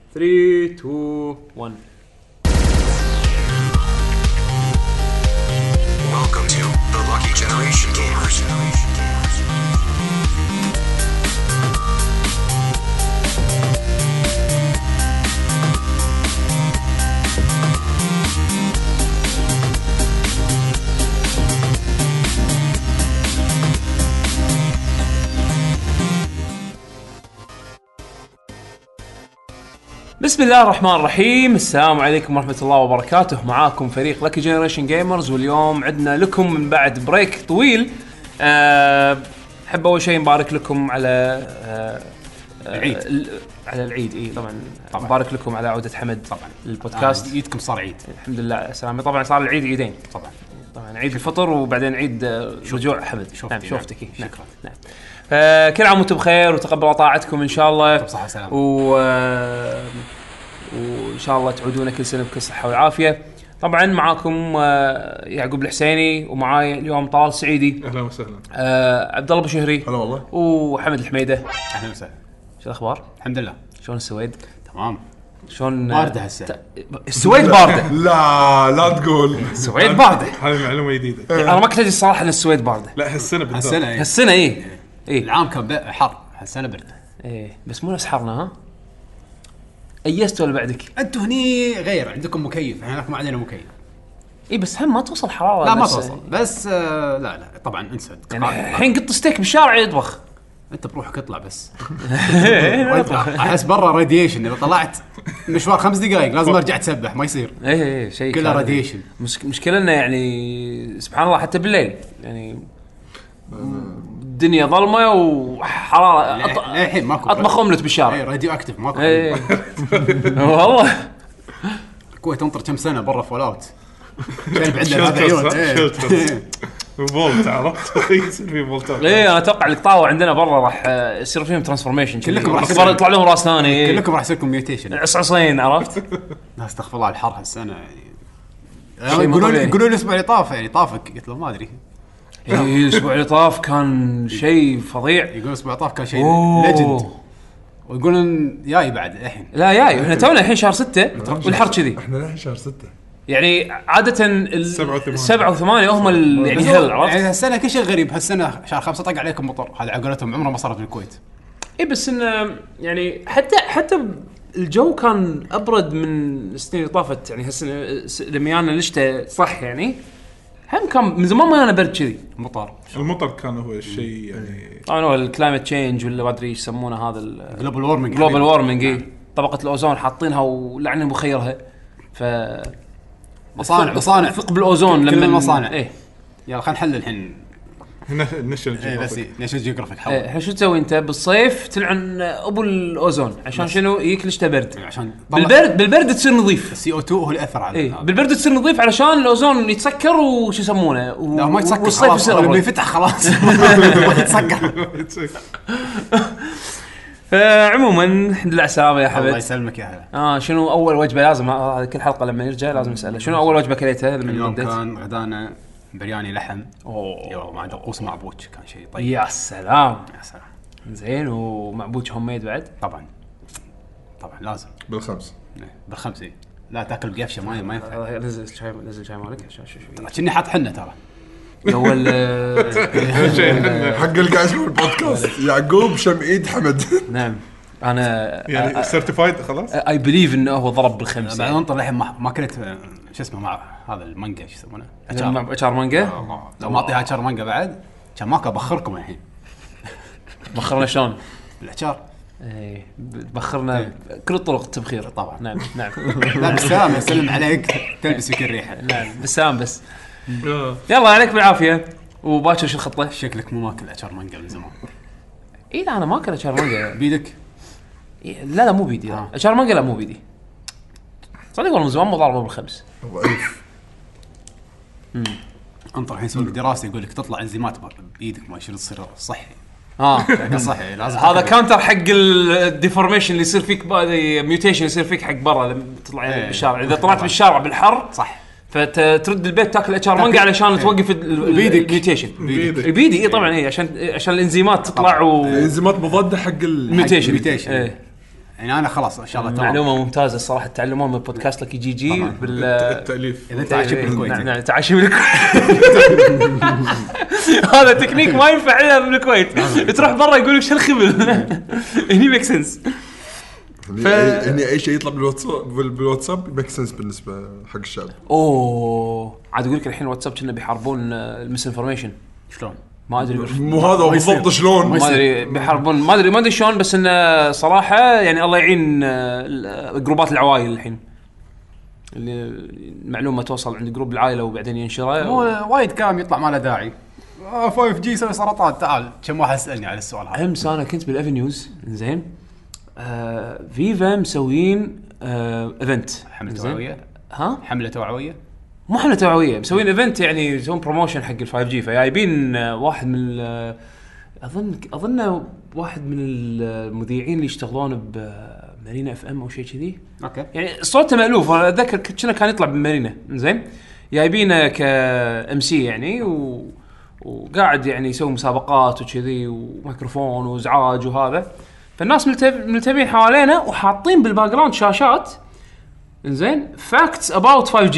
3 2 1 Welcome to the Lucky Generation Gamers. بسم الله الرحمن الرحيم. السلام عليكم ورحمة الله وبركاته. معاكم فريق Lucky Generation Gamers، واليوم عندنا لكم من بعد بريك طويل. أحب أول شيء نبارك لكم على العيد. على العيد. إيه طبعا نبارك لكم على عودة حمد طبعا للبودكاست. عيدكم صار عيد الحمد لله سلامة. طبعا صار العيد عيدين، طبعا عيد الفطر وبعدين عيد رجوع حمد. نعم شوفتك. نعم. شكرا. نعم. كل عام وانتم بخير وتقبل طاعتكم ان شاء الله. بصحة وسلامة. وان شاء الله تعودون كل سنه بكل صحه وعافيه. طبعا معاكم يعقوب الحسيني، ومعاي اليوم طلال السعيدي. اهلا وسهلا. عبد الله بشهري. هلا والله. وحمد الحميده. اهلا وسهلا. شو الاخبار؟ الحمد لله شلون السويد؟ تمام. شلون باردة هسه. السويد بارده. لا تقول السويد بارده. هاي معلومه جديده. انا ما كنت ادري الصراحه ان السويد بارده. لا هالسنه بالذات. هالسنة هالسنه ايه العام كان حر، هالسنة برد. ايه بس مو نفس حرنا. ها ايست ولا بعدك؟ انتوا هني غير، عندكم مكيف، احنا ما عندنا مكيف. اي بس هم ما توصل حراره. لا ما بس توصل، بس لا طبعا انسى. يعني الحين قط ستيك بالشارع يطبخ. انت بروحك اطلع بس. احس برا راديشن، اذا طلعت مشوار 5 دقائق لازم ارجع تسبح، ما يصير. ايه شيء كله راديشن. مشكلة لنا يعني سبحان الله حتى بالليل يعني الدنيا ظلمه وحراره. الحين ماكو اطبخ اوملت بالشارع. اي راديو اكتف ماكو. والله الكويت تنطر كم سنه برا فول اوت. شايف عندنا هذا عيون. فولت عرفت يصير في فولتات. ايه انا اتوقع القطاوه عندنا برا راح يصير فيهم ترانسفورميشن. كلكم راح يطلع لهم راس ثاني. كلكم راح يصير لكم ميوتيشن. عصعصين عرفت. لا استغفر الله الحر هالسنه يعني. يقولوا لي الاسبوع اللي طاف يعني طافك، قلت له ما ادري. ايه الاسبوع اللي طاف كان شيء فظيع. يقول الاسبوع اللي طاف كان شيء ليجند، ويقولون جاي بعد الحين. لا جاي احنا تونا الحين شهر 6 والحر كذي. احنا الحين شهر 6 يعني عادة 7 و8 هم يعني هل عرفت. يعني هالسنه كل شيء غريب. هالسنه شهر 5 طق عليكم مطر، هذا عقلتهم عمره ما صارت بالكويت. اي بس انه يعني حتى الجو كان ابرد من السنين اللي طافت. يعني هالسنه لما جانا الشتاء صح يعني هم كان من زمان ما انا برد كذي. المطر كان هو الشيء يعني. طبعا هو الكلايمت تشينج ولا ما ادري ايش يسمونه هذا جلوبال وورمنج. اي طبقه الاوزون حاطينها ولعنه مخيرها. ف مصانع ثقب الاوزون لما المصانع. ايه يلا خلينا نحلل الحين. ناشونال جيوغرافيك حول. الحين شو تسوي انت بالصيف؟ تلعن ابو الاوزون عشان شنو؟ يجيك ليش برد. عشان بالبرد تصير نظيف. CO2 هو اللي اثر على ايه بالبرد تصير نظيف علشان الاوزون يتسكر وش يسمونه. لا ما يتسكر، والصيف يصير لما يفتح خلاص ما يتسكر. عموما الحمد لله على السلامه يا حبيبي. الله يسلمك يا هلا. شنو اول وجبه لازم هذا كل حلقه لما يرجع لازم نساله شنو اول وجبه كليتها لما اليوم بديت؟ كان غدانا برياني لحم مع دقوس معبوش، كان شيء طيب. يا سلام يا سلام. زين. ومعبوش هوم ميد بعد؟ طبعا لازم بالخمس. بالخمسة. لا تاكل بقفشه ما ينفع. نزل شاي مالك عشان شوي كني حاط حنه ترى. اول حق اللي قاعد يسمع البودكاست يعقوب شمعيد حمد. نعم انا يعني سيرتيفايد خلاص. اي بليف انه هو ضرب بالخمسه. بعد انطر لحم ما كنت شو اسمه مع هذا المانجا شو يسمونه اشار مانجا. لو ما اعطيها اشار مانجا بعد كان ماكو ابخركم الحين. بخرنا شلون الاشار؟ ايه بخرنا كل طرق التبخير طبعا. نعم لا بالسلامه يسلم عليك تلبس فيك الريحه. نعم بالسلام بس. يلا عليك بالعافيه. وباكر شو الخطه؟ شكلك مو ماكل اشار مانجا من زمان. اي لا انا ما اكل اشار مانجا بيدك. لا مو بيدي. اشار مانجا لا مو بيدي صدق والله من زمان مو ضاربه بالخمس. ضعيف. انطر الحين سوق دراسه يقول لك تطلع انزيمات بايدك ما يصير تصير صحي. صحي لازم. هذا كانتر حق الديفورميشن اللي يصير فيك ميوتيشن يصير فيك حق برا لما تطلع بالشارع. اذا طلعت بالشارع بالحر صح فترد البيت تاكل اتشار مانجا علشان توقف الميوتيشن. بيدي اي طبعا اي عشان الانزيمات تطلع الانزيمات مضاده حق الميوتيشن. يعني انا خلاص ان شاء الله تمام. معلومه ممتازه الصراحه تعلمون من بودكاست لك جي جي التاليف اذا انت عايش بالكويت نعم تعايش بالكويت. هذا تكنيك ما ينفع الا بالكويت. تروح برا يقول لك شو الخبل. هني ميك سنس. يعني اي شيء يطلع بالواتساب ميك سنس بالنسبه حق الشعب. اوه عاد اقول لك الحين واتساب كنا بيحاربون المس انفورميشن. شلون ما ادري مو هذا بالضبط شلون ما ادري بيحاربون ما ادري شلون بس انه صراحه يعني الله يعين جروبات العوائل الحين اللي المعلومه توصل عند جروب العائله وبعدين ينشرها. مو وايد كلام يطلع ما له داعي. 5G يسوي سرطان. تعال كم واحد سالني على السؤال هذا. امس انا كنت بالافنيوز زين فيفا مسوين ايفنت حمله توعويه. حمله توعويه مو حمله توعويه مسوين ايفنت يعني يسوون بروموشن حق ال5G فجايبين واحد من اظن واحد من المذيعين اللي يشتغلون بمارينا اف ام او شيء كذي. اوكي يعني صوته مألوف انا اتذكر كان يطلع بمارينا زين جايبينه كام سي يعني وقاعد يعني يسوي مسابقات وكذي وميكروفون وازعاج وهذا فالناس ملتبين حوالينا وحاطين بالباك جراوند شاشات انزين فاكتس اباوت 5G.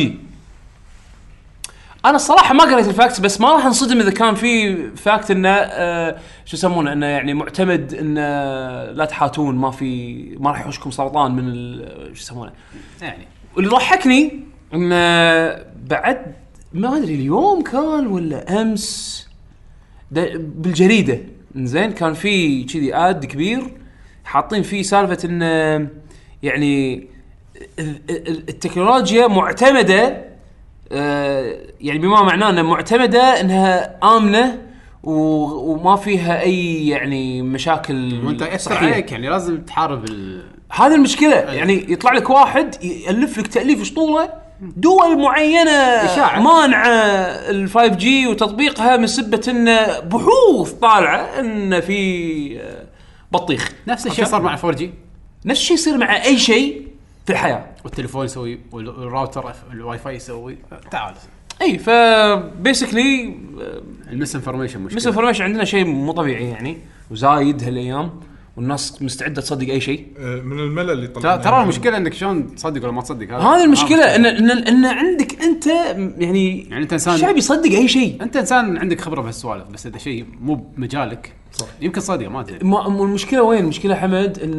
انا الصراحه ما قريت الفاكتس بس ما راح انصدم اذا كان في فاكت انه شو يسمونه انه يعني معتمد انه لا تحاتون ما راح يحوشكم سرطان من شو يسمونه يعني. واللي ضحكني انه بعد ما ادري اليوم كان ولا امس بالجريده انزين كان في كذي اد كبير حاطين فيه سالفه انه يعني التكنولوجيا معتمده يعني بما معناه انها معتمده انها امنه وما فيها اي يعني مشاكل وانت يأثر عليك يعني لازم تحارب هذه المشكله يعني يطلع لك واحد يالف لك تاليف اسطوره دول معينه مانعه ال5G وتطبيقها من سبه ان بحوث طالعه ان في بطيخ. نفس الشيء صار مع 4G نفس الشيء يصير مع اي شيء في الحياه. والتليفون يسوي والراوتر الواي فاي يسوي. تعال اي فبيسكلي المس انفورميشن مشكله. المس انفورميشن عندنا شيء مو طبيعي يعني وزايد هالايام والناس مستعده تصدق اي شيء من الملل اللي طلع. ترى المشكله انك شلون تصدق ولا ما تصدق. هذه المشكله ان عندك انت يعني انت انسان الشعب يصدق اي شيء. انت انسان عندك خبره بهالسوالف بس هذا شيء مو بمجالك صح يمكن صدق ما ادري. المشكله وين المشكله حمد ان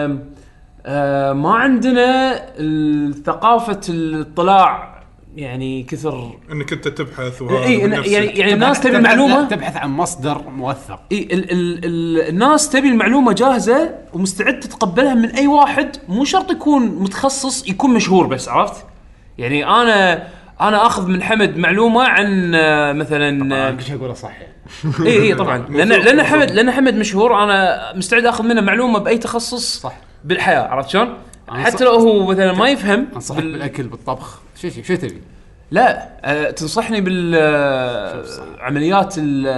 ما عندنا ثقافه الاطلاع يعني كثر انك انت تبحث وهذا يعني الناس تبي المعلومه تبحث عن مصدر موثق. الناس تبي المعلومه جاهزه ومستعد تتقبلها من اي واحد مو شرط يكون متخصص يكون مشهور بس عرفت يعني انا اخذ من حمد معلومه عن مثلا كل شيء اقوله صح اي طبعا لان حمد مشهور انا مستعد اخذ منه معلومه باي تخصص صح بالحياه عرفت شلون حتى لو هو مثلا ما يفهم انصحك بالاكل بالطبخ شو تبي لا تنصحني بالعمليات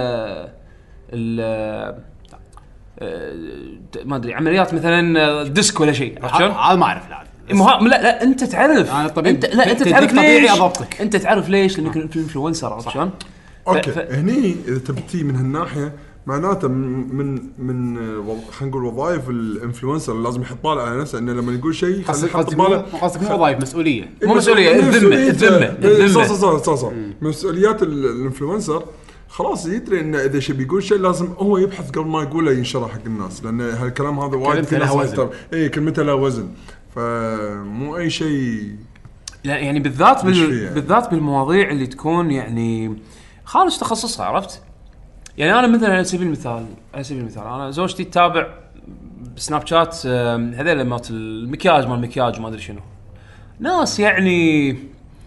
ما ادري عمليات مثلا ديسك ولا شيء عرفت شلون هذا ما اعرف لا انت تعرف انا طبيب انت تعرف طبيعي اضبطك انت تعرف ليش لانك انفلونسر عرفت شلون اوكي هني اذا تبتي من هالناحيه معناته من خلينا نقول وظائف الانفلونسر لازم يحط باله على نفسه انه لما يقول شيء خليه يحط باله قصدك مو وظائف مسؤوليه مو مسؤوليه الذمه صح مسؤوليات الانفلونسر خلاص يدري انه اذا شيء بيقول شيء لازم هو يبحث قبل ما يقوله ينشره حق الناس لان هالكلام هذا وايد في ناس كلمته له وزن فمو اي شيء يعني بالذات بالمواضيع اللي تكون يعني خارج تخصصها عرفت يعني انا مثلا على سبيل المثال انا زوجتي تتابع سناب شات هذول مالت المكياج وما ادري شنو ناس يعني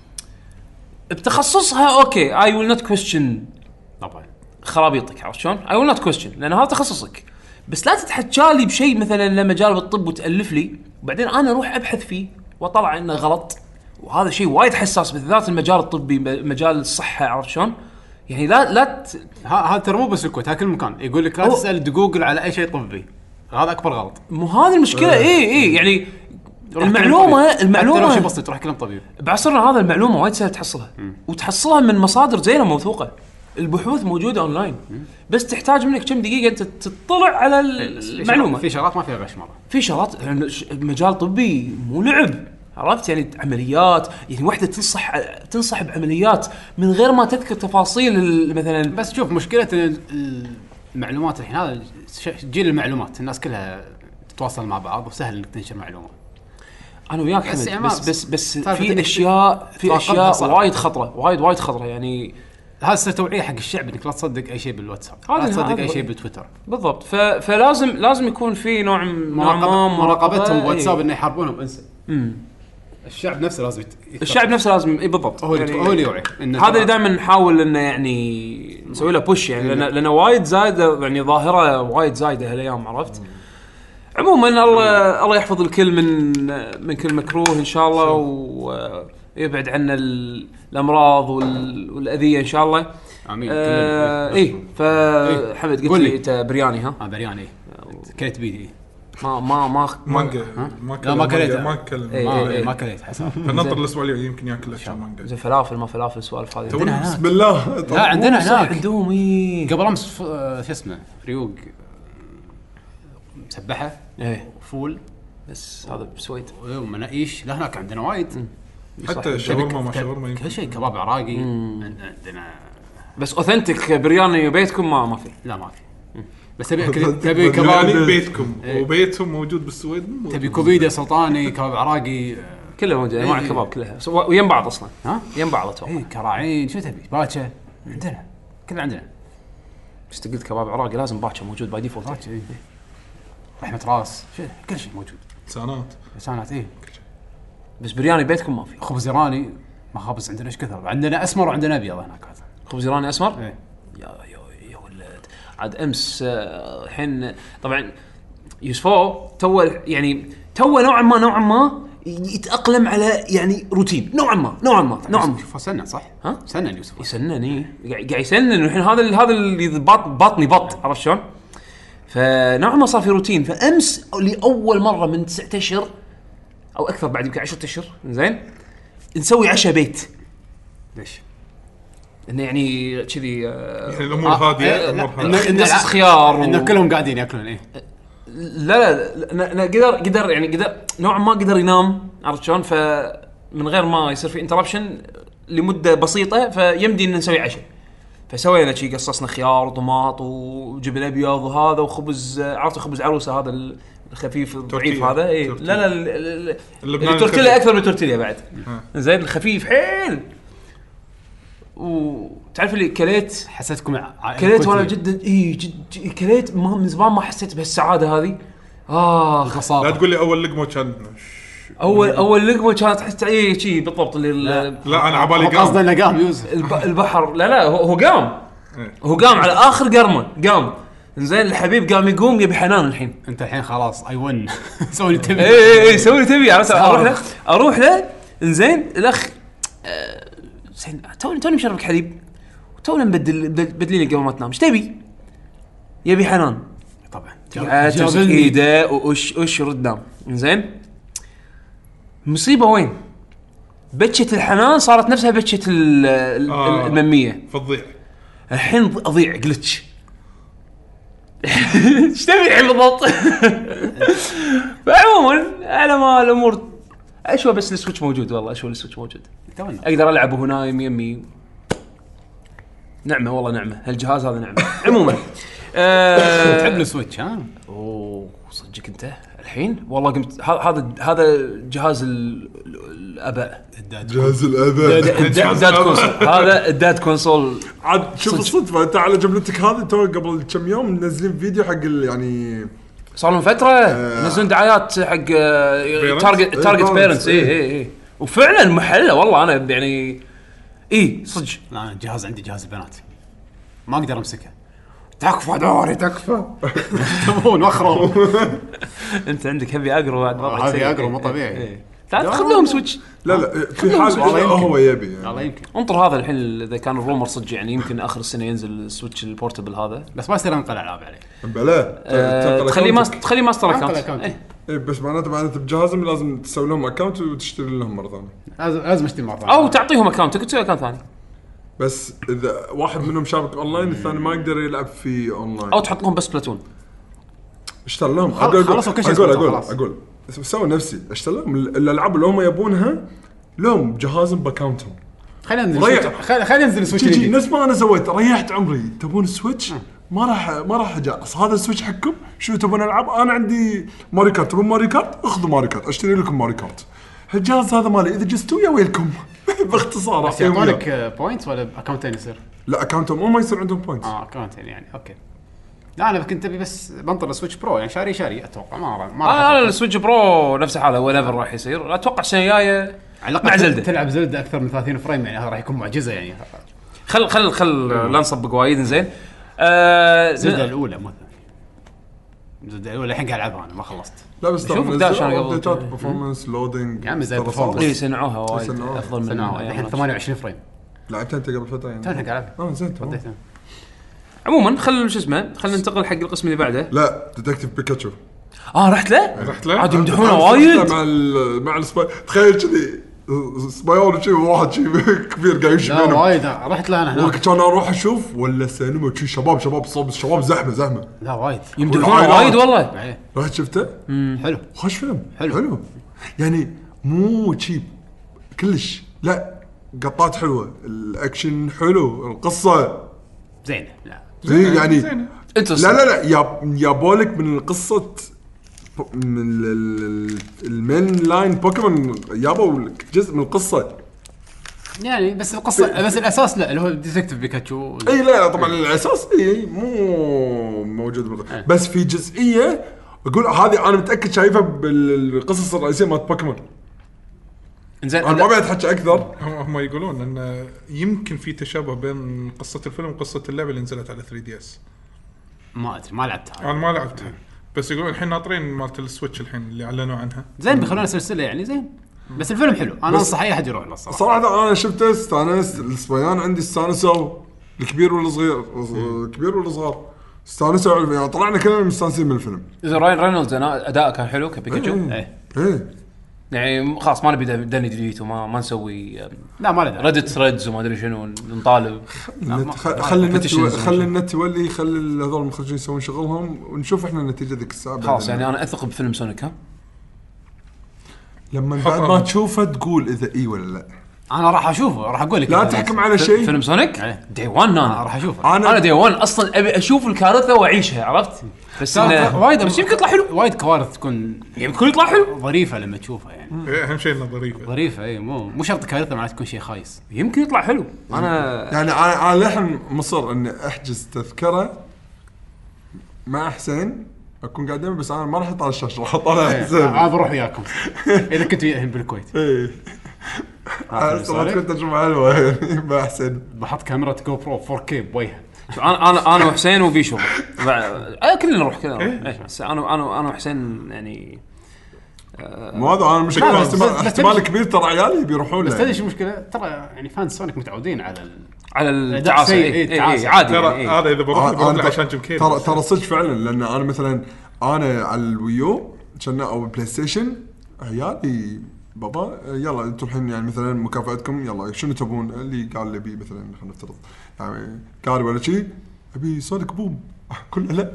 بتخصصها اوكي اي ويل نوت كويستشن طبعا خرابيطك عرفت شلون اي ويل نوت كويستشن لان هذا تخصصك بس لا تتحكالي بشيء مثلا لمجال بالطب وتالف لي وبعدين انا اروح ابحث فيه واطلع انه غلط وهذا شيء وايد حساس بالذات المجال الطبي مجال الصحه عرفت شلون يعني لا هذا ترى مو بس الكويت كل مكان يقول لك لا تسال جوجل على اي شيء طبي هذا اكبر غلط مو هذه المشكله اي يعني المعلومه لو شيء بسيط تروح كلام طبيب بعصرنا هذا المعلومه وايد سهل تحصلها وتحصلها من مصادر زينه موثوقه البحوث موجوده اونلاين، بس تحتاج منك كم دقيقه انت تطلع على المعلومه. في شغلات ما فيها غش مره، في شغلات يعني مجال طبي مو لعب، عرفت يعني عمليات، يعني وحده تنصح بعمليات من غير ما تذكر تفاصيل مثلا. بس شوف مشكله المعلومات الحين، هذا جيل المعلومات، الناس كلها تتواصل مع بعض وسهل انك تنشر معلومه. انا وياك حمد، بس في اشياء وايد خطره، وايد خطره يعني. هذا توعيه حق الشعب انك لا تصدق اي شيء بالواتساب، لا تصدق اي شيء بالتويتر. بالضبط. فلازم يكون في نوع ما مراقبتهم بواتساب انه يحاربونهم. انسى الشعب نفسه لازم اي بالضبط، هو اللي يوعي. هذا اللي دائما نحاول انه يعني نسوي له بوش يعني، لأن وايد زايده يعني، ظاهره وايد زايده هالايام، عرفت. عموما الله يحفظ الكل من كل مكروه ان شاء الله، ويبعد عنا الامراض والاذيه ان شاء الله. امين. فحمد قلت لي انت برياني. ها برياني كليت بيدي. ما كليت حساب. فننطر الاسبوع الجاي يمكن ياكل اشياء مانجا. زين فلافل السوالف هذه بسم الله. لا عندنا هناك عندهم قبل امس شو اسمه ريوق مسبحه فول، بس هذا بسويد ومناقيش. لا هناك عندنا وايد، حتى شاورما ما شاورما كل شيء، كباب عراقي عندنا. بس اوثنتيك برياني بيتكم ما في. لا ما في. بس تبي كباب بيتكم وبيتهم موجود بالسويد. تبي كوبيده سلطاني، كباب عراقي، كلها موجوده انواع الكباب كلها ويم بعض اصلا. يم بعض اتوقع. كراعين شو تبي باتشا عندنا، كله عندنا. بس قلت كباب عراقي لازم باتشا موجود باي ديفولت. رحمه راس كل شيء موجود. لسانات بس برياني بيتكم ما في. خبز ايراني ما خبز عندنا ايش كثر، عندنا اسمر وعندنا ابيض هناك. هذا خبز ايراني اسمر. يا ولد عاد امس الحين طبعا يوسفو تو نوعا ما يتاقلم على يعني روتين نوعا ما شوف سنن صح. سنن يوسف يسنني قاعد يسنن الحين. هذا اللي باطني بط، عرفت شلون. فنوعا ما صار في روتين. فامس لاول مره من 9 اشهر او اكثر، بعد يمكن 10 اشهر زين نسوي عشاء بيت. ليش؟ انه يعني كذي يعني الامور هاديه، الناس خيار انه كلهم قاعدين ياكلون. لا قدر نوعا ما قدر ينام، عرفت شلون. فمن غير ما يصير في انتربشن لمده بسيطه، فيمدي ان نسوي عشاء. فسوينا شيء، قصصنا خيار وطماط وجبن ابيض وهذا وخبز، عرفت خبز عروسه هذا الخفيف الضعيف هذا. لا التورتيلا اكثر من التورتيلا بعد. زين الخفيف حيل. وتعرف اللي كليت وانا جدا جد كليت من زمان ما حسيت بهالسعاده هذه. لا تقول لي اول لقمه كانت اول لقمه كانت تحس شيء بالضبط اللي لا انا عبالي قصدي انه قام يوسف البحر. لا هو قام على اخر قرمه قام. زين الحبيب قام يقوم يبي حنان الحين. انت الحين خلاص ايون سوي لي تبي. سوي لي تبي. اروح له زين الاخ زين توني مشربك حليب وتوني بدلي لي قبل ما تنام. ايش تبي؟ يبي حنان طبعا. جاب ايده وش رد نام. زين المصيبه وين؟ بتشة الحنان صارت نفسها بتشة الممية. فضيع الحين اضيع جلتش. ايش تبي الحين بالضبط؟ فعموما على ما الامور اشوى، بس السويتش موجود. والله اشوى السويتش موجود، اقدر العب وهو نايم يمي. نعمه والله نعمه، هالجهاز هذا نعمه. عموما تحب السويتش؟ صدقك انت الحين والله قمت. هذا جهاز الاباء، جهاز الاباء، الداد كونسول. هذا الداد كونسول. عاد شوف الصدفه انت على جملتك هذه تو قبل كم يوم منزلين فيديو حق يعني صار لهم فتره ينزلون دعايات حق تارجت بيرنتس. اي وفعلا محله والله. انا يعني صدق لا جهاز عندي جهاز البنات ما اقدر امسكه. تكفى دوري تكفى. تبون وخروا. انت عندك هبي اقرو بعد والله. هبي اقرو مو طبيعي. لا تخليهم سويتش. لا في حال هو يبي يعني. الله يمكن انطر هذا الحين اذا كان الرومر صدق يعني يمكن اخر السنه ينزل السويتش البورتبل هذا. بس ما يصير انقل العاب عليه. بلا تخلي ماستر اكونت. بس معناته بجهازهم لازم تسوي لهم اكونت وتشتري لهم مره ثانيه. لازم اشتري مره ثانيه او تعطيهم اكونت تسوي اكونت ثاني. بس اذا واحد منهم شابك اونلاين الثاني ما يقدر يلعب في اونلاين او تحط لهم بس بلاتون. اشتري لهم خلاص كل شيء اقول سوي نفسي اشتري لهم الالعاب اللي هم يبونها لهم جهازهم باكاونتهم. خلينا ننزل سويتش تجي نفس ما انا سويت ريحت عمري. تبون سويتش ما راح اجاس هذا السويتش حقكم. شو تبون العاب؟ انا عندي ماري كارت. تبون ماري كارت اخذوا ماري كارت اشتري لكم ماري كارت. الجهاز هذا مالي اذا جستوا يا ويلكم. باختصار يعطونك بوينت ولا اكونتين يصير؟ لا اكونتهم ما يصير عندهم بوينت. اكونتين يعني اوكي. لا انا كنت ابي بس بنطر السويتش برو يعني شاري اتوقع ما راح السويتش برو نفس حاله ولا راح يصير. اتوقع السنه الجايه مع زلدة تلعب زلدة اكثر من 30 فريم يعني هذا راح يكون معجزه يعني. خل لا نصبق وايد. زين زلدة الاولى مثلا زلدة الاولى الحين قاعد العبها انا ما خلصت. لا بس شوف داش انا قبل برفورمانس لودينج يا عم زي برفورمانس اي صنعوها وايد افضل من الحين 28 فريم. لعبت انت قبل فتره يعني تونا قاعد العب زين عموما خلينا ننتقل حق القسم اللي بعده. لا ديتكتيف بيكاتشو رحت له عاد يمدحونه وايد مع السباي. تخيل كذي سبايور شيء واحد شيء كبير قاعد يمشي بينهم. وايد رحت له انا هناك كان اروح اشوف ولا سينما شيء شباب صوب الشباب زحمه. لا وايد يمدحونه وايد والله. رحت شفته حلو خوش فيلم حلو يعني مو تشيب كلش. لا قطات حلوه الاكشن حلو القصه زين. لا يعني انت لا يا بولك من القصه من المين لاين بوكيمون يابا جزء من القصه يعني بس القصه بس الاساس لا اللي هو ديتكتيف بيكاتشو. اي لا طبعا الاساس مو موجود بس في جزئيه اقول هذه انا متاكد شايفها بالقصص الرئيسيه مال بوكيمون. انزين انا ما بعد احكي اكثر. هم يقولون ان يمكن في تشابه بين قصه الفيلم وقصه اللعبه اللي نزلت على 3DS. ما ادري ما لعبتها انا ما لعبتها بس يقولون الحين ناطرين مالت السويتش الحين اللي اعلنوا عنها. زين بيخلونا سلسله يعني زين بس الفيلم حلو. انا انصح اي احد يروح له صراحه انا شفته استانست. الصبيان عندي استانسوا الكبير والصغير الكبير والصغار استانسوا يعني طلعنا كلنا مستانسين من الفيلم. اذا راين رينولدز اداء كان حلو كبيكاتشو. ايه يعني خلاص ما نبي داني ديليت وما نسوي لا ما له ريدت ثريدز وما ادري شنو نطالب. خلي النت يولي خلي هذول المخرجين يسوون شغلهم ونشوف احنا النتيجه ذيك الساعه. خلاص يعني انا اثق بفيلم سونيك. لما بعد ما تشوفه تقول اذا اي ولا لا. انا راح اشوفه راح اقول لك لا تحكم على شيء. فيلم سونيك دي 1 انا راح اشوفه. انا دي 1 اصلا ابي اشوف الكارثه واعيشها عرفت. بس وايد بس يمكن يطلع حلو. وايد كوارث تكون يمكن يطلع حلو ظريفه لما تشوفها يعني. اهم شيء انها ظريفه اي مو شرط كارثه معناته تكون شيء خايس. يمكن يطلع حلو. انا لحن مصر اني احجز تذكره مع حسين اكون قاعد بس انا ما راح اطلع الشاشه راح اطلع حسين. انا بروح وياكم اذا كنت وياهم بالكويت. ايه انا كنت اشوف حلوه مع حسين بحط كاميرا جو برو 4K بوجهه. انا وحسين وبيشو كلنا نروح انا وحسين يعني مو هذا انا مشكله احتمال كبير ترى عيالي بيروحون له. بس تدري شو المشكله ترى يعني فان سونيك متعودين على التعاسه. اي عادي ترى هذا اذا بروح عشان جمكير ترى صدق فعلا لان انا مثلا انا على الويو كنا او بلاي ستيشن عيالي بابا يلا انتم الحين يعني مثلا مكافاتكم يلا شنو تبون اللي قال لي بي مثلا خلينا نفترض يعني قال ولا شيء ابي سونيك بوم كله لا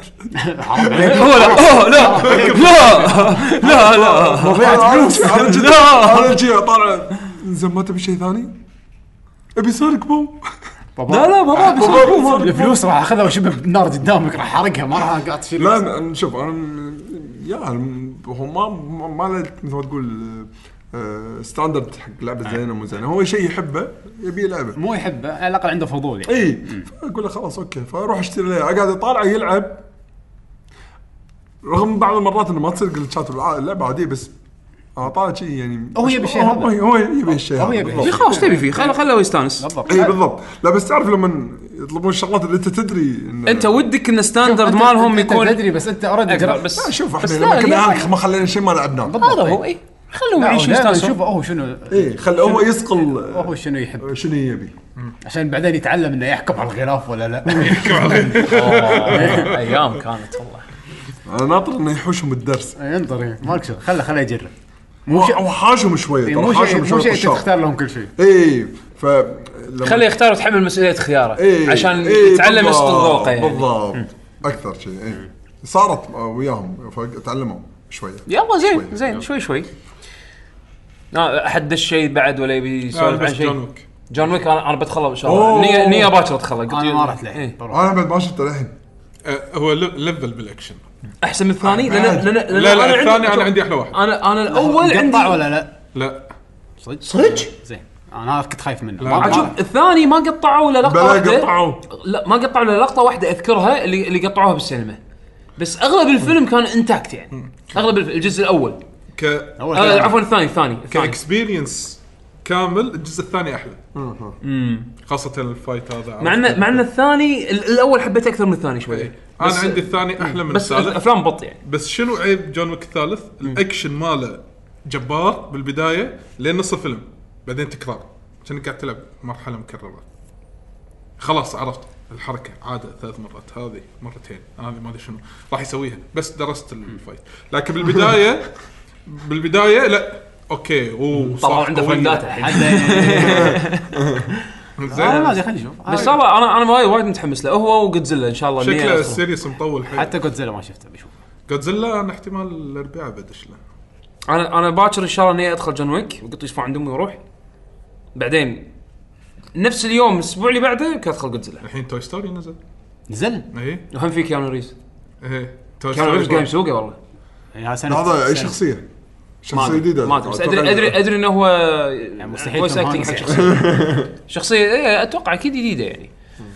لا مضيعة فلوس انا جي طالع زين ما تبي شيء ثاني ابي سونيك بوم لا بابا الفلوس راح اخذها واشبه بالنار قدامك راح احرقها ما راح اقعد شيء. لا نشوف انا يا هو ما مثل ما تقول ستاندرد حق لعبه زينه مو زينه. هو شيء يحبه يبي لعبه مو يحبه على الاقل عنده فضول يعني. اي اقول له خلاص اوكي فاروح اشتري له اقعد اطالع يلعب رغم بعض المرات انه ما تصير جلتشات اللعبه عاديه بس طالع شيء يعني هو يبي الشيء هذا هو يبي الشيء هذا خلاص تبي فيه خله يستانس اي بالضبط. لا بس تعرف لما يطلبون الشغلات اللي انت تدري انت ودك ان ستاندرد مالهم يكون تدري بس انت اوريدي بس شوف احنا لما كنا ما خلينا شيء ما لعبناه هذا هو اي خلوه يعيش يستانس. شوف هو شنو اي خل هو يسقل هو شنو يحب شنو يبي عشان بعدين يتعلم انه يحكم على الغلاف ولا لا. ايام كانت والله انا ناطر انه يحوشهم الدرس ينطر مالك شغل خله يجرب مو حاشهم شويه ترى حاشهم شويه تختار لهم كل شيء. اي خليه يختار وتحمل مسؤوليه خياره عشان إيه يتعلم بالضبط، الذوق يعني. بالضبط اكثر شيء صارت وياهم فتعلموا شويه. يلا زين شوي. احد الشيء بعد ولا يبي يسولف عن شيء؟ جون ويك انا بدخله ان شاء الله. نيه باكر ادخله. انا ما رحت له. انا بعد ما شفته الحين. هو ليفل بالاكشن احسن من الثاني. لا الثاني انا عندي احلى واحد. انا الاول عندي ولا لا صدق زين. انا كنت خايف منه. عجب. الثاني ما قطعوا ولا لقطه واحده. قطعوا. لا ما قطعوا ولا لقطه واحده اذكرها اللي قطعوها بالسينما. بس اغلب الفيلم كان انتاكت يعني. اغلب الجزء الاول عفوا الثاني كاكسبيرينس كامل. الجزء الثاني احلى خاصه الفايت هذا. مع ان الثاني الاول حبيت اكثر من الثاني شوي. انا عندي الثاني احلى من بس الثالث. افلام بط يعني. بس شنو عيب جون ويك الثالث؟ الاكشن ماله جبار بالبدايه لين نص الفيلم، بعدين تكرار عشان قاعد تلعب مرحله مكرره. خلاص عرفت الحركه عاده 3 مرات، هذه مرتين، هذه ما ادري شنو راح يسويها، بس درست الفايت. لكن بالبدايه لا اوكي طبعا عنده فندات الحين. زين ما ادري خلينا نشوف. بس انا وايد متحمس له هو وجودزيلا ان شاء الله. شكله السيريس مطول حيل. حتى جودزيلا ما شفته بشوف. جودزيلا انا احتمال الاربعاء بدش له. انا باكر ان شاء الله اني ادخل جون ويك وقط يشفع عند امي ويروح. بعدين نفس اليوم الاسبوع اللي بعده ادخل جودزيلا. الحين توي ستوري نزل ايه وهم في كيانو ريفز. ايه توي ستوري قايم سوقه والله. هذا اي شخصيه جديده ما بس ادري انه هو مستحيل فويس اكتنج حق شخصيه اتوقع اكيد جديده يعني.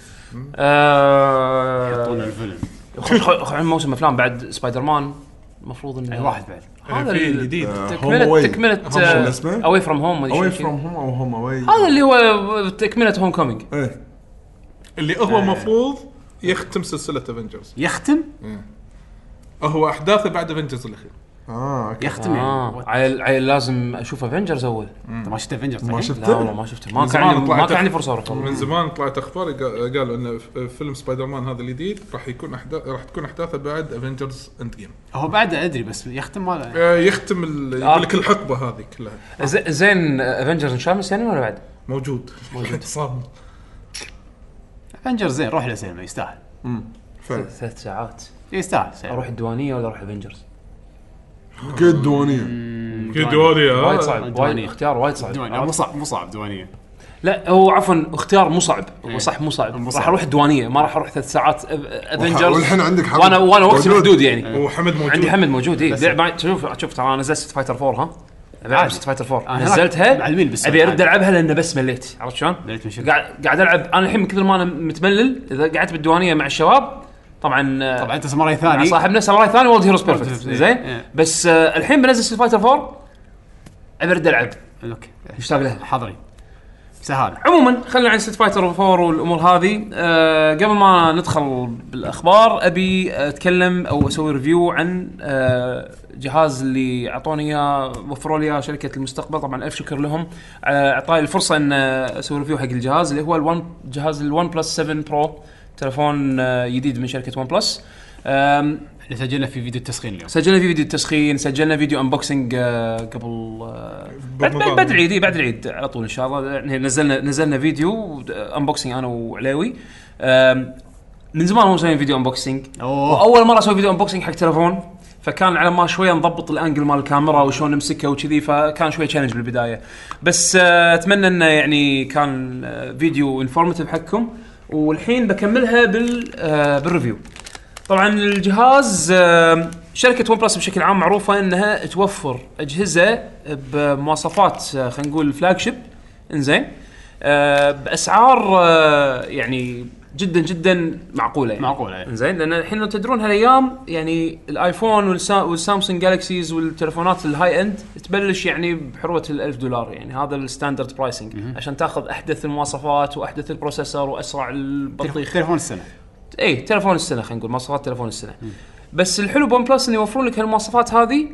يحطون الفيلم عن موسم افلام بعد سبايدر مان المفروض انه واحد بعد هذا الجديد تكمله اواي فروم هوم او هوم اواي. هذا اللي هو تكمله هوم كومينج اللي هو مفروض يختم سلسله افنجرز. يختم هو احداثه بعد افنجرز الاخير. اوكي. يختم عيل لازم اشوف افنجرز اول. انت ما شفت افنجرز؟ ما لا شفته والله ما شفته. ما كان عندي فرصه اروح. من زمان طلعت اخبار قالوا ان فيلم سبايدر مان هذا الجديد راح تكون احداثه بعد افنجرز اند جيم. هو بعد ادري بس يختم ما يختم يقول لك الحقبه هذه كلها. زين افنجرز ان شاء الله السينما ولا بعد موجود صار افنجرز زين. روح للسينما يستاهل. 3 ساعات يستاهل. اروح الديوانيه ولا اروح افنجرز؟ كيد دوانيه وايد صعب. وايد اختيار وايد صعب. مو صعب دوانيه. لا هو عفوا اختيار مو صعب. هو صح مو صعب. راح اروح الديوانيه ما راح اروح 3 ساعات افنجرز. والحين عندك حمد. وانا وقت محدود يعني. وحمد موجود. عندي حمد موجود. شوف ترى انا نزلت ست فايتر 4 ها. العب ست فايتر 4 نزلتها ابي ارد العبها لان بس مليت. عرفت شلون؟ قاعد العب انا الحين من كثر ما انا متملل. اذا قعدت بالديوانيه مع الشباب طبعا انت ساموراي ثاني صاحبنا ساموراي ثاني وولد هيروز بيرفكت زين. بس الحين بنزل ست فايتر 4 ابي ارد العب. اوكي مشتاق لها حاضرين سهل. عموما خلينا عن ست فايتر 4 والامور هذه. قبل ما ندخل بالاخبار ابي اتكلم او اسوي ريفيو عن جهاز اللي اعطوني اياه وفروا لي شركه المستقبل. طبعا الف شكر لهم اعطاني الفرصه ان اسوي ريفيو حق الجهاز اللي هو جهاز الون بلس 7 برو. تلفون جديد من شركه ون بلس. احنا سجلنا في فيديو التسخين اليوم. سجلنا فيديو انبوكسنج قبل بعد العيد على طول ان شاء الله. نزلنا فيديو انبوكسنج انا وعليوي. من زمان مو مسويين فيديو انبوكسنج. واول مره اسوي فيديو انبوكسنج حق تلفون فكان على ما شويه نضبط الانجل مال الكاميرا وشون نمسكها وكذي فكان شويه تشالنج بالبدايه. بس اتمنى انه يعني كان فيديو انفورماتيف حقكم. والحين بكملها بالريفيو. طبعا الجهاز شركه ون بلس بشكل عام معروفه انها توفر اجهزه بمواصفات خلينا نقول فلاج شيب انزين باسعار يعني جدا جدا معقوله انزين. لان الحين تدرون هالايام يعني الايفون والسامسونج جالكسيز والتليفونات الهاي اند تبلش يعني بحروه $1000 يعني هذا الستاندرد برايسنج عشان تاخذ احدث المواصفات واحدث البروسيسور واسرع البطيخ. تليفون السنه تليفون السنه خلينا نقول مواصفات تليفون السنه. بس الحلو بون بلس ان يوفرون لك هالمواصفات هذه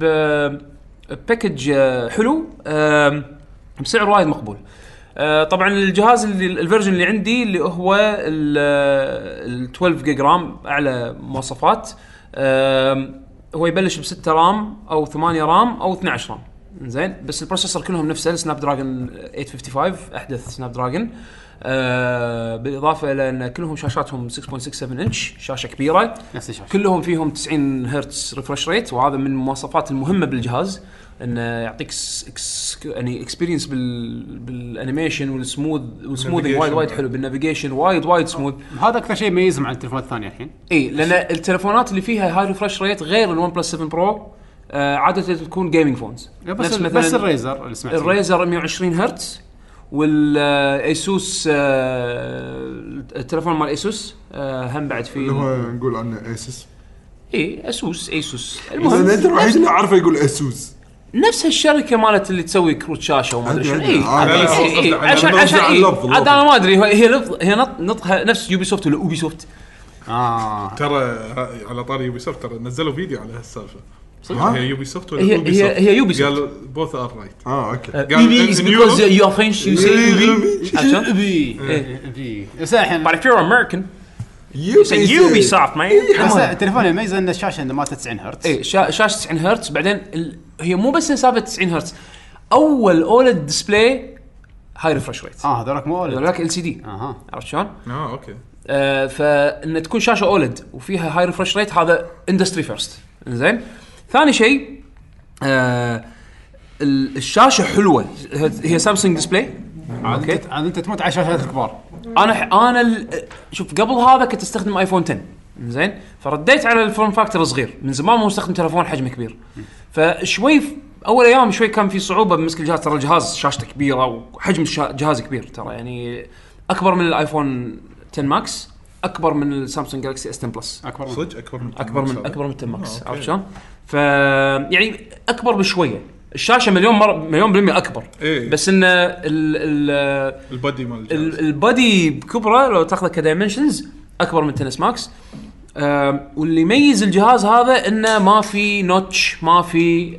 بباكج حلو بسعر وايد مقبول. طبعا الجهاز الفيرجن اللي عندي اللي هو ال 12 جيجا رام اعلى مواصفات. هو يبلش ب6 رام او 8 رام او 12 رام زين بس البروسيسور كلهم نفسه سناب دراجون 855 احدث سناب دراجون. بالاضافه الى ان كلهم شاشاتهم 6.67 انش شاشه كبيره نفس الشاشه كلهم فيهم 90 هرتز ريفرش ريت وهذا من المواصفات المهمه بالجهاز انه يعطيك يعني اكسبيرينس بالانيميشن والسموذنج وايد حلو بالنافيجيشن وايد سموث. هذا اكثر شيء يميزهم عن التليفونات الثانيه الحين. اي لان التليفونات اللي فيها هاي ريفرش ريت غير الون بلس 7 برو عاده تكون جيمنج فونز بس الريزر اللي سمعت الريزر 120 هرتز والايسوس التليفون مال ايسوس هم بعد فيه اللي هو نقول عنه ايسوس. اي ايسوس المهم انت الوحيد اللي عارفه يقول ايسوس نفس الشركه مالت اللي تسوي كروت شاشه وما ادري شنو. اي عشان عاد انا ما ادري هي نطقها نفس يوبي سوفت ولا اوبي سوفت. ترى على طاري يوبي سوفت ترى نزلوا فيديو على هالسالفه. هي يوبي سوفت ولا اوبي سوفت؟ هي يوبي سوفت. قال both are right. اوكي. قال because you are French you say اوبي عشان اوبي بس الحين but if you're American you say يوبي سوفت ما. التليفون يميز ان الشاشه عنده مالته 90 هرتز. اي شاشه 90 هرتز. بعدين هي مو بس سالفه 90 هرتز اول اولد ديسبلاي هاي ريفرش ريت. هذولك مو اولد هذولك ال سي دي. عرفت شلون؟ اوكي. فان تكون شاشه اولد وفيها هاي ريفرش ريت هذا اندستري فيرست. زين ثاني شيء الشاشه حلوه هي سامسونج ديسبلاي. اوكي انت تموت على الشاشات الكبار. انا شوف قبل هذا كنت استخدم ايفون 10 زين فرديت على الفورم فاكتور صغير من زمان مو استخدم تليفون حجمه كبير فشوي اول ايام شوي كان في صعوبه بمسك الجهاز. ترى الجهاز شاشته كبيره وحجم الجهاز كبير ترى يعني اكبر من الايفون 10 ماكس اكبر من السامسونج جالكسي اس 10 بلس اكبر من 10 ماكس. عرفت شلون؟ يعني اكبر بشويه. الشاشه مليون بالمية اكبر. بس ان البادي مال البادي بكبره لو تاخذه كدايمنشنز اكبر من 10 ماكس. واللي يميز الجهاز هذا انه ما في نوتش ما في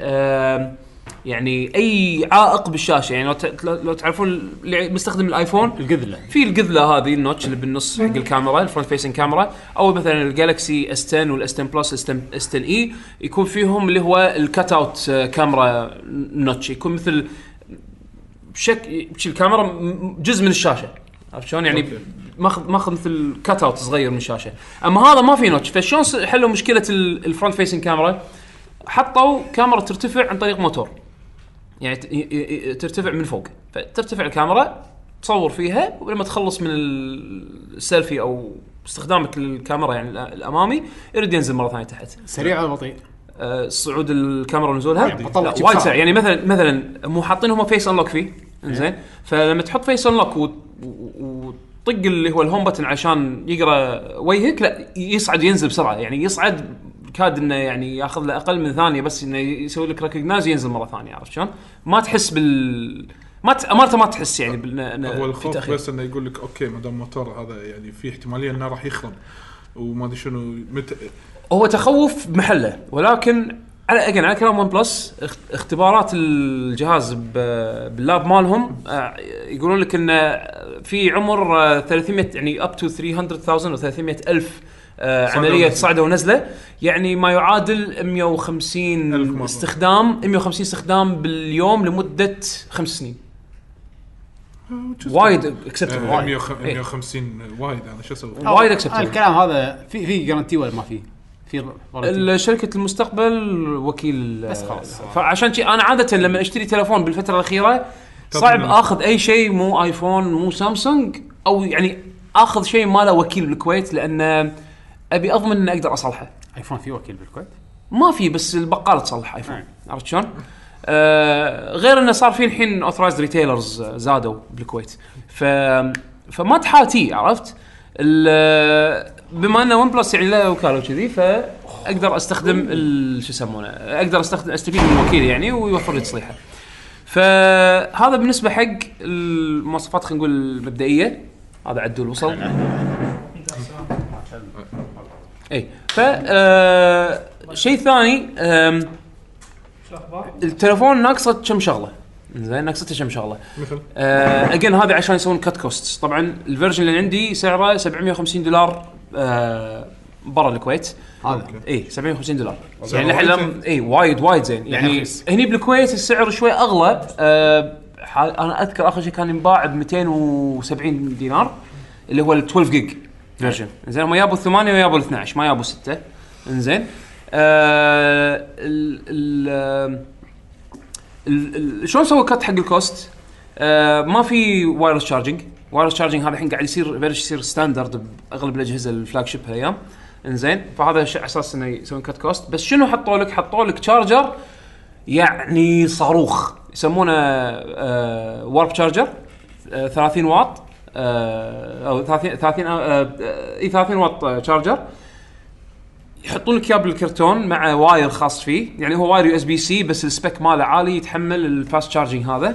يعني اي عائق بالشاشه. يعني لو تعرفون اللي مستخدم الايفون القذله هذه النوتش اللي بالنص حق الكاميرا الفرونت فيسنج كاميرا او مثلا الجالكسي اس 10 والاس 10 بلس اس 10 اي يكون فيهم اللي هو الكات اوت كاميرا نوتش يكون مثل بشكل الكاميرا جزء من الشاشه. عرفت شلون يعني ماخذ مثل كات اوت صغير من الشاشه. اما هذا ما في نوتش. فشلون حلوا مشكله الفرونت فيسنج كاميرا؟ حطوا كاميرا ترتفع عن طريق موتور يعني ترتفع من فوق فترتفع الكاميرا تصور فيها ولما تخلص من السيلفي او استخدامك للكاميرا يعني الامامي يرد ينزل مره ثانيه تحت. سريع ولا بطيء؟ صعود الكاميرا ونزولها وايد سريع. يعني مثلا مو حاطينهم فيس انلوك فيه زين فلما تحط فيس انلوك وطق اللي هو الهوم بتن عشان يقرا وجهك لا يصعد ينزل بسرعه. يعني يصعد كاد انه يعني ياخذ له اقل من ثانيه بس انه يسوي لك ريكوجنايز ينزل مره ثانيه. عرفت شلون؟ ما تحس امانته ما تحس يعني هو الخوف بس انه يقول لك اوكي ما دام موتور هذا يعني في احتماليه انه راح يخرب وما ادري شنو هو تخوف بمحله. ولكن على كلام ون بلس اختبارات الجهاز باللاب مالهم يقولون لك انه في عمر 300 يعني up to 300,000 و 300,000 عمليه صعده ونزله يعني ما يعادل 150 استخدام باليوم لمده 5 سنين. وايد اكسبتبل. 150 وايد انا شو اسوي وايد اكسبتبل. الكلام هذا في جارانتي ولا ما في شركه المستقبل وكيل بس خلاص. فعشان شيء انا عاده لما اشتري تليفون بالفتره الاخيره صعب اخذ اي شيء مو ايفون مو سامسونج او يعني اخذ شيء ماله وكيل بالكويت لان ابي اضمن ان اقدر اصلحه. ايفون في وكيل بالكويت؟ ما في بس البقاله تصلح ايفون. عرفت شلون؟ غير انه صار في الحين اوثرايزد ريتيلرز زادوا بالكويت فما تحاتي. عرفت بما انه ون بلس يعني لا وكاله وكذي فاقدر استخدم شو يسمونه اقدر استفيد من الوكيل يعني ويوفر لي تصليحه. فهذا بالنسبه حق المواصفات خلينا نقول المبدئيه. هذا عدول وصل اي شيء ثاني التليفون ناقصه كم شغله. زين ناقصته كم شغله مثل اجين هذا عشان يسوون كات كوست. طبعا الفيرجن اللي عندي سعره $750 برا الكويت. هذا اي $750 يعني الحين اي وايد زين يعني. هني بالكويت السعر شوي اغلى. انا اذكر اخر شيء كان ينباع ب $270 اللي هو ال 12 جيج فيرجن. زين هم يابوا 8 ويابوا 12 ما يابوا 6. انزين شلون سووا كات حق الكوست؟ ما في وايرلس شارجنج. وايرلس شارجنج هذا الحين قاعد يصير ستاندرد باغلب الاجهزه الفلاج شيب هالايام. انزين فهذا شيء اساس انه يسوون كات كوست. بس شنو حطوا لك شارجر يعني صاروخ يسمونه وارب شارجر 30 واط او 30 واط شارجر. يحطون لك اياه بالكرتون مع واير خاص فيه يعني هو واير USB-C بس السبيك ماله عالي يتحمل الفاست شارجنج هذا.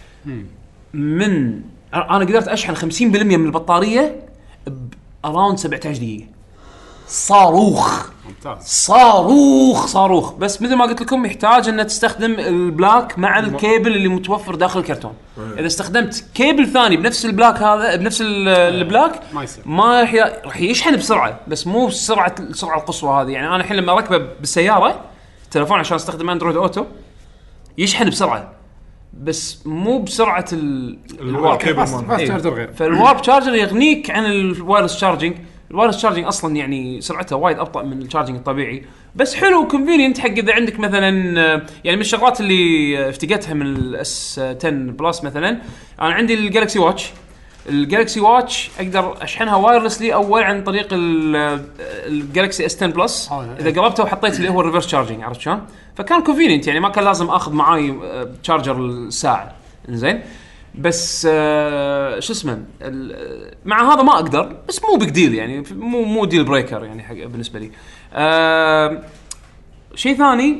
من انا قدرت اشحن 50% من البطاريه اراوند 17 دقيقه. صاروخ ممتاز. صاروخ بس مثل ما قلت لكم يحتاج ان تستخدم البلاك مع الكيبل اللي متوفر داخل الكرتون. اذا استخدمت كيبل ثاني بنفس البلاك هذا بنفس البلاك ما راح يشحن بسرعه بس مو السرعه القصوى هذه. يعني انا الحين لما اركبه بالسياره التليفون عشان استخدم اندرويد اوتو يشحن بسرعه بس مو بسرعه الوارب شارجر غير. فالوارب شارجر يغنيك عن الوايرلس شارجنج. الوايرلس شارجنج اصلا يعني سرعته وايد ابطا من الشارجنج الطبيعي بس حلو وكونفينينت حق اذا عندك مثلا يعني من الشغلات اللي افتقدتها من الاس 10 بلس مثلا. انا عندي الجالكسي واتش اقدر اشحنها وايرلسلي اول عن طريق الجالكسي اس 10 بلس اذا قربته وحطيت اللي هو الريفرس شارجنج عرفت شلون. فكان كونفينينت يعني ما كان لازم اخذ معاي تشارجر الساعه. انزين بس شو اسمه مع هذا ما اقدر بس مو بيج ديل يعني مو ديل بريكر يعني حق بالنسبه لي. شيء ثاني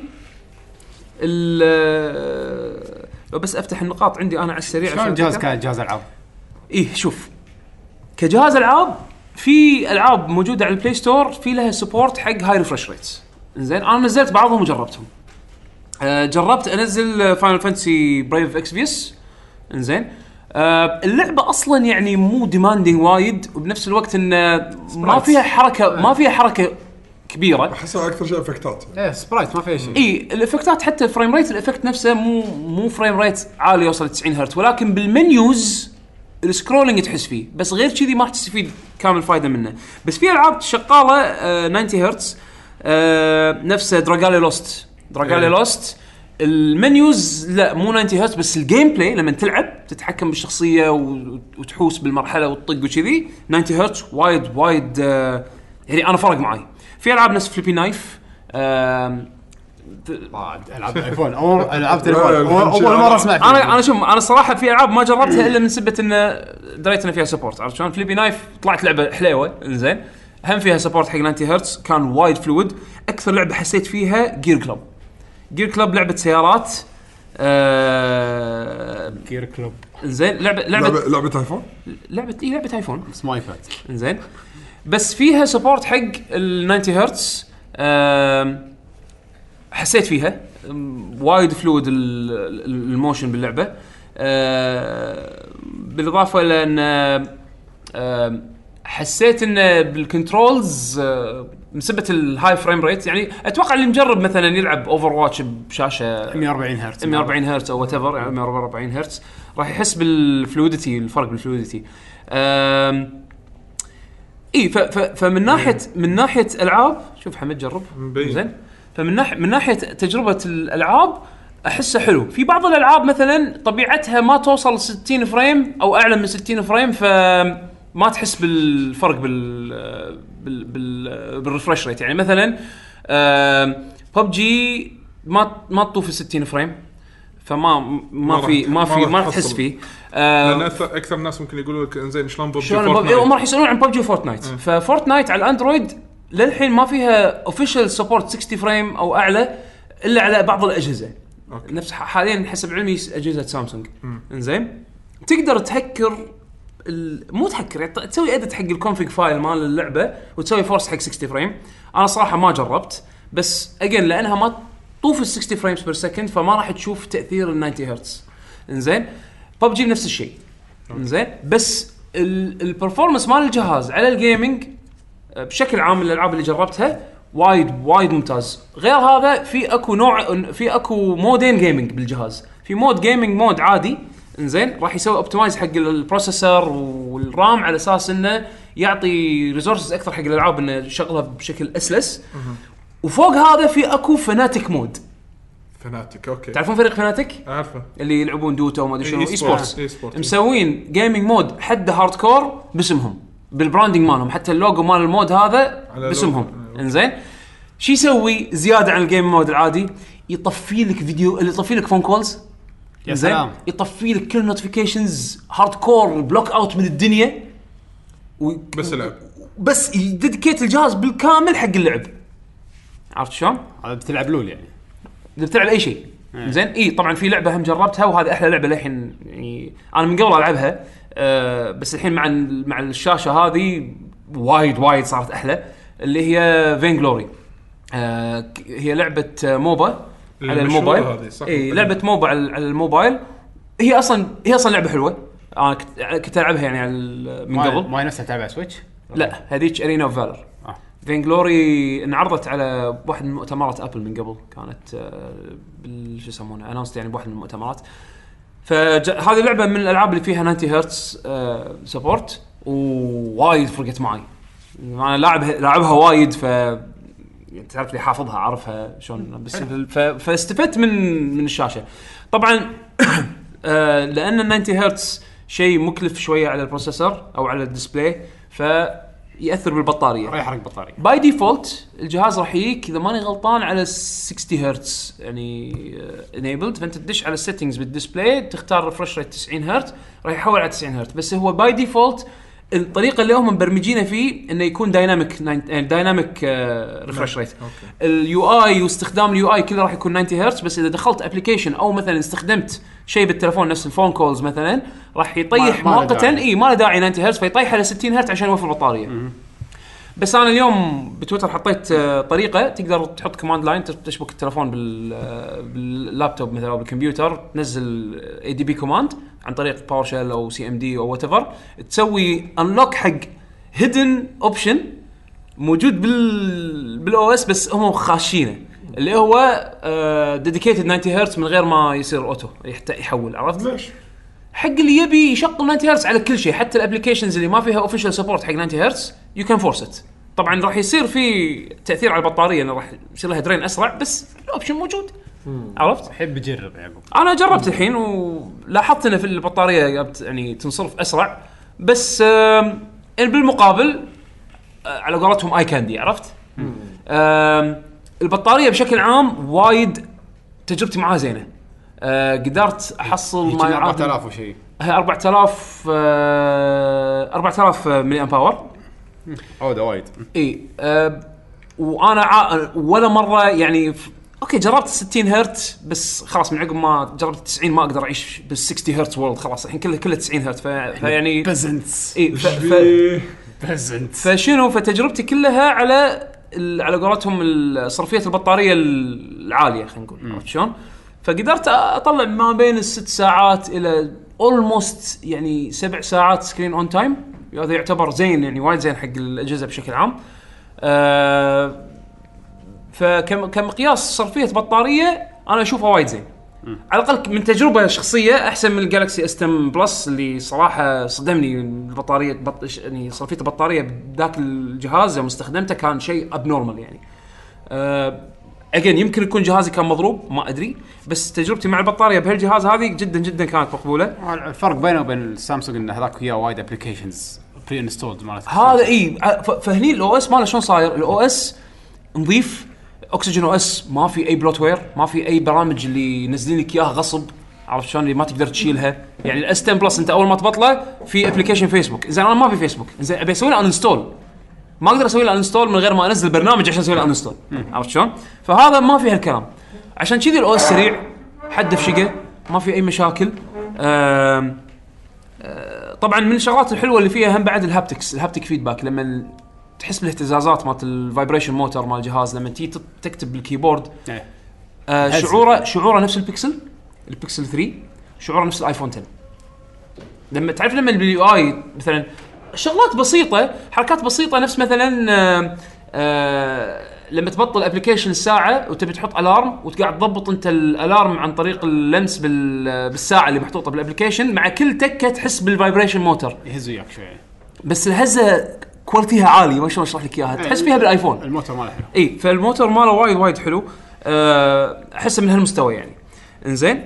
لو بس افتح النقاط عندي انا على السريع عشان جهاز العاب. شوف كجهاز العاب في العاب موجوده على البلاي ستور في لها سبورت حق هاي ريفرش ريتس. انزين انا نزلت بعضهم وجربتهم. جربت انزل فاينل فانتسي برايف اكسفيس. انزين اللعبه اصلا يعني مو ديماندينج وايد وبنفس الوقت ان ما فيها حركه كبيره. احسها اكثر شيء افكتات سبرايت ما فيها شيء. الافكتات حتى الفريم ريت الافكت نفسه مو فريم ريت عالي يوصل 90 هرتز ولكن بالمنيوز السكرولينج تحس فيه بس غير كذي ما تستفيد كامل فايده منه. بس في العاب شغاله 90 هرتز نفس دراغالي لوست المنيوز لا مو 90 هرتز بس الجيم بلاي لما تلعب تتحكم بالشخصيه وتحوس بالمرحله وتطق وكذي 90 هرتز وايد يعني انا فرق معي. في العاب نفس فليبي نايف العاب ايفون او العاب تليفون اول مره اسمع فيها. انا صراحه في العاب ما جربتها الا من سبه ان دريت ان فيها سبورت عرفت شلون. فليبي نايف طلعت لعبه حلوه انزين هم فيها سبورت حق 90 هرتز كان وايد فلويد. اكثر لعبه حسيت فيها جير كلوب لعبه سيارات جير كلوب. انزين لعبه ايفون لعبه ايفون اسمها ايباد. انزين بس فيها سبورت حق ال 90 هرتز. حسيت فيها وايد فلويد الموشن باللعبه. بالاضافه الى ان حسيت ان بالكنترولز مسبه الهاي فريم ريت يعني اتوقع اللي مجرب مثلا يلعب اوفر واتش بشاشه 140 هرتز او وات ايفر يعني 144 هرتز راح يحس بالفلويدتي الفرق بالفلويدتي. فمن ناحيه العاب شوف حمد جرب زين. فمن ناحيه تجربه الالعاب احسه حلو. في بعض الالعاب مثلا طبيعتها ما توصل 60 فريم او اعلى من 60 فريم فما تحس بالفرق بالريفرش ريت. يعني مثلا PUBG ما تطوف 60 فريم فما ما تحس فيه. لان اكثر الناس ممكن يقولوا لك انزين شلون PUBG فورتنايت هم راح يسالون عن PUBG فورتنايت. ففورتنايت على الاندرويد للحين ما فيها اوفيشال سبورت 60 فريم او اعلى الا على بعض الاجهزه. نفس حاليا حسب علمي اجهزه سامسونج. انزين تقدر تهكر مو تهكر يعني تسوي ادت حق الكونفيج فايل مال اللعبه وتسوي فورس حق 60 فريم. انا صراحه ما جربت بس اجين لانها ما طوف ال 60 فريمز بير سكند فما راح تشوف تاثير ال 90 هرتز. انزين PUBG نفس الشيء. انزين بس البرفورمانس مال الجهاز على الجيمنج بشكل عام الالعاب اللي جربتها وايد ممتاز. غير هذا في اكو مودين جيمنج بالجهاز. في مود جيمنج مود عادي انزين راح يسوي اوبتمايز حق البروسيسور والرام على اساس انه يعطي ريسورسز اكثر حق الالعاب انه يشغلها بشكل اسلس. وفوق هذا في اكو فناتيك مود. فناتيك اوكي تعرفون فريق فناتيك؟ عارفه اللي يلعبون دوتا وما ادري شنو اي سبورتس. إي-سبورت. مسوين جيمنج مود حد هارد كور باسمهم بالبراندنج مالهم، حتى اللوجو مال المود هذا باسمهم. انزين شو يسوي زياده عن الجيم مود العادي؟ يطفي لك فيديو، اللي يطفي لك فون كولز. يا سلام. يطفي لك كل نوتيفيكيشنز هارد كور بلوك اوت من الدنيا بس العب، بس يديديكيت الجهاز بالكامل حق اللعب. عرفت شلون؟ هذا بتلعب لول يعني بتلعب اي شيء. زين اي طبعا في لعبه هم جربتها وهذه احلى لعبه للحين يعني انا من قبل العبها بس الحين مع الشاشه هذه وايد صارت احلى، اللي هي فين جلوري. هي لعبه موبا على الموبايل. اي لعبه موبا على الموبايل. هي اصلا لعبه حلوه. انا كنت العبها يعني من قبل. ما هي نفسها تلعب على سويتش؟ لا هذيك ارينا اوف فالر. فين جلوري انعرضت على واحد من مؤتمرات ابل من قبل، كانت شو يسمونه اناونست يعني بواحد من المؤتمرات. فهذه لعبه من الالعاب اللي فيها 90 هرتز سبورت ووايد فرقت معي. انا لاعبها وايد ف تعرف لي حافظها عارفها شلون بس فاستفدت من الشاشه طبعا. لان ال 90 هرتز شيء مكلف شويه على البروسيسور او على الديسبلاي فيأثر بالبطاريه، راح يحرق بطاريه. باي ديفولت الجهاز راح يجيك اذا ماني غلطان على 60 هرتز يعني انيبلد، فانت تدش على السيتنجز بالديسبلاي تختار ريفرش ريت 90 هرتز راح يحول على 90 هرتز. بس هو باي ديفولت الطريقه اللي هم مبرمجينه فيه انه يكون دايناميك ريفرش ريت. اليو اي واستخدام اليو اي كله راح يكون 90 هرتز، بس اذا دخلت ابلكيشن او مثلا استخدمت شيء بالتليفون نفس الفون كولز مثلا راح يطيح مؤقتا ما له داعي 90 هرتز فيطيح على 60 هرتز عشان يوفر البطاريه. بس انا اليوم بتويتر حطيت طريقه تقدر تحط كوماند لاين تشبك التليفون باللابتوب مثلا او بالكمبيوتر، تنزل اي دي بي كوماند عن طريق باور شيل او سي ام دي او وات ايفر، تسوي انلوك حق هيدن اوبشن موجود بالاو اس بس هم خاشينه، اللي هو ديديكيتد 90 هرتز من غير ما يصير اوتو يحول. عرفت ليش؟ حق اللي يبي يشغل 90 هرتز على كل شيء، حتى الابلكيشنز اللي ما فيها اوفيشال سبورت حق 90 هرتز يو كان فورس ات. طبعا راح يصير في تاثير على البطاريه انه راح يصير لها درين اسرع، بس الاوبشن موجود. عرفت؟ احب اجرب يعقوب. انا جربت الحين ولاحظت ان في البطاريه يعني تنصرف اسرع، بس بالمقابل على قولتهم اي كاندي. عرفت؟ البطاريه بشكل عام وايد تجربتي معها زينه. قدرت احصل ما يعادل 4000 وشيء. هي 4000 ملي امباور. ده وايد. اي وانا ولا مره يعني اوكي جربت 60 هرتز بس خلاص من عقب ما جربت 90 ما اقدر اعيش بال 60 هرتز وورلد خلاص الحين كله 90 هرتز فيعني بزنتس. اي بزنتس. فشنو فتجربتي كلها على قولتهم صرفيه البطاريه العاليه خلينا نقول. عرفت شلون؟ فقدرت اطلع ما بين الست ساعات الى اولموست يعني 7 ساعات سكرين اون تايم. هذا يعتبر زين يعني وايد زين حق الاجهزه بشكل عام. فكمقياس صرفيه بطاريه انا اشوفها وايد زين على الاقل من تجربه شخصيه، احسن من الجالكسي اس 10 بلس اللي صراحه صدمني. البطاريه يعني صرفيه البطاريه بذاك الجهاز يوم استخدمته كان شيء ابنورمال يعني. يمكن يكون جهازي كان مضروب ما ادري، بس تجربتي مع البطاريه بهالجهاز هذه جدا كانت مقبوله. الفرق بينه وبين السامسونج ان هذاك وياه وايد ابلكيشنز بري انستولد مالته. هذا اي فهني الاو اس ماله شلون صاير. الاو اس نظيف، اوكسجين او اس ما في اي بلوت وير، ما في اي برامج اللي ينزلين لك اياها غصب. عرفت شلون اللي ما تقدر تشيلها. يعني الاس 10 بلس انت اول ما تبطله في ابلكيشن فيسبوك، زين انا ما في فيسبوك، زين ابي اسوي له انستول ما اقدر اسوي له انستول من غير ما انزل برنامج عشان اسوي له انستول. عرفت شلون؟ فهذا ما في هالكلام. عشان كذي الاو اس سريع حد في شقه ما في اي مشاكل. طبعا من الشغلات الحلوه اللي فيها هم بعد الهابتيك فيدباك، لما تحس بالاهتزازات مالت الفايبريشن موتور مال الجهاز لما تيجي تكتب بالكيبورد. شعوره نفس البيكسل 3 شعوره نفس الايفون 10. لما تعرف لما باليو اي مثلا شغلات بسيطه، حركات بسيطه، نفس مثلا لما تبطل ابلكيشن الساعه وتبي تحط الارم وتقعد تضبط انت الالارم عن طريق اللمس بالساعه اللي محطوطه بالابلكيشن، مع كل تكه تحس بالفايبريشن موتور يهز وياك شويه، بس الهزه كواليتيها عاليه، ما شلون اشرح لك اياها، تحس فيها بالايفون. الموتور ماله حلو. اي فالموتور ماله وايد حلو، احسه من هالمستوى يعني. انزين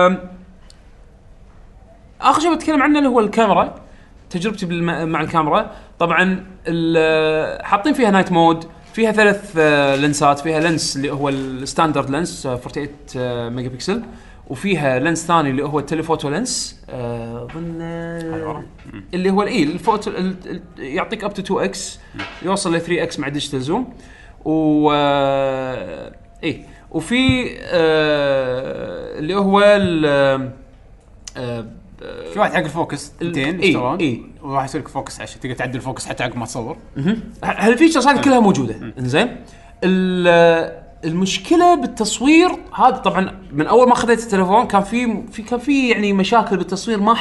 اخر شيء بتكلم عنه اللي هو الكاميرا. تجربتي مع الكاميرا طبعا حاطين فيها نايت مود، فيها 3 لنسات، فيها لنس اللي هو الستاندرد لنس 48 ميجا بكسل، وفيها لنس ثاني اللي هو التليفوتو لنس اظن اللي هو الفوتو يعطيك اب تو 2x، يوصل ل 3x مع ديجيتال زوم، و وفي اللي هو في واحد حق الفوكس اثنين يشتغلون، وواحد يسوي لك فوكس عشان تقدر تعدل الفوكس حتى عقب ما تصور. هالفيتشرز هذه كلها موجوده. انزين المشكله بالتصوير هذا طبعا من اول ما اخذت التليفون كان في يعني مشاكل بالتصوير، ما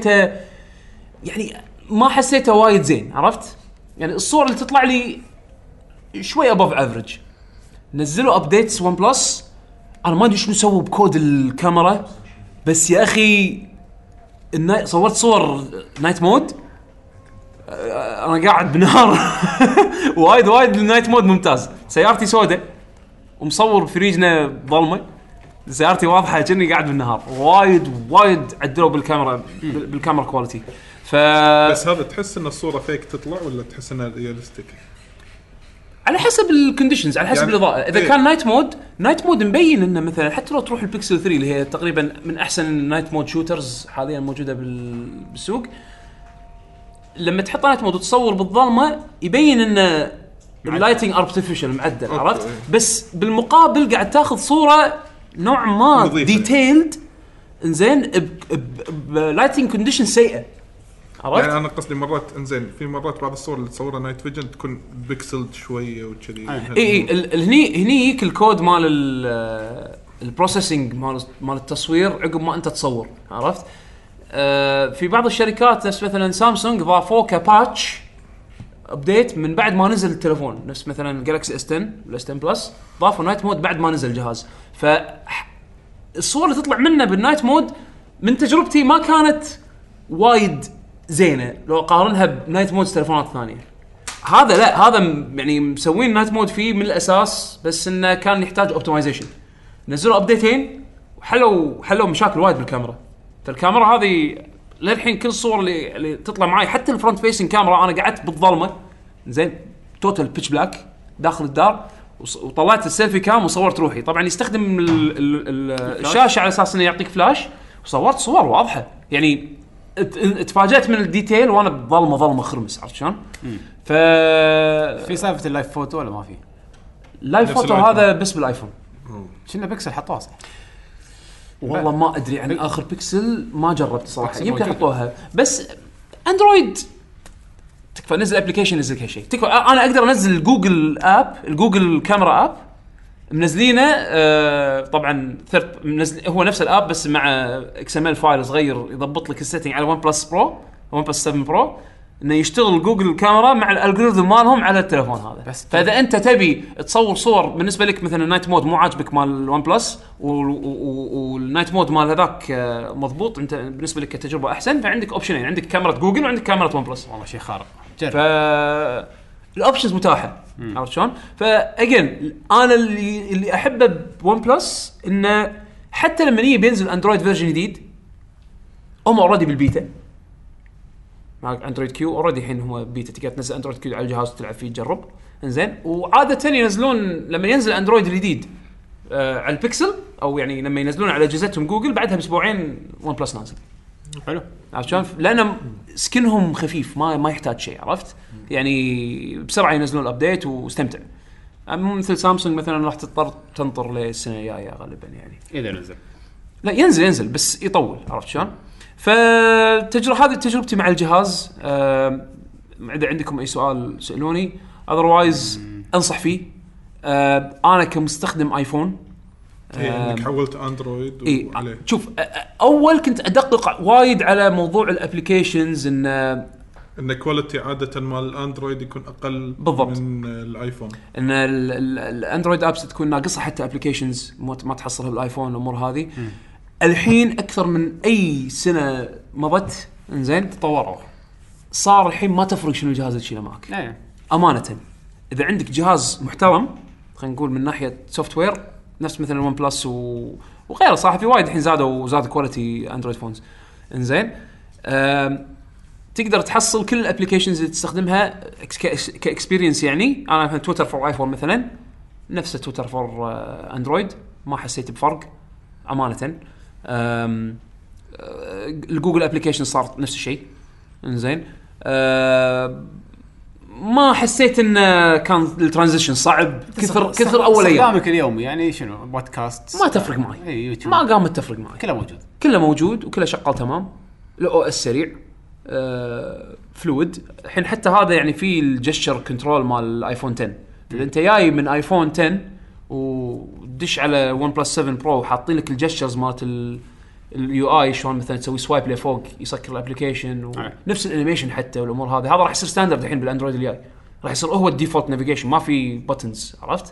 حسيته وايد زين، عرفت يعني الصور اللي تطلع لي شوي ابوف افريج. نزلوا ابديتس ون بلس، انا ما ادري شنو سووا بكود الكاميرا، بس يا اخي صورت صور نايت مود انا قاعد بنهار وايد النايت مود ممتاز. سيارتي سوداء ومصور في ريجنا ظلمه، سيارتي واضحه كأني قاعد بالنهار. وايد عدلوا بالكاميرا كواليتي. بس هذا تحس ان الصوره فيك تطلع ولا تحس انها رياليستيك؟ على حسب الكونديشنز، على حسب يعني الاضاءه. اذا كان نايت مود مبين انه مثلا حتى لو تروح البيكسل 3 اللي هي تقريبا من احسن النايت مود شوترز حاليا موجوده بالسوق، لما تحط نايت مود وتصور بالظلمه يبين ان اللايتنج ارتفيشال معدل، عرفت؟ بس بالمقابل قاعد تاخذ صوره نوع ما ديتيلد، انزين بلايتنج كونديشن سيئه، عرفت؟ يعني انا قصدي مرات انزين في مرات بعض الصور اللي تصورها نايت فيجن تكون بيكسلد شويه وكذي. اي هني يك الكود مال البروسيسنج مال التصوير عقب ما انت تصور، عرفت؟ في بعض الشركات نفس مثلا سامسونج ضافوا كباتش ابديت من بعد ما نزل التليفون، نفس مثلا جالكسي S10 ولا S10 بلس ضافوا نايت مود بعد ما نزل الجهاز. فالصور اللي تطلع منه بالنايت مود من تجربتي ما كانت وايد زينه لو قارنها بنايت مود تليفونات ثانيه. هذا لا، هذا يعني مسوين نايت مود فيه من الاساس، بس انه كان يحتاج اوبتمايزيشن. نزلوا ابديتين وحلوا مشاكل وايد بالكاميرا. فالكاميرا هذه للحين كل الصور اللي تطلع معي حتى الفرونت فيسنج كاميرا انا قعدت بالظلمه، زين توتال بيتش بلاك داخل الدار، وطلعت السيلفي كام وصورت روحي. طبعا يستخدم الشاشه على اساس انه يعطيك فلاش، وصورت صور واضحه. يعني اتفاجأت من الديتيل وانا بظلمه خرمس، عرفت شلون؟ في سالفه اللايف فوتو ولا ما في؟ اللايف فوتو هذا بس بالايفون. شنو بيكسل حطوها صح؟ والله ما ادري عن اخر بيكسل، ما جربت صراحه. يمكن حطوها، بس اندرويد تكفى نزل ابلكيشن، نزل كل شيء تكفى. انا اقدر انزل جوجل اب، الجوجل كاميرا اب منزلينه طبعا منزل هو نفس الاب بس مع XML فايل صغير يضبط لك السيتنج على ون بلس برو، ون بلس 7 برو، انه يشتغل جوجل الكاميرا مع الالجوريثم مالهم على التليفون هذا. بس فاذا انت تبي تصور صور بالنسبه لك مثلا النايت مود مو عاجبك مال ون بلس والنايت مود مال هذاك مضبوط، انت بالنسبه لك كتجربه احسن، فعندك اوبشنين، عندك كاميرا جوجل وعندك كاميرا ون بلس. والله شيء خارق. الاوبشنز متاحه، عرفت شلون؟ فاجين انا اللي احبه بون بلس انه حتى لما يجي بينزل اندرويد فيرجن جديد هم اوريدي بالبيتا مع اندرويد كيو، اوريدي الحين هو بيتا، تقدر تنزل اندرويد كيو على الجهاز وتلعب فيه تجرب. انزين وعاده ينزلون لما ينزل اندرويد الجديد على البيكسل، او يعني لما ينزلون على اجهزتهم جوجل بعدها باسبوعين ون بلس نازل. حلو، عرفت شلون؟ لان سكنهم خفيف، ما يحتاج شيء، عرفت؟ يعني بسرعه ينزلون الابديت واستمتع. مثل سامسونج مثلا راح تضطر تنطر للسنه الجايه غالبا، يعني اذا نزل. لا ينزل بس يطول، عرفت شلون؟ هذه تجربتي مع الجهاز. اذا عندكم اي سؤال سالوني، اذروايز انصح فيه. انا كمستخدم ايفون انك حولت اندرويد وعليه. شوف اول كنت ادقق وايد على موضوع الابليكيشنز، ان ان كواليتي عاده مال الاندرويد يكون اقل بالضبط. من الايفون. ان الاندرويد ابس تكون ناقصه حتى ابلكيشنز ما تحصلها بالايفون الامور هذه. الحين اكثر من اي سنه مضت انزين تطوروا صار الحين ما تفرق شنو الجهاز اللي تشيله معك. امانه اذا عندك جهاز محترم خلينا نقول من ناحيه سوفت وير نفس مثلا الون بلس وغيره صراحه في وايد الحين زاد كواليتي اندرويد فونز انزين تقدر تحصل كل الابلكيشنز اللي تستخدمها كاكسبيرينس. يعني انا مثلا تويتر فور ايفون مثلا نفس تويتر فور اندرويد ما حسيت بفرق امانه. الجوجل ابلكيشن صار نفس الشيء انزين ما حسيت ان كان الترانزيشن صعب كثر اول ايام. استخدامك اليومي يعني شنو بودكاست ما تفرق معي ما قامت تفرق معي كله موجود وكله شغال تمام. الاو اس سريع فلويد الحين حتى هذا يعني في الجستشر كنترول مال الايفون 10 اذا انت جاي من ايفون 10 ودش على ون بلس 7 برو حاطين لك الجستشرز مالت اليو اي شلون مثلا تسوي سوايب لفوق يسكر الابلكيشن ونفس الانيميشن حتى والامور هذه راح يصير ستاندرد الحين بالاندرويد الجاي راح يصير هو الديفولت نافيجيشن ما في بوتنز عرفت.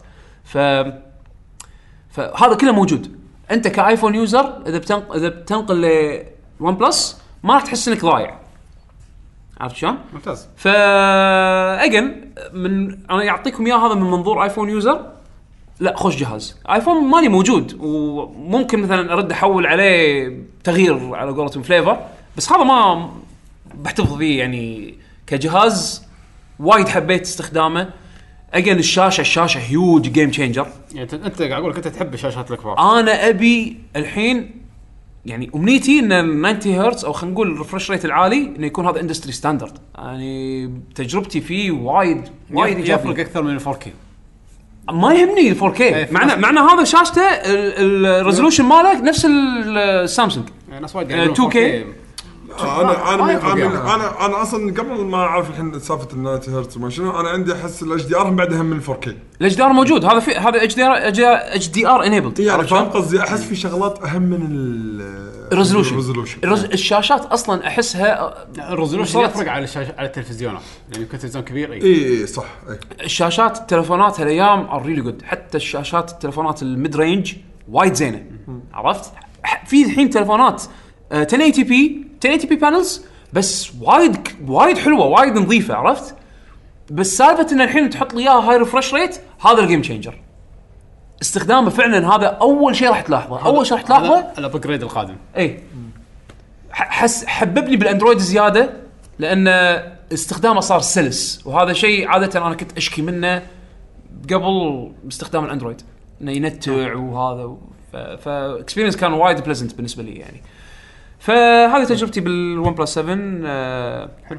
فهذا كله موجود. انت كايفون يوزر اذا بتنقل لون بلس ما راح تحس انك ضايع عرفت شلون؟ ممتاز. اجن من انا يعطيكم اياه هذا من منظور ايفون يوزر لا خوش جهاز ايفون مالي موجود وممكن مثلا ارد احول عليه تغيير على قولتهم فليفر بس هذا ما بحتفظ فيه يعني كجهاز وايد حبيت استخدامه. اجن الشاشه هيوج جيم تشينجر. يعني انت قاعد اقول لك انت تحب الشاشات الكبار. انا ابي الحين يعني امنيتي ان 90 هرتز او خلينا نقول الريفرش ريت العالي انه يكون هذا اندستري ستاندرد. يعني تجربتي فيه وايد يفرق اكثر من 4K. ما يهمني 4K معنى هذا شاشته الريزولوشن ماله نفس السامسونج ناس وايد 2K. انا اصلا قبل ما اعرف الحين سالفه ال 90 هرتز ما شنو انا عندي احس الاتش دي ار بعدها من 4K. الاتش دي ار موجود هذا اتش دي ار انيبلد يعني فاهم قصدي احس في شغلات اهم من الريزولوشن. الشاشات اصلا احسها الريزولوشن يفرق على الشاشه على التلفزيونات يعني كنت تلفزيون كبير اي صح. الشاشات التلفونات هالايام ار ريلي جود حتى الشاشات التلفونات الميد رينج وايد زينه عرفت. في الحين تلفونات 1080p بانلز بس وايد حلوه وايد نظيفه عرفت. بس سالفه ان الحين تحط لي اياها هاي ريفرش ريت هذا الجيم تشينجر. استخدامه فعلا هذا اول شيء راح تلاحظه الابجريد القادم. اي حببني بالاندرويد زياده لان استخدامه صار سلس وهذا شيء عاده انا كنت اشكي منه قبل باستخدام الاندرويد انه ينتع وهذا فاكسبيرينس كان وايد بليزنت بالنسبه لي يعني. فهذه تجربتي بالون بلس 7 حلو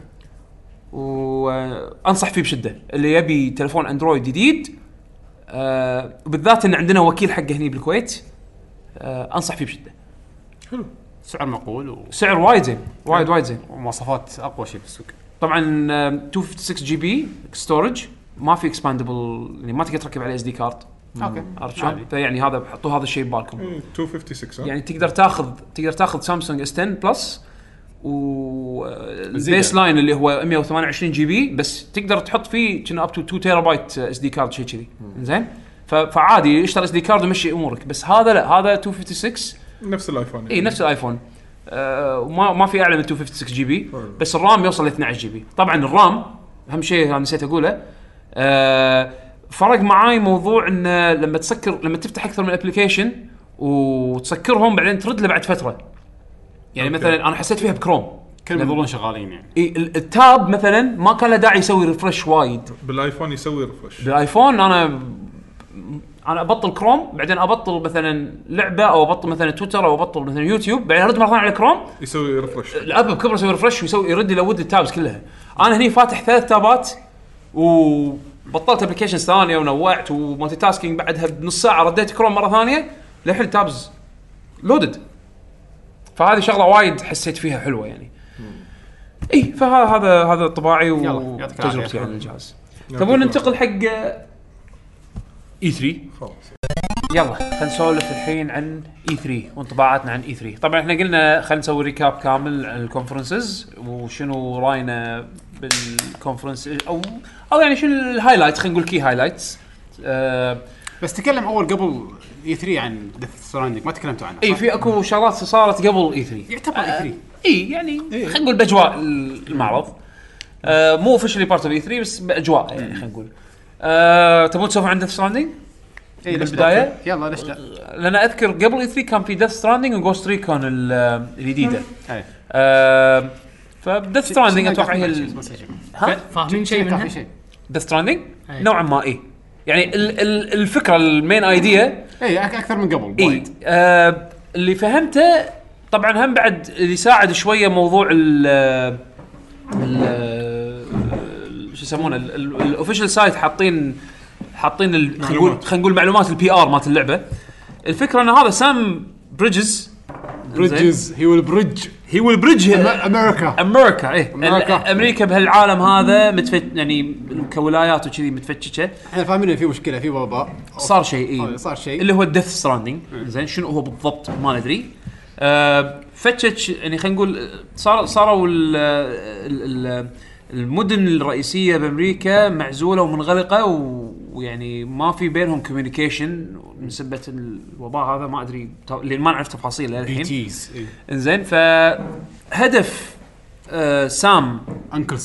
وانصح فيه بشده اللي يبي تلفون اندرويد جديد وبالذات ان عندنا وكيل حقه هني بالكويت انصح فيه بشده. حلو سعر معقول سعر وايد زين وايد زين ومواصفات اقوى شيء في السوق. طبعا 256 جي بي ستورج ما في اكسباندبل يعني ما تقدر تركب عليه اس دي كارد. اوكي عرفت شلون؟ فيعني هذا حطوا هذا الشيء ببالكم. 256 يعني تقدر تاخذ سامسونج اس 10 بلس والبيس لاين اللي هو 128 جي بي بس تقدر تحط فيه كنا اب تو 2 تيرا بايت اس دي كارد شيء كذي زين. فعادي اشتري اس دي كارد ومشي امورك. بس هذا لا هذا 256 نفس الايفون يعني. اي نفس الايفون ما في اعلى من 256 جي بي بس الرام يوصل ل 12 جي بي. طبعا الرام اهم شيء انا نسيت اقوله فرق معاي موضوع ان لما تفتح اكثر من ابلكيشن وتسكرهم بعدين ترد له بعد فتره يعني أوكي. مثلا انا حسيت فيها بكروم كانوا يظلون شغالين يعني التاب مثلا ما كان له داعي يسوي ريفرش وايد. بالايفون يسوي ريفرش. بالايفون انا ابطل كروم بعدين ابطل مثلا لعبه او ابطل مثلا تويتر او ابطل مثلا يوتيوب بعدين ارد مره ثانيه على كروم يسوي ريفرش. الاب بكبره يسوي ريفرش ويسوي يرد لود التابز كلها. انا هني فاتح 3 تابات وبطلت ابلكيشنز ثانيه ونوعت ومالتي تاسكينج بعدها بنص ساعه رديت كروم مره ثانيه لحد تابز لودد. فهذه شغله وايد حسيت فيها حلوه يعني. اي فهذا طباعي وتجربتي عن الجهاز. تبون ننتقل حق E3 خلاص يلا خلينا نسولف الحين عن E3 وانطباعاتنا عن E3. طبعا احنا قلنا خلينا نسوي ريكاب كامل عن الكونفرنسز وشنو راينا بالكونفرنس او يعني شو الهايلايت، خلينا نقول كي هايلايتس. بس تكلم اول قبل E3 عن ديث ستراندينج، ما تكلمتوا عنه. اي في اكو شغلات صارت قبل E3 يعتبر E3 اي يعني خلينا نقول باجواء المعرض، مو اوفشلي بارت اوف E3 بس باجواء يعني خلينا نقول. تبون تسولفون عن ديث ستراندينج بالبدايه؟ يلا ليش لا. لان اذكر قبل E3 كان في ديث ستراندينج وجوست ريكون الجديده. فديث ستراندينج اتوقع هي فاهمين شيء منها؟ ديث ستراندينج نوعا ما يعني الفكره المين ايديا اكثر من قبل وايد. اللي فهمته طبعا هم بعد اللي يساعد شويه موضوع ال شو يسمونه الاوفيشال سايت حاطين خلينا نقول معلومات البي ار مالت اللعبه. الفكره ان هذا سام بريدجز هو البريدج امريكا امريكا بهالعالم هذا يعني كولايات وكذي متفتشه. احنا فاهمين ان في مشكله في وباء صار شيء اللي هو الديث ستراندينج. زين شنو هو بالضبط ما ندري. فتش يعني خلينا نقول صاروا المدن الرئيسيه بامريكا معزوله ومنغلقه ويعني ما في بينهم كوميونيكيشن بسبب الوباء هذا. ما ادري اللي ما نعرف تفاصيل للحين. انزين فهدف سام انكل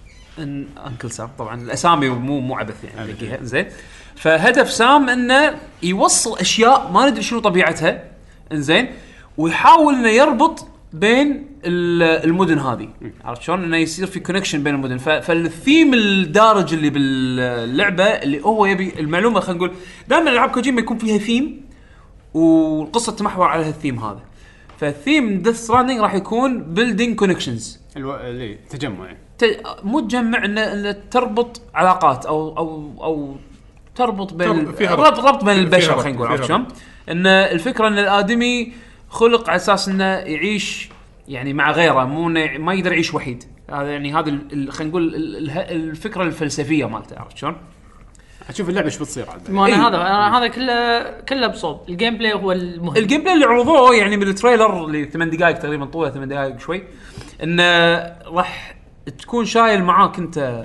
سام طبعا الاسامي مو عبث يعني تلاقيها. زين فهدف سام انه يوصل اشياء ما ندري شنو طبيعتها. انزين ويحاول انه يربط بين المدن هذه. عرفت شلون انه يصير في كونكشن بين المدن. فالثيم الدارج اللي باللعبه اللي هو يبي المعلومه خلينا نقول دائما العاب كوجيما يكون فيها ثيم والقصه تمحور على هالثيم هذا. فالثيم ديث ستراندينج راح يكون بيلدينج كونكشنز اللي تجمع مو تجمع ان تربط علاقات او تربط بين ربط بين البشر. خلينا نقول عرفت شلون ان الفكره ان الادمي خلق على اساس انه يعيش يعني مع غيره ما يقدر يعيش وحيد. هذا يعني هذا خلينا نقول الفكره الفلسفيه مالته. عرفت شلون اشوف اللعبه ايش بتصير هذا كله بصوب الجيم بلاي هو المهم. الجيم بلاي اللي عرضوه يعني من التريلر اللي 8 دقائق تقريبا طوله 8 دقائق شوي انه راح تكون شايل معاك انت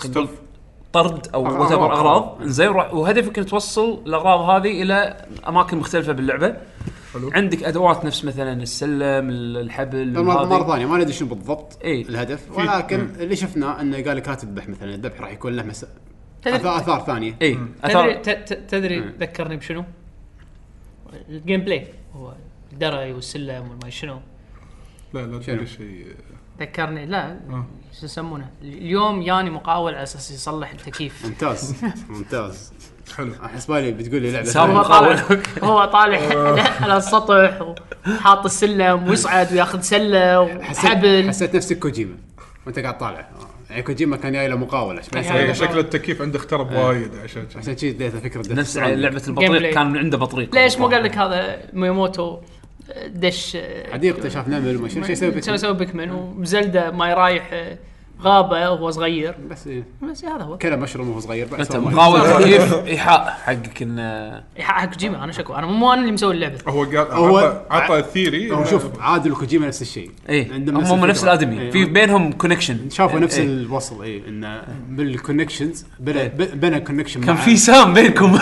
طرد او اغراض. زين وهدفك انك توصل الاغراض هذه الى اماكن مختلفه باللعبه. عندك ادوات نفس مثلا السلم الحبل. مره ثانيه ما ندري شنو بالضبط الهدف ولكن اللي شفناه انه قال لك لا تذبح مثلا. الذبح راح يكون له اثار ثانيه. تدري ذكرني بشنو الجيم بلاي هو الدرع والسلم وما شنو. لا تدري شيء ذكرني لا شو يسمونه اليوم يعني مقاول على اساس يصلح التكييف. ممتاز حلو. احس بالي بتقول لي لعبه هو طالع على السطح وحاط السلم ويصعد وياخذ سله وحبل. حسيت نفسك كوجيما وانت قاعد طالع. يعني كوجيما كان جاي له مقاوله شكل التكييف عنده اخترب وايد عشان شيء ذي فكره نفس لعبه البطريق كان عنده بطريق. ليش مو قال لك هذا ميموتو دش حديقته شاف نمل وما شنو شيء يسوي بيكمن وبزلده ما رايح غابه وهو صغير. بس هذا هو كلام مشروم وهو صغير. انت مقاول كيف ايحاء حقك انه ايحاء حق كوجيما. انا شكو انا اللي مسوي اللعبه. هو قال عطى الثيري. هو شوف عادل وكوجيما نفس الشيء. هم نفس الادمي في بينهم كونكشن. شافوا نفس الوصل انه بالكونكشنز بين الكونكشن كان في سام بينكم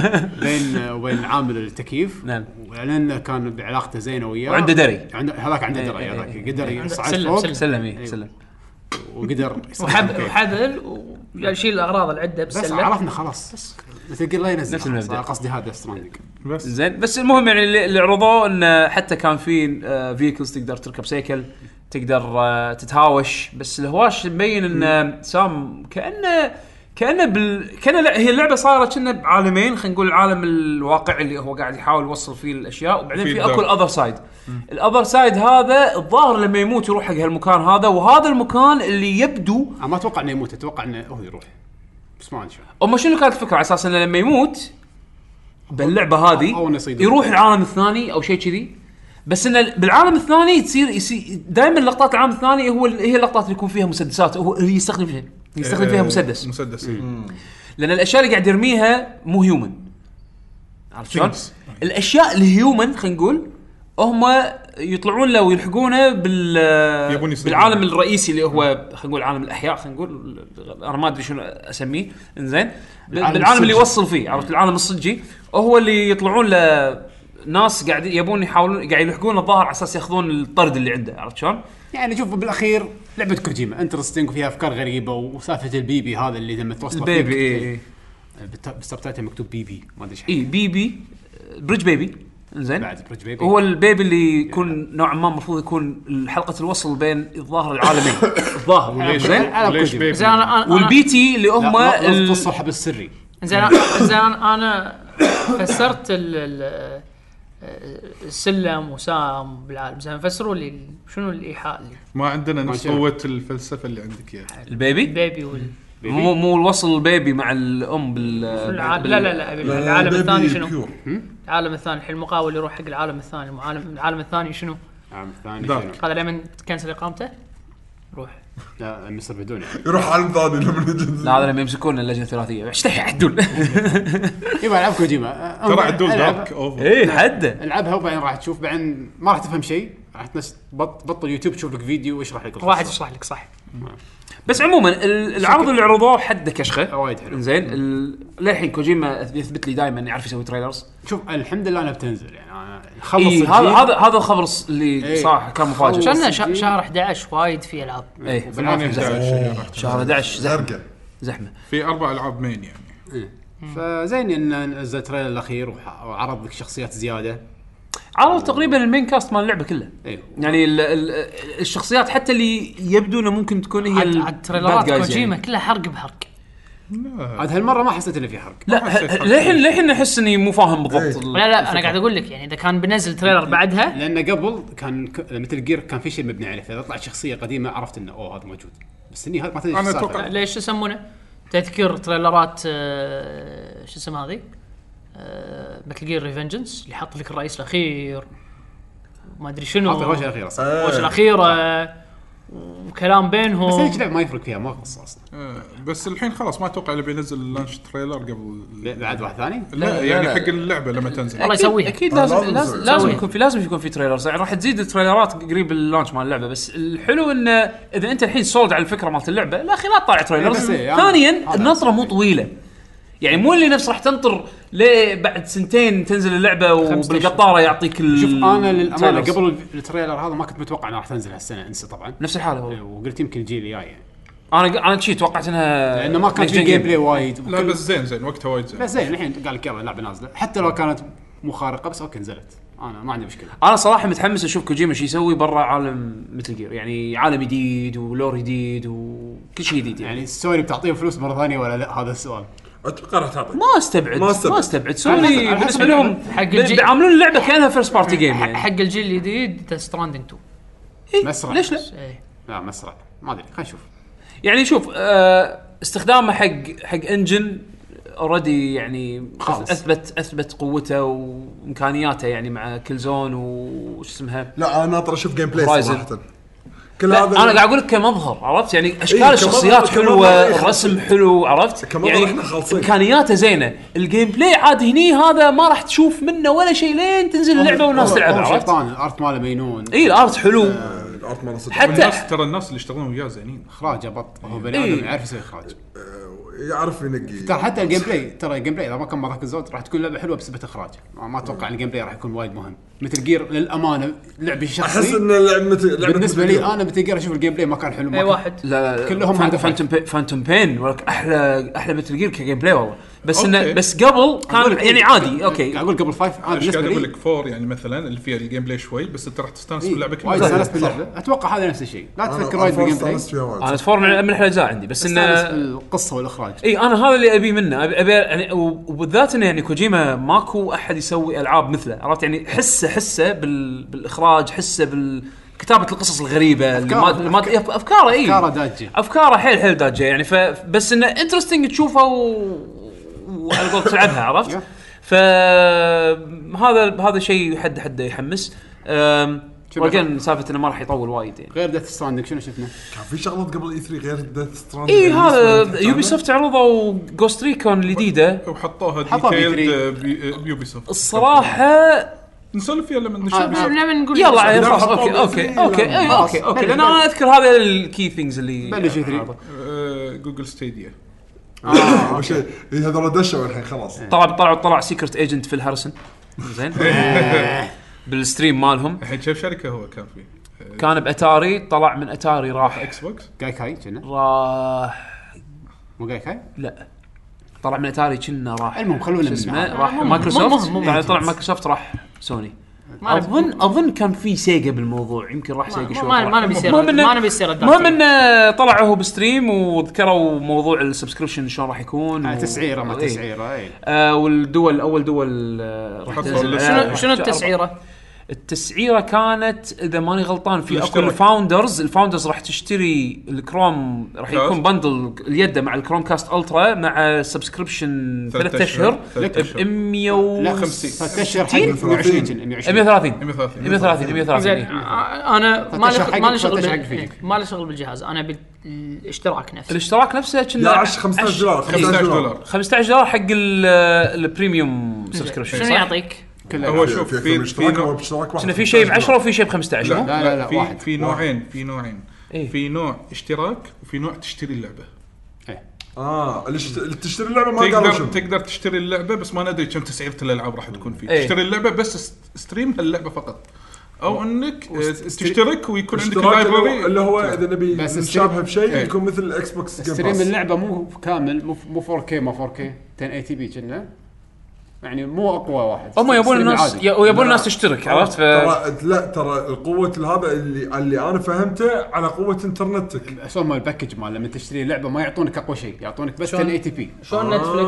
وبين عامل التكييف. نعم لأنه كان بعلاقته زينه وياه وعنده دري. هذاك عنده دري. هذاك قدر يصعد فوق سلم وقدر وحبل ويشيل الاغراض العده بس عرفنا خلاص بس تلقى الله ينزل. قصدي هذا ستراندينج زين. بس المهم يعني اللي عرضوه انه حتى كان في فيكلز تقدر تركب سيكل تقدر تتهاوش. بس الهواش مبين ان سام كأنه هي اللعبه صارت كنا بعالمين. خلينا نقول العالم الواقعي اللي هو قاعد يحاول يوصل فيه الاشياء وبعدين في اكو الاذر سايد. الاذر سايد هذا الظاهر لما يموت يروح حق هالمكان هذا. وهذا المكان اللي يبدو ما اتوقع انه يموت. اتوقع انه هو يروح بس ما ادري شنو كانت الفكره على اساس انه لما يموت باللعبه هذه يروح العالم الثاني او شيء كذي. بس انه بالعالم الثاني تصير دائما لقطات العالم الثاني هي اللقطات اللي يكون فيها مسدسات. هو اللي يستخدم فيها مسدس. لان الاشياء اللي قاعد يرميها مو هيومن. عرفت شلون الاشياء الهيومن خلينا نقول هم يطلعون له ويلحقونه يبون يصيرون. بالعالم الرئيسي اللي هو خلينا نقول عالم الاحياء، خلينا نقول انا ما ادري شنو اسميه، انزين بالعالم اللي يوصل فيه، عرفت العالم الصجي، هو اللي يطلعون له ناس قاعد يبون يحاولون قاعد يلحقون الظاهر على اساس ياخذون الطرد اللي عنده، عرفت شلون؟ يعني شوف بالاخير لعبه كوجيما انترستينج وفيها افكار غريبه، وسالفه البيبي هذا اللي لما توصل البيبي ايه بالسبتايتل مكتوب بيبي ما ادري ايش اي بيبي بريدج بيبي، انزين بعد بريدج بيبي هو البيبي اللي يكون نوعا ما المفروض يكون حلقه الوصل بين الظاهر العالمين الظاهر ليش بيبي؟ زين انا والبي تي اللي هم الصحب السري. زين انا فسرت السلم وسام بالعالم. زين فسروا لي شنو الايحاء اللي ما عندنا نفس قوه الفلسفه اللي عندك اياها. البيبي البيبي مو الوصل البيبي مع الام لا العالم الثاني شنو؟ العالم الثاني الحين المقاول يروح حق العالم الثاني، العالم الثاني شنو؟ العالم الثاني شنو؟ هذا لما تكنسل اقامته روح لا مصر بدون يروح عالم ثاني لما لا هذا لما يمسكون اللجنه الثلاثيه ايش تحي عدول يبغى العب كوجيما ترى عدول دارك اوفر ايه حده العبها وبعدين راح تشوف، بعدين ما راح تفهم شيء، راح تبطل يوتيوب تشوف لك فيديو ويشرح لك واحد يشرح لك صح. بس عموما العرض اللي عرضوه حده كشخه وايد حلو. زين للحين كوجيما يثبت لي دائما يعرف يسوي تريلرز. شوف الحمد لله انا بتنزل يعني انا خلص إيه هذا الخبر اللي صراحه كان مفاجئ. كنا شهر 11 وايد في العاب. ايه شهر 11 زحمه في 4 العاب مين يعني. فزين ان نزل تريلر الاخير وعرض لك شخصيات زياده، عرض تقريبا المين كاست مال اللعبه كلها. يعني الشخصيات حتى اللي يبدو انه ممكن تكون هي التريلرات كوجيما كلها حرق بحرق. هذا هالمره ما حسيت انه في حرق. لا للحين احس اني مو فاهم بالضبط. لا انا قاعد اقول لك يعني اذا كان بنزل تريلر بعدها، لان قبل كان مثل جير كان في شيء مبني عليه، فاذا طلعت شخصيه قديمه عرفت انه هذا موجود، بس اني هذا ما تدري انا اتوقع ليش يسمونه تذكير تريلرات شو اسمها هذه مثل جير ريفنجنس اللي حط لك الرئيس الاخير ما ادري شنو حط الوجه الاخيره الوجه الاخيره وكلام بينهم، بس اللعبه ما يفرق فيها ما قصه اصلا. بس الحين خلاص ما اتوقع اللي بينزل لانش تريلر قبل بعد واحد ثاني. لا يعني حق اللعبه لما تنزل والله يسويها اكيد لازم يكون في تريلرز، يعني راح تزيد التريلرات قريب اللانش مال اللعبه. بس الحلو انه اذا انت الحين سولد على الفكره مالت اللعبه لا خلاص طالع تريلرز. ثانيا النطره مو طويله، يعني مو اللي نفس راح تنطر ليه بعد سنتين تنزل اللعبه وبالقطاره يعطيك شوف انا للامانه قبل التريلر هذا ما كنت متوقع انها راح تنزل هالسنه، انسى طبعا نفس الحاله وقلت يمكن الجيل الجاي يعني. انا شيء توقعت انها لانه ما كان في جيم بلاي وايد. لا بس زين وقتها وايد زين. بس زين الحين قال لك يلا اللعبه نازله حتى لو كانت مو خارقه، بس اوكي نزلت انا ما عندي مشكله. انا صراحه متحمس اشوف كوجيما شو يسوي برا عالم مثل جير، يعني عالم جديد ولور جديد وكل شيء جديد. يعني سوري بتعطيهم فلوس مره ثانيه ولا لا؟ هذا السؤال. اتوقع راح تعطي. ما استبعد سوني بالنسبه لهم بيعاملون اللعبه كانها فيرست بارتي جيم يعني. حق الجيل الجديد ذا ستراندنج 2 مسرح ليش لا؟ لا مسرح ما ادري خلينا نشوف. يعني شوف استخدامه حق انجن اوريدي يعني اثبت قوته وامكانياته يعني مع كل زون وش اسمها. لا انا ناطر اشوف جيم بلاي صراحه. كل هذا انا قاعد اقول لك كمظهر، عرفت يعني اشكال الشخصيات حلوه، الرسم حلو، عرفت يعني امكانياته زينه. الجيم بلاي عاد هني هذا ما راح تشوف منه ولا شيء لين تنزل اللعبه والناس تلعبها، عرفت. الارت ماله مينون. الارت حلو الارت ماله صدق. حتى ترى الناس اللي يشتغلون وياه زينين. اخراجه بط هو بني ادم يعرف يسوي اخراج، يعرف ينقي. ترى حتى الجيم بلاي اذا ما كان ماك الزود راح تكون لعبه حلوه بسبب اخراج. ما اتوقع الجيم بلاي راح يكون وايد مهم. مثل جير للامانه لعبه شخصيه، احس ان لعبه بالنسبه لي انا مثل جير اشوف الجيم بلاي ما كان حلو. اي واحد لا كلهم فانتوم بين ولك احلى مثل جير كجيم بلاي والله. بس انه بس قبل كان يعني عادي. اوكي اقول قبل 5 انا بالنسبه لي اقول لك 4 يعني مثلا اللي فيها الجيم بلاي شوي، بس انت راح تستانس باللعبه كلها. وايد استانس باللعبه. اتوقع هذا نفس الشيء. لا تفكر وايد بالجيم بلاي. انا 4 من الاجزاء عندي، بس انه القصه والاخراج. اي انا هذا اللي ابي منه. ابي يعني وبالذات انه يعني كوجيما ماكو احد يسوي العاب مثله، عرفت يعني حسه بالاخراج، حسه بالكتابه القصص الغريبه افكاره داجه، افكاره حيل داجه يعني. بس انه انترستينج تشوفه وعلى قول تلعبها، عرفت. فهذا شيء حد يحمس. ولكن سالفه انه ما راح يطول وايد يعني. غير ديث ستراندنج شنو شفنا؟ كان في شغلات قبل اي 3 غير ديث ستراندنج. اي هذا يوبي سوفت عرضوا جوست ريكون الجديده وحطوها ديتيلد بيوبي سوفت. الصراحه نسولف فيها لما نشوف لما نقول يلا عيل خلاص حطوا اوكي بس اوكي إيه، اوكي اوكي اوكي بلش، لان انا اذكر هذا الكي ثينجز اللي بلش 3 جوجل ستيديا. وش هذول دشوا الحين خلاص. طلع سيكرت ايجنت في الهارسون زين بالستريم مالهم. الحين كيف شركه هو كان فيه؟ كان باتاري، طلع من اتاري راح اكس بوكس. جاي كاي كنا راح مو جاي كاي. لا طلع من اتاري كنا راح المهم خلونا شو اسمه منها. راح مايكروسوفت بعد طلع مايكروسوفت راح سوني. اظن كان في سيجا بالموضوع، يمكن راح سيجا شوي. ما نبي يصير المهم انه طلعوا هو بستريم وذكروا موضوع السبسكريبشن شلون راح يكون تسعيره ما تسعيره والدول اول دول راح تنزل. شنو التسعيره؟ التسعيره كانت اذا ماني غلطان في اكو الفاوندرز راح تشتري الكروم، راح يكون بندل اليد مع الكروم كاست الترا مع سبسكريبشن 3 اشهر ب 150 3 اشهر حق 120 130 زين انا ما لي شغل بالجهاز، انا بالاشتراك نفسه. الاشتراك نفسه كنا لا 15 دولار 15 دولار حق البريميوم سبسكريبشن. شنو يعطيك؟ هو شوف في شيء ب 10 وفي شيء ب 15. لا واحد في نوعين إيه؟ في نوع اشتراك وفي نوع تشتري اللعبه. اللي تشتري اللعبه ما قالوا تقدر تشتري اللعبه بس ما ندري كم تسعيره الالعاب راح تكون فيه. إيه؟ تشتري اللعبه بس ستريم هاللعبه فقط، او انك تشترك ويكون عندك اللايبرري اللي هو اذا نبي نشابه بشيء يكون مثل الاكس بوكس جيم ستريم اللعبه مو كامل، مو 4K ما 4K 1080 بي كنا، يعني مو اقوى واحد. هم يبون الناس تشترك، عرفت؟ ترى القوه هذا اللي انا فهمته على قوه انترنتك. شلون ما الباكج مال لما تشتري لعبه ما يعطونك اقوى شيء، يعطونك بس 1080 بي. شلون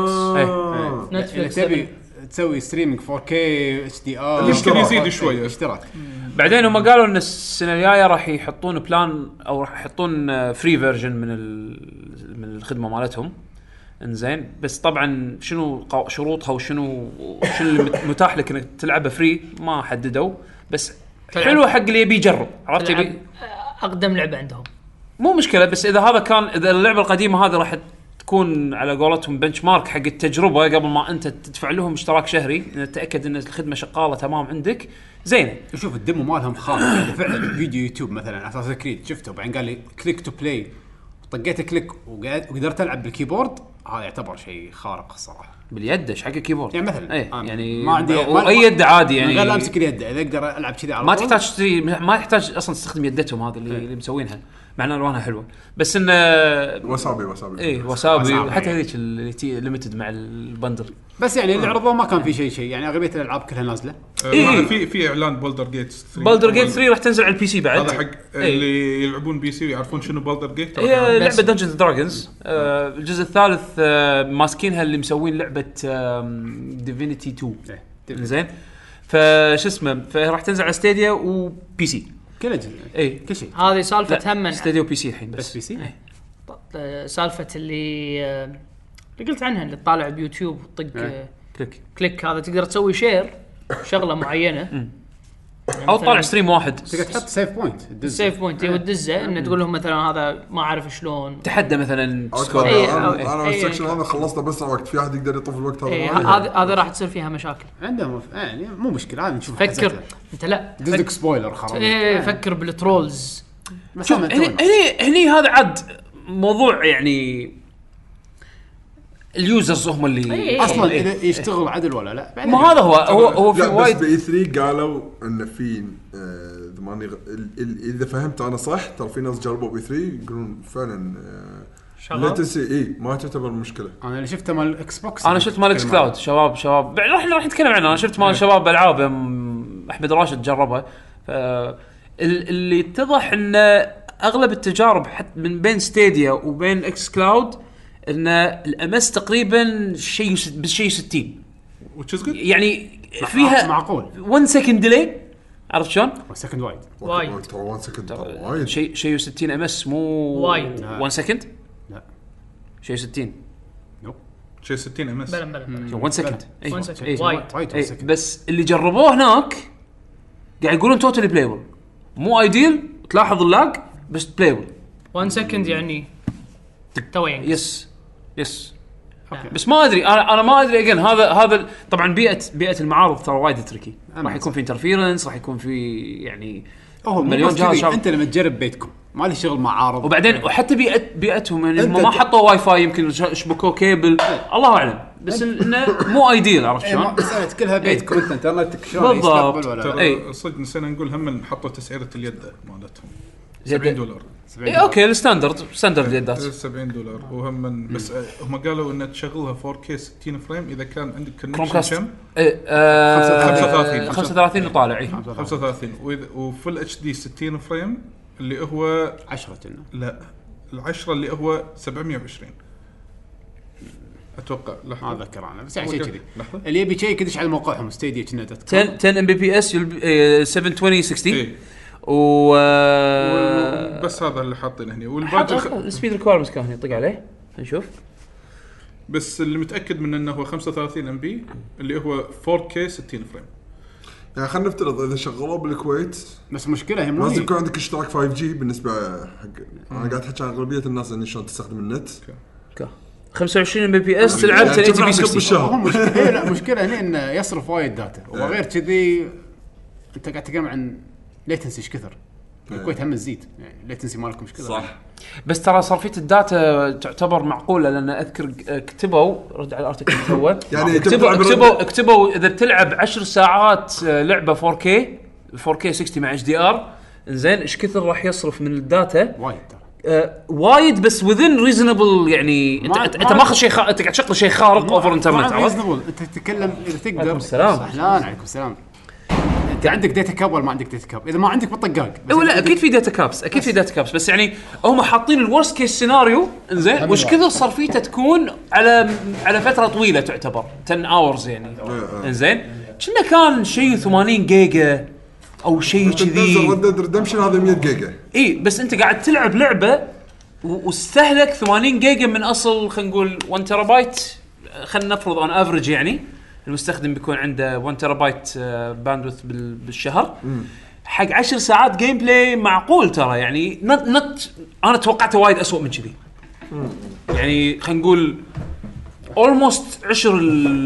نتفليكس تبي تسوي ستريمينج 4K HDR يمكن يزيد شويه اشتراك. بعدين هم قالوا ان السنه الجايه راح يحطون بلان او راح يحطون فري فيرجن من الخدمه مالتهم. انزين بس طبعا شنو شروطها وشنو المتاح لك انك تلعبها فري ما حددوا، بس حلو حق اللي يبي يجرب. عرفت يبي اقدم لعبه عندهم مو مشكله، بس اذا هذا كان اذا اللعبه القديمه هذه راح تكون على قولتهم بنش مارك حق التجربه قبل ما انت تدفع لهم اشتراك شهري تتاكد ان الخدمه شغاله تمام عندك زين. شوف الدمو مالهم خالص فعلا. فيديو يوتيوب مثلا اساس كريد شفته بعدين قال لي كليك تو بلاي، طقيت كليك وقدرت العب بالكيبورد، هذا يعتبر شيء خارق الصراحه. باليد ايش حق الكيبورد يعني مثلا يعني ما عندي اي يد عادي يعني غير امسك اليد اذا اقدر العب كذي على ما تحتاج تشتري، ما يحتاج اصلا تستخدم يدتهم هذه اللي مسوينها مع ان الوانها حلوه بس انه وسابي وسابي حتى هذيك اللي ليميتد مع البندل. بس يعني اللي عرضوه ما كان في شيء يعني اغلبيه الالعاب كلها نازله. في اعلان بولدر جيت 3 راح تنزل على البي سي بعد. هذا حق اللي يلعبون بي سي ويعرفون شنو بولدر جيت. هي لعبه دنجنز دراجونز الجزء الثالث ماسكينها اللي مسوين لعبه ديفينيتي 2 زين. فش اسمه فراح تنزل على ستيديا وبي سي كل كل شيء. هذه سالفه هم ستيديا وبي سي الحين بس بي سي. سالفه اللي قلت عنها اللي تطالع بيوتيوب وطق كليك هذا تقدر تسوي شير شغله معينه او طالع ستريم واحد تقدر تحط سيف بوينت وتدزه ان تقول لهم مثلا هذا ما اعرف شلون تحدى مثلا سكور. انا السكشن هذا خلصته بس وقت في احد يقدر يطوف الوقت هذا راح تصير فيها مشاكل عندهم يعني مو مشكله عادي نشوف. فكر انت لا دزك سبويلر خلاص. فكر بالترولز. هني هذا عاد موضوع يعني اليوزرز هم اللي اصلا اذا يشتغل عدل ولا لا. ما هذا هو في وايد. بس باي 3 قالوا ان في ضماني اذا فهمت انا صح ترى في ناس جربوا باي 3 يقولون فعلا لاتنسي ما تعتبر مشكله. انا اللي شفته مال اكس بوكس، انا شفت مال اكس كلاود شباب راح نتكلم عنه. انا شفت مال شباب العاب احمد راشد جربها. اللي اتضح ان اغلب التجارب حتى من بين ستيديا وبين اكس كلاود ان الامس تقريبا شيء 60 يعني فيها معقول 1 سكند ديلي. عرفت شلون 1 سكند وايد 1 سكند وايد شيء 60 امس مو وايد 1 سكند لا شيء 60 شيء 60 امس بلا 1 سكند وايد بس اللي جربوه هناك قاعد يقولون توتالي بلايبل مو ايديل. تلاحظ اللاج بس بلايبل 1 سكند يعني توين يس بس ما ادري انا ما ادري اجين هذا طبعا بيئه المعارض ترى وايد تركي راح يكون في انترفيرنس راح يكون في يعني مليون جهاز انت لما تجرب بيتكم ما لي شغل مع عارض وبعدين وحتى بيئتهم يعني ما حطوا واي فاي يمكن شبكوا كيبل الله اعلم بس انه مو ايديل عرفت شلون مساله كلها بيتكم انت انترنتك شلون بالضبط. يستقبل ولا صدق نسينا نقول هم حطوا تسعيره اليد مالتهم $70 اوكي الستاندرد اليدات $70 وهم بس هم قالوا ان تشغلها 4K 60 فريم اذا كان عندك كروم كونكشن كاست كم 35 وطالع 35 وفل اتش دي 60 فريم اللي هو 10 لا ال10 اللي هو 720 اتوقع ما اذكر انا بس يعني شيء كذي اللي يبي شيء يدش على موقعهم ستيديا كنا 10 ام بي بي اس 720 60 و بس هذا اللي حاطينه هنا والباقي السبيد ريكويرمنتس كان هنا طق عليه نشوف بس اللي متاكد من انه هو 35 ام بي اللي هو 4K 60 فريم يعني خلينا نفترض اذا شغلوه بالكويت بس مشكله هي مو لازم يكون عندك اشتراك 5G بالنسبه حق انا قاعد احكي عن اغلبيه الناس اني شلون تستخدم النت 25 ام بي اس تلعب 1080 بي بالشهر لا مشكله هنا انه يصرف وايد داتا وغير كذي انت قاعد تتكلم عن ليتنسي ايش كثر الكويت هم تزيد يعني ليتنسي مالكم ايش كثر صح بس ترى صرفيه الداتا تعتبر معقوله لان اذكر كتبوا رد على الارتكل هو يعني كتبوا اذا بتلعب 10 ساعات لعبه 4K 60 مع HDR انزين ايش كثر راح يصرف من الداتا وايد وايد بس within reasonable يعني انت ماخذ شيء انت قاعد تشغل شيء خارق اوفر انترنت عرفت انت تتكلم اذا تقدر السلام اهلا عليكم السلام انت عندك داتا كاب ولا ما عندك داتا كاب اذا ما عندك بالطقاق لا اكيد في داتا كابس اكيد في داتا كابس بس يعني هم حاطين الورست كيس سيناريو انزين وش كثر صرفيته تكون على فتره طويله تعتبر 10 اورز يعني انزين كنا كان شيء 80 جيجا او شيء كذي ردد ريدمشن هذا 100 جيجا اي بس انت قاعد تلعب لعبه واستهلك 80 جيجا من اصل خلينا نقول 1 تيرا بايت خلينا نفرض ان افريج يعني المستخدم بيكون عنده 1 تيرا بايت باندوث بالشهر حق 10 ساعات جيم بلاي معقول ترى يعني نت انا توقعته وايد اسوء من كذي يعني خلينا نقول almost 10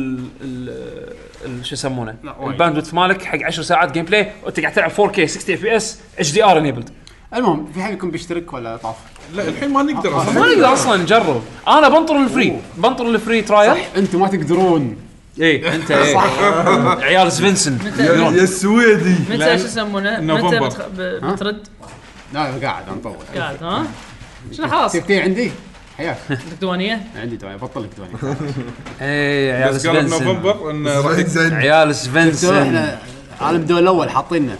شو يسمونه الباندوث مالك حق 10 ساعات جيم بلاي وانت قاعد تلعب 4K 60 FPS HDR انيبلد. المهم في حد يكون بيشترك ولا طاف؟ لا الحين ما نقدر اصلا نجرب. انا بنطر الفري ترايل. انتم ما تقدرون. ايه انت ايه عيال سفنسن يا السويدي. متى ايش يسمونه؟ متى بترد؟ لا قاعد نطول قاعد ها شنو خلاص تبتي عندي حياك عندك دوانيه؟ عندي دوانيه بطل لك دوانيه. ايه عيال سفنسن نوفمبر انه راح ينزل عيال سفنسن احنا عالم الدول الاول حاطيننا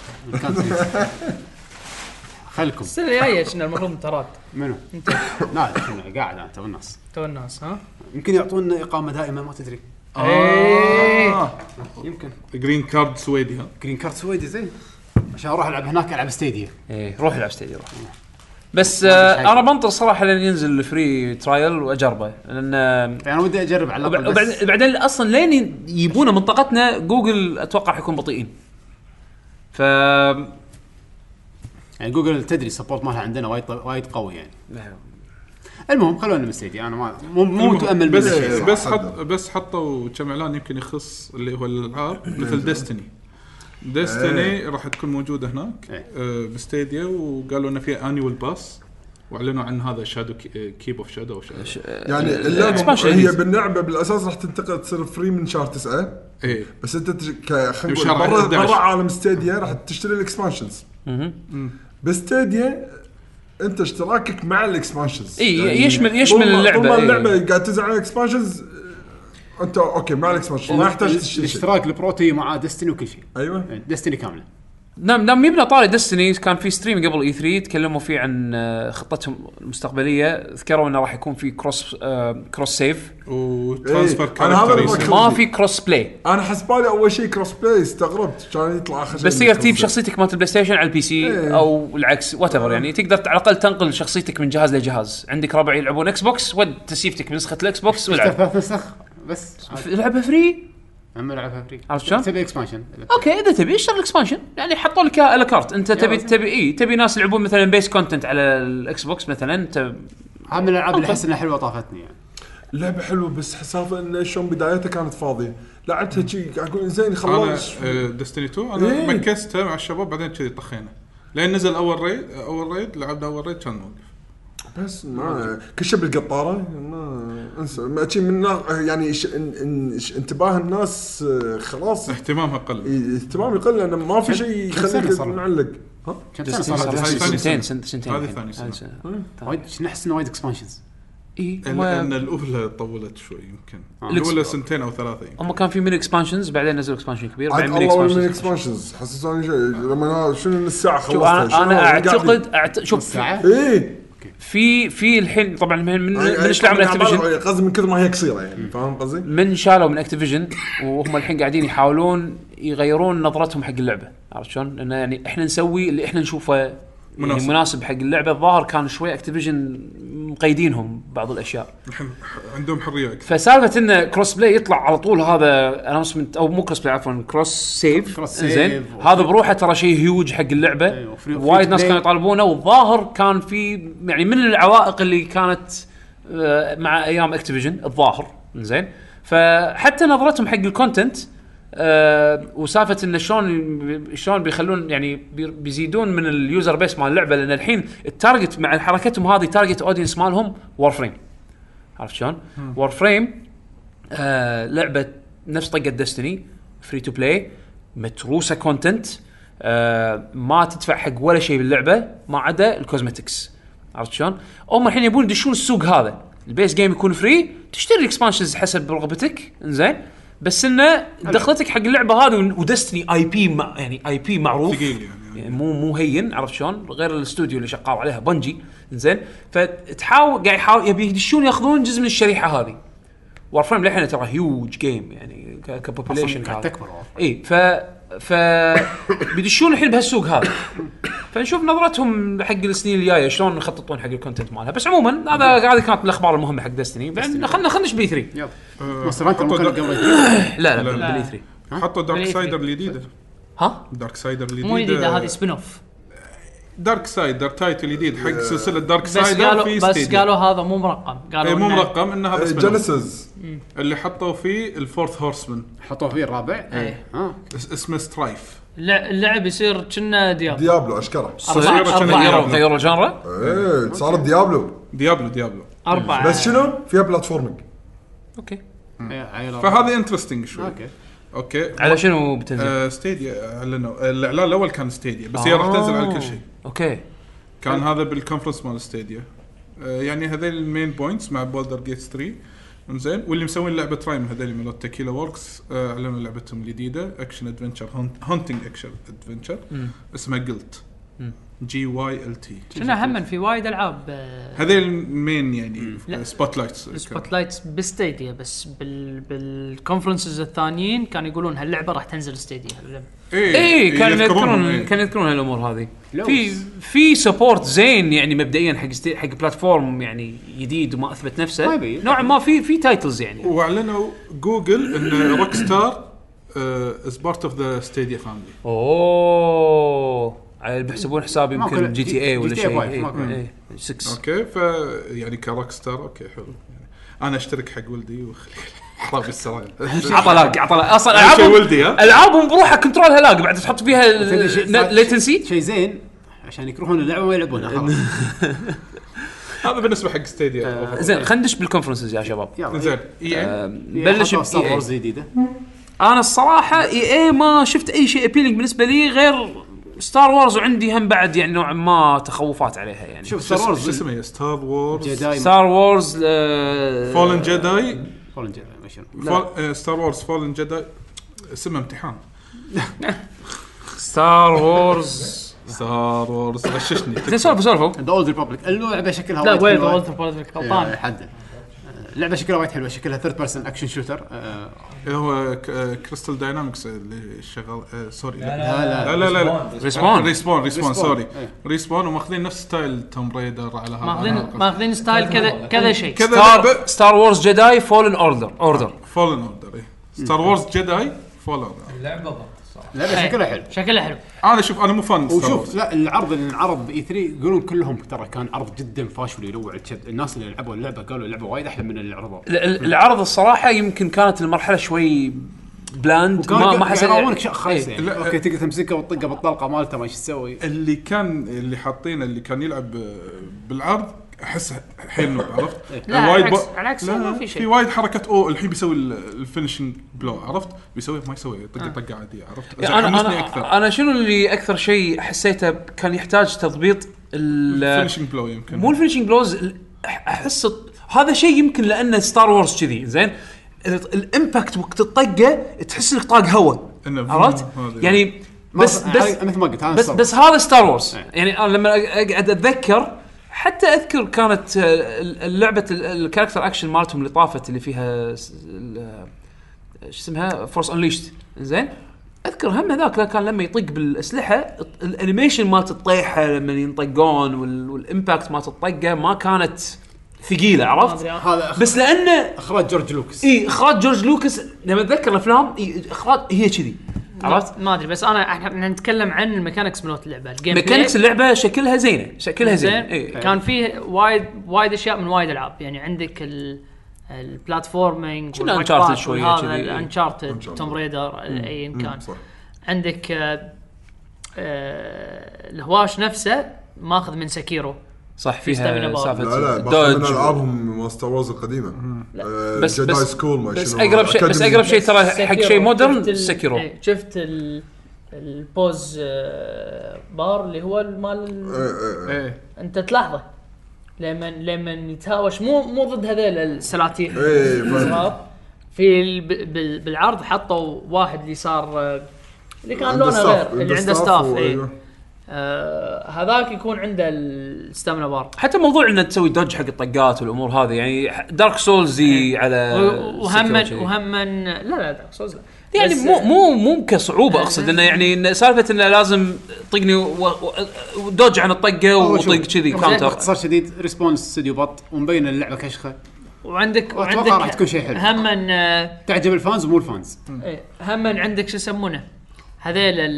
خلكم السنه الجايه شنو المفروض تراد منو انت؟ لا احنا قاعد انت والناس ها يمكن يعطونا اقامه دائمه ما تدري. يمكن جرين كارد سويدي. ها جرين كارد سويدي زين عشان اروح العب هناك العب ستيديا. ايه روح العب ستيديا روح. بس انا بنطر صراحه لين ينزل الفري ترايل واجربه لان يعني ودي اجرب على الاقل. وبعدين اصلا لين يجيبونه منطقتنا جوجل اتوقع حيكون بطيئين. ف يعني جوجل تدري سبورت مالها عندنا وايد قوي يعني. المهم خلونا نمستيدي انا مو متامل بس حطوا كم اعلان يمكن يخص اللي هو الالعاب مثل ديستني راح تكون موجوده هناك بستيديا وقالوا انه في انيوال باس واعلنوا عن هذا شادو كيب اوف شادو يعني اللعبه هي باللعبه بالاساس راح تنتقل تصير فري من شهر 9 ايه بس انت برا عالم ستيديا راح تشتري الاكسبانشنز بستيديا انت اشتراكك مع الاكسبانشنز يعني يشمل اللعبه اللعبه قاعد تنزل على الاكسبانشنز انت اوكي مع الاكسبانشن ما يحتاج تشتري اشتراك البروتي مع ديستني وكل شيء. ايوه ديستني كامله. نعم يبنى طاري ديستني كان في ستريم قبل E3 تكلموا فيه عن خطتهم المستقبليه ذكروا انه راح يكون في كروس سيف وترانسفير كاركتر ما في كروس بلاي. انا حسبالي اول شيء كروس بلاي استغربت كان يطلع خشب بس تقدر تجيب شخصيتك مالت البلاي ستيشن على البي سي او العكس واتيفر يعني تقدر على الاقل تنقل شخصيتك من جهاز لجهاز. عندك ربع يلعبون اكس بوكس ود تسيفتك بنسخه الاكس بوكس والعب نسخ بس لعبه فري اما لعبها فري عرفت شلون؟ تبي اكسبانشن اوكي اذا تبي اشتري الاكسبانشن يعني حطوا لك على كارت انت تبي ناس يلعبون مثلا بيس كونتنت على الاكس بوكس مثلا انت هذا من الالعاب اللي احس انها حلوه طافتني يعني اللعبه حلوه بس حسافه ان شلون بدايتها كانت فاضيه. لعبتها شيء قاعد اقول زين انا خلاص. ديستني 2 انا إيه. مكستها مع الشباب بعدين كذي طخينا لين نزل اول ريد لعبنا اول ريد كان موقف. بس ما كل شيء بالقطاره ما انسى ما شيء من يعني انتباه الناس خلاص اهتمامها قل. اهتمام يقل لان ما في شيء يخليك معلق. ها كم سنه صار سنتين هذه ثاني سنة. وايد نحس انه وايد اكسبانشنز. اي لان الاولى طولت شوي يمكن الاولى 2 أو 3 يمكن. هم كان في ميني اكسبانشنز بعدين نزلوا اكسبانشن كبير بعدين ميني اكسبانشنز حسسوني شيء لما شنو الساعه خلصتها. انا اعتقد شوف ساعه ايه في الحين طبعا من اشلعوا من اكتيفيجن قصدي من كثر ما هي قصيره يعني فاهم قصدي من شالوا من اكتيفيجن وهم الحين قاعدين يحاولون يغيرون نظرتهم حق اللعبه. عرفت شلون انه يعني احنا نسوي اللي احنا نشوفه مناسب حق اللعبه. الظاهر كان شوي اكتيفيجن مقيدينهم بعض الاشياء الحين عندهم حريه اكثر. فسالفه ان كروس بلاي يطلع على طول هذا اناونسمنت او مو كروس بلاي عفوا كروس سيف زين هذا بروحه ترى شيء هيوج حق اللعبه. وايد ناس كانوا يطالبونه والظاهر كان في يعني من العوائق اللي كانت مع ايام اكتيفيجن الظاهر زين. فحتى نظرتهم حق الكونتنت وسالفه ان شلون بيخلون يعني بيزيدون من اليوزر بيس مال اللعبه لان الحين التارجت مع حركتهم هذه تارجت اودينس مالهم وورفريم. عرفت شلون وورفريم لعبه نفس طقه ديستني فري تو بلاي متروسه كونتنت ما تدفع حق ولا شيء باللعبه ما عدا الكوزمتكس. عرفت شلون هم الحين يبون يدشون السوق هذا البيس جيم يكون فري تشتري اكسبانشنز حسب رغبتك زين بس انه دخلتك حق اللعبه هذه ودستني اي بي يعني اي بي معروف ثقيل يعني مو هين. عرفت شلون غير الاستوديو اللي شغال عليها بنجي زين. فتحاول قاعد يحاول يبي يدشون ياخذون جزء من الشريحه هذه. وارفريم للحين ترى هيوج جيم يعني كبوبوليشن قاعد تكبر. اي ف بيدشون الحين بهالسوق هذا. فنشوف نظرتهم حق السنين الجايه شلون يخططون حق الكونتنت مالها. بس عموما هذه كانت الاخبار المهمه حق ديستني. خلنا نخش بي 3 يلا مونستر هانتر ممكن قبل لا بي 3 حطوا دارك سايدر الجديده. ها دارك سايدر الجديده مو جديده هذه سبين اوف دارك سايدر تايتل جديد حق سلسله دارك سايدر في بس قالوا هذا مو مرقم. قالوا مو مرقم انه هذا جينيسيس اللي حطوا فيه الفورث هورسمان حطوا فيه الرابع. اسمه سترايف. اللعب يصير كنا ديابلو اشكره غيروا الجانرا. ايه صارت ديابلو 4 بس شنو فيها بلاتفورمينج. اوكي فهذا انترستينج شوي. اوكي على شنو بتنزل ستيديا اعلنوا الاعلان الاول كان ستيديا بس هي راح تنزل على كل شيء. اوكي كان هذا بالكونفرنس مال ستيديا يعني هذول المين بوينتس مع بولدر جيت 3 زين. واللي مسوين لعبه رايم هذول من تكيلا ووركس اعلنوا لعبتهم الجديده اكشن ادفنتشر هانتنج اكشن ادفنتشر اسمها جلت GYLT. شنو هم في وايد العاب هذول المين يعني سبوت لايتس بستيديا بس بالكونفرنسز الثانيين كانوا يقولون هاللعبه راح تنزل ستيديا. اي كانوا يذكرون هالامور هذه. في سبورت زين يعني مبدئيا حق بلاتفورم يعني جديد وما اثبت نفسه نوعا ما في تايتلز يعني. واعلنوا جوجل ان روك ستار از بارت اوف ذا ستيديا فاميلي. بيحسبون حساب يمكن جي تي اي ولا شيء 6. اوكي يعني كروك ستار اوكي حلو يعني انا اشترك حق ولدي وخلي حرام السرايا عطلا اصلا العابهم بروحها كنترولها لاق بعد تحط فيها ليتنسي شيء زين عشان يروحون اللعبه ويلعبونها خلاص. هذا بالنسبه حق ستيديا. زين خلينا ندش بالكونفرنسز يا شباب. زين بلش ستار وورز جديده. انا الصراحه اي ما شفت اي شيء ابيلينج بالنسبه لي غير ستار وورز وعندي هم بعد يعني نوع ما تخوفات عليها يعني. شوف ستار وورز شو اسمه ستار وورز فولن جداي ستار وورز فولن جداي اسمه امتحان. ستار وورز غششني سولفوا ذا اولد ريبابليك اللعبه شكلها لا وين ذا اولد ريبابليك غلطان حد اللعبه شكلها وايد حلوه شكلها ثيرد بيرسون اكشن شوتر. هو كريستال داينامكس اللي شغال سوري لا ريسبون سوري ريسبون وماخذين نفس ستايل توم ريدر على هذا ماخذين ستايل كذا شيء. ستار وورز جداي فولن اوردر ستار وورز جداي فولن اللعبه صراحه. لا شكلها حلو. شكلها حلو. انا شوف انا مو فان وشوف لا العرض اللي انعرض باي 3 يقولون كلهم ترى كان عرض جدا فاشل ويلوع الناس اللي لعبوا اللعبه قالوا اللعبه وايد احلى من اللي عرضوها. العرض الصراحه يمكن كانت المرحله شوي بلاند ما حسيت يراونك اشياء خايسه يعني. اوكي تقدر تمسكه وتطقه بالطلقه مالته ما ايش تسوي. اللي حاطينه اللي كان يلعب بالعرض احس حيل نوب عرفت. لا على العكس ما في شيء. في وايد حركات الحين بيسوي الفينشنج بلو عرفت بيسوي ما يسوي طقه عاديه عرفت. انا شنو اللي اكثر شيء حسيته كان يحتاج تضبيط الفينشنج بلو يمكن مو الفينشنج بلوز احس هذا شيء يمكن لانه ستار وورز كذي زين الامباكت وقت الطقه تحس انك طاق هواء عرفت يعني بس مثل ما قلت بس هذا ستار وورز يعني انا لما اقعد اتذكر حتى اذكر كانت اللعبه الكاركتر اكشن مالتهم اللي طافت اللي فيها شو اسمها فورس انليشت زين اذكر هم هذاك كان لما يطق بالاسلحه الانيميشن مالت الطيحه لما ينطقون والامباكت مالت الطقه ما كانت ثقيله عرفت بس لانه اخراج جورج لوكاس اخراج جورج لوكاس لما اتذكر الافلام اخراج هي كذي عرفت ما ادري بس احنا نتكلم عن الميكانكس مالت اللعبه ميكانكس اللعبه شكلها زينه كان فيه وايد اشياء من وايد العاب يعني عندك البلاتفورمينج والانشارتد شويه كذي الانشارتد توم ريدر اي كان عندك الهواش نفسه ماخذ من سكيرو صح فيها سالفه لا من العابهم ستار وورز القديمه بس جداي سكول ما بس اقرب شيء ترى حق شيء مودرن سكيرو شفت البوز بار اللي هو مال انت تلاحظه لما يتهاوش مو ضد هذول السلاتيح في بالعرض حطوا واحد اللي صار اللي كان لونه غير اللي عنده ستاف هذاك يكون عنده الستامنا بار حتى موضوع انك تسوي دوج حق الطقات والامور هذه يعني دارك سولزي على وهم لا دارك سولز لا يعني مو كصعوبه اقصد انه يعني سالفه انه لازم طقني ودوج عن الطقه وطق كذي كاونتر باختصار شديد ريسبونس استوديو بط ومبين اللعبه كشخه وعندك راح تكون شيء حلو هم تعجب الفانز ومو الفانز هم عندك شو يسمونه هذيل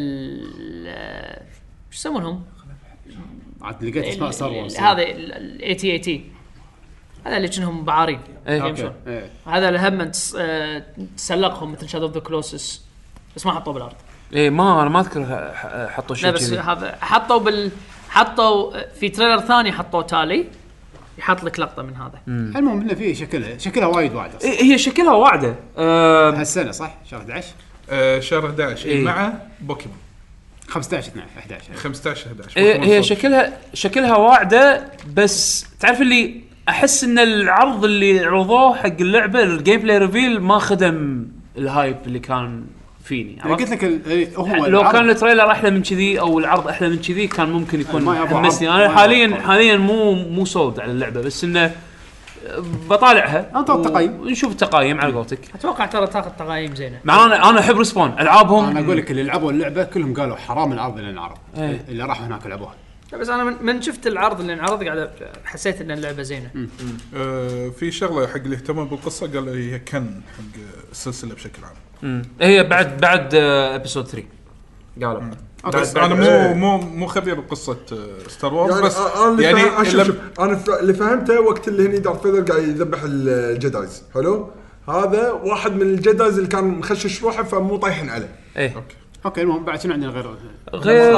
شو يسمونهم عاد لقيت اسماء ستار وورز هذا الاي تي هذا اللي كأنهم بعارين يمشون هذا الهم تسلقهم مثل شادو اوف ذا كلوسس بس ما حطوه بالارض انا ما اذكر حطوا شيء لا بس هذا حطوا في تريلر ثاني حطوه تالي يحط لك لقطه من هذا المهم انه فيه شكلها وايد واعده هي شكلها واعده هالسنه صح شهر 11 شهر 11 مع بوكيمون 15 11 هي شكلها واعده بس تعرف اللي احس ان العرض اللي عرضوه حق اللعبه الجيم بلاي ريفيل ما خدم الهايب اللي كان فيني قلت لك هو لو كان التريلر احلى من كذي او العرض احلى من كذي كان ممكن يكون حمسني انا حاليا مو صولد على اللعبه بس انه بطالعها انت التقييم ونشوف التقييم على قولتك اتوقع ترى تاخذ تقييم زينه مع انا احب ريسبون العابهم انا اقول لك اللي لعبوا اللعبه كلهم قالوا حرام العرض اللي انعرض اللي راحوا هناك لعبوها بس انا من شفت العرض اللي انعرض قاعد حسيت ان اللعبه زينه في شغله حق اللي اهتموا بالقصه قال هي كان حق السلسله بشكل عام هي بعد ابيسود 3 قالوا بس انا مو خبير بقصه ستار وورز يعني بس يعني انا اللي فهمته وقت اللي هني دارث فيدر قاعد يذبح الجدايز حلو هذا واحد من الجدايز اللي كان مخشش روحه فمو طايحين عليه اوكي المهم بعد شنو عندنا غير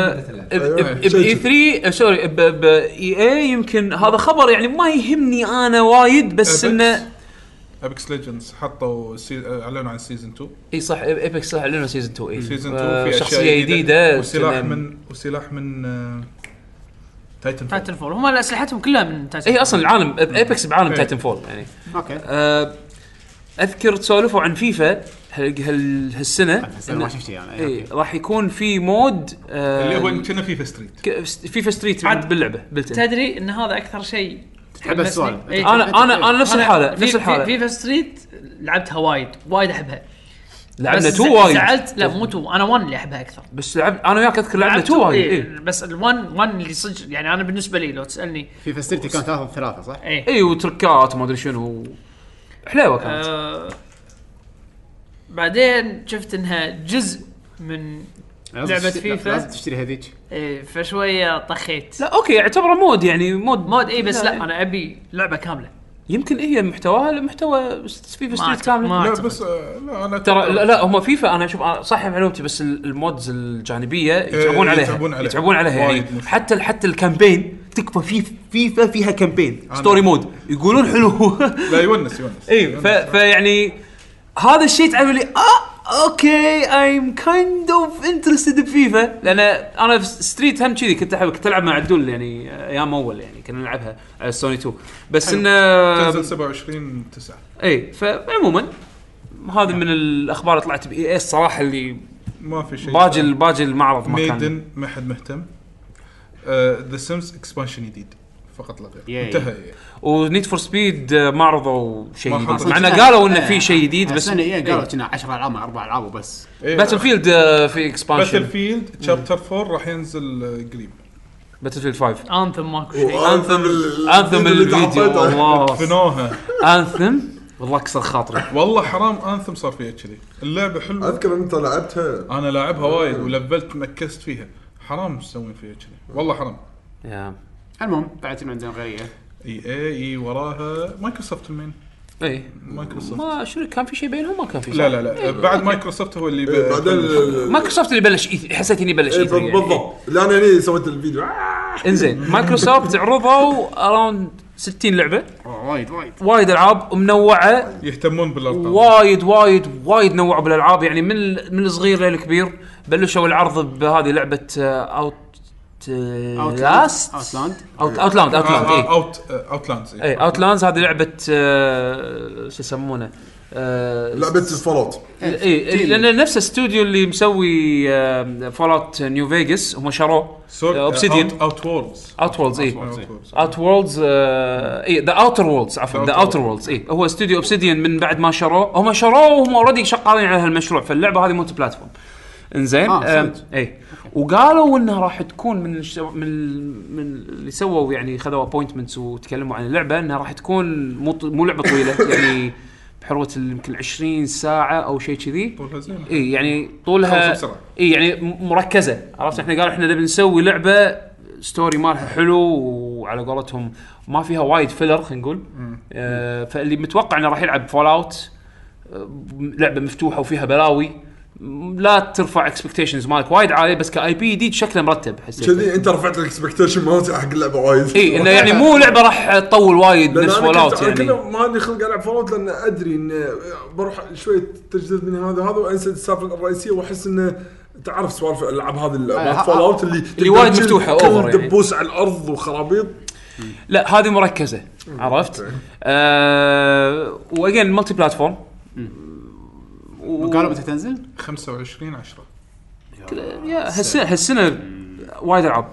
اي 3 سوري باي اي يمكن هذا خبر يعني ما يهمني انا وايد بس انه ابيكس ليجندز حطوا اعلنوا عن سيزون 2 اي صح ابيكس صح اعلنوا سيزون 2 اي سيزون 2 في شخصيه جديده وسلاح من تايتن فول هم اسلحتهم كلها من تايتن اي اصلا العالم ابيكس بعالم تايتن فول يعني اوكي اذكر تسولفوا عن فيفا هالسنه ما شفت يعني راح يكون في مود اللي هو كنا فيفا ستريت بعد باللعبه تدري ان هذا اكثر شيء تحب السؤال انا نفس الحاله فيفا ستريت لعبتها وايد احبها لعبنا 2 وايد زعلت لا مو 2 انا 1 اللي احبها اكثر بس انا وياك اذكر لعبنا 2 وايد بس ال1 اللي صدق يعني انا بالنسبه لي لو تسالني فيفا ستريت كان 3 صح اي وتركات وما ادري شنو حلوه كانت بعدين شفت انها جزء من لعبه فيفا لازم تشتري هذيك. إيه فشويه طخيت. لا اوكي يعتبر مود يعني مود اي بس لا انا ابي لعبه كامله. يمكن هي محتواها محتوى فيفا ستريت كامل. ما لا أعتقد. بس لا انا ترى لا هم فيفا انا اشوف صح معلومتي بس المودز الجانبيه يتعبون عليها يعني حتى الكامبين تكفى فيفا فيها كامبين ستوري مود يقولون حلو. لا يونس اي فيعني هذا الشيء تعرف لي اوكي ايم كايند اوف انترستد بفيفا لان انا في ستريت هم كذي كنت العب مع عدول يعني ايام اول يعني كنا نلعبها على سوني 2 بس انه تنزل 27/9. اي فعموما هذا من الاخبار اللي طلعت باي اس الصراحه اللي ما في شيء باجي المعرض ما كان ميدن ما حد مهتم. ذا سيمز اكسبانشن جديد فقط لا غير انتهى. ونيد فور سبيد ما عرضوا شيء ما جديد معنا قالوا انه في شيء جديد بس قالوا كنا 10 العاب 4 العاب وبس. باتل فيلد في اكسبانشن باتل فيلد شابتر 4 راح ينزل قريب. باتل فيلد 5 انثم ماكو شيء. انثم الفيديو والله فنوها انثم والله كسر خاطري والله حرام انثم صار فيها كذي. اللعبه حلوه اذكر انت لعبتها انا لاعبها وايد ولفلت نكست فيها. حرام تسوين فيها كذي والله حرام. يا المهم بعد عندنا غيريه اي وراها مايكروسوفت المين. اي مايكروسوفت ما شنو كان في شيء بينهم ما كان في لا بعد مايكروسوفت هو اللي بعدين مايكروسوفت اللي بلش حسيت اني بلش بالضبط لا انا هني سويت الفيديو انزين مايكروسوفت عرضوا اراوند 60 لعبه وايد العاب ومنوعه يهتمون بالارقام وايد نوعوا بالالعاب يعني من الصغير للكبير. بلشوا العرض بهذه لعبه اوتلاندز هذه لعبه شو يسمونه لعبه فولوت. اي لان نفس الاستوديو اللي مسوي فولوت نيو فيغاس هم شروه اوبسيديان اوتوردز اي ذا اوتر وورلدز عفوا ذا اوتر وورلدز اي هو استوديو اوبسيديان من بعد ما شروه هم وهم اوريدي شغالين على هالمشروع. فاللعبه هذه مولتي بلاتفورم انزين اي وقالوا انها راح تكون من اللي سووا يعني خذوا ابوينتمنتس وتكلموا عن اللعبه انها راح تكون مو لعبه طويله يعني بحروه يمكن 20 ساعه او شيء كذي. اي يعني طولها اي يعني مركزه عرفت. احنا قالوا احنا نبي نسوي لعبه ستوري مالها حلو وعلى قولتهم ما فيها وايد فيلر خلينا نقول. فاللي متوقع انه راح يلعب فول اوت لعبه مفتوحه وفيها بلاوي لا ترفع اكسبكتيشنز مالك وايد عالي بس كاي بي جديد شكله مرتب حسيت كذي انت رفعت الاكسبكتيشن مالك حق اللعبه وايد. اي انه يعني مو لعبه راح تطول وايد نفس فول اوت يعني انا ما عندي خلق العب فول اوت لان ادري ان بروح شويه تجديد من هذا وانسى السالفه الرئيسيه واحس انه تعرف سوالف الالعاب هذه فول اوت اللي وايد مفتوحه اوفر يعني دبوس على الارض وخرابيط. لا هذه مركزه عرفت. واجين مالتي بلاتفورم قالوا متى تنزل 25/10 يا هالسنه وايد العاب.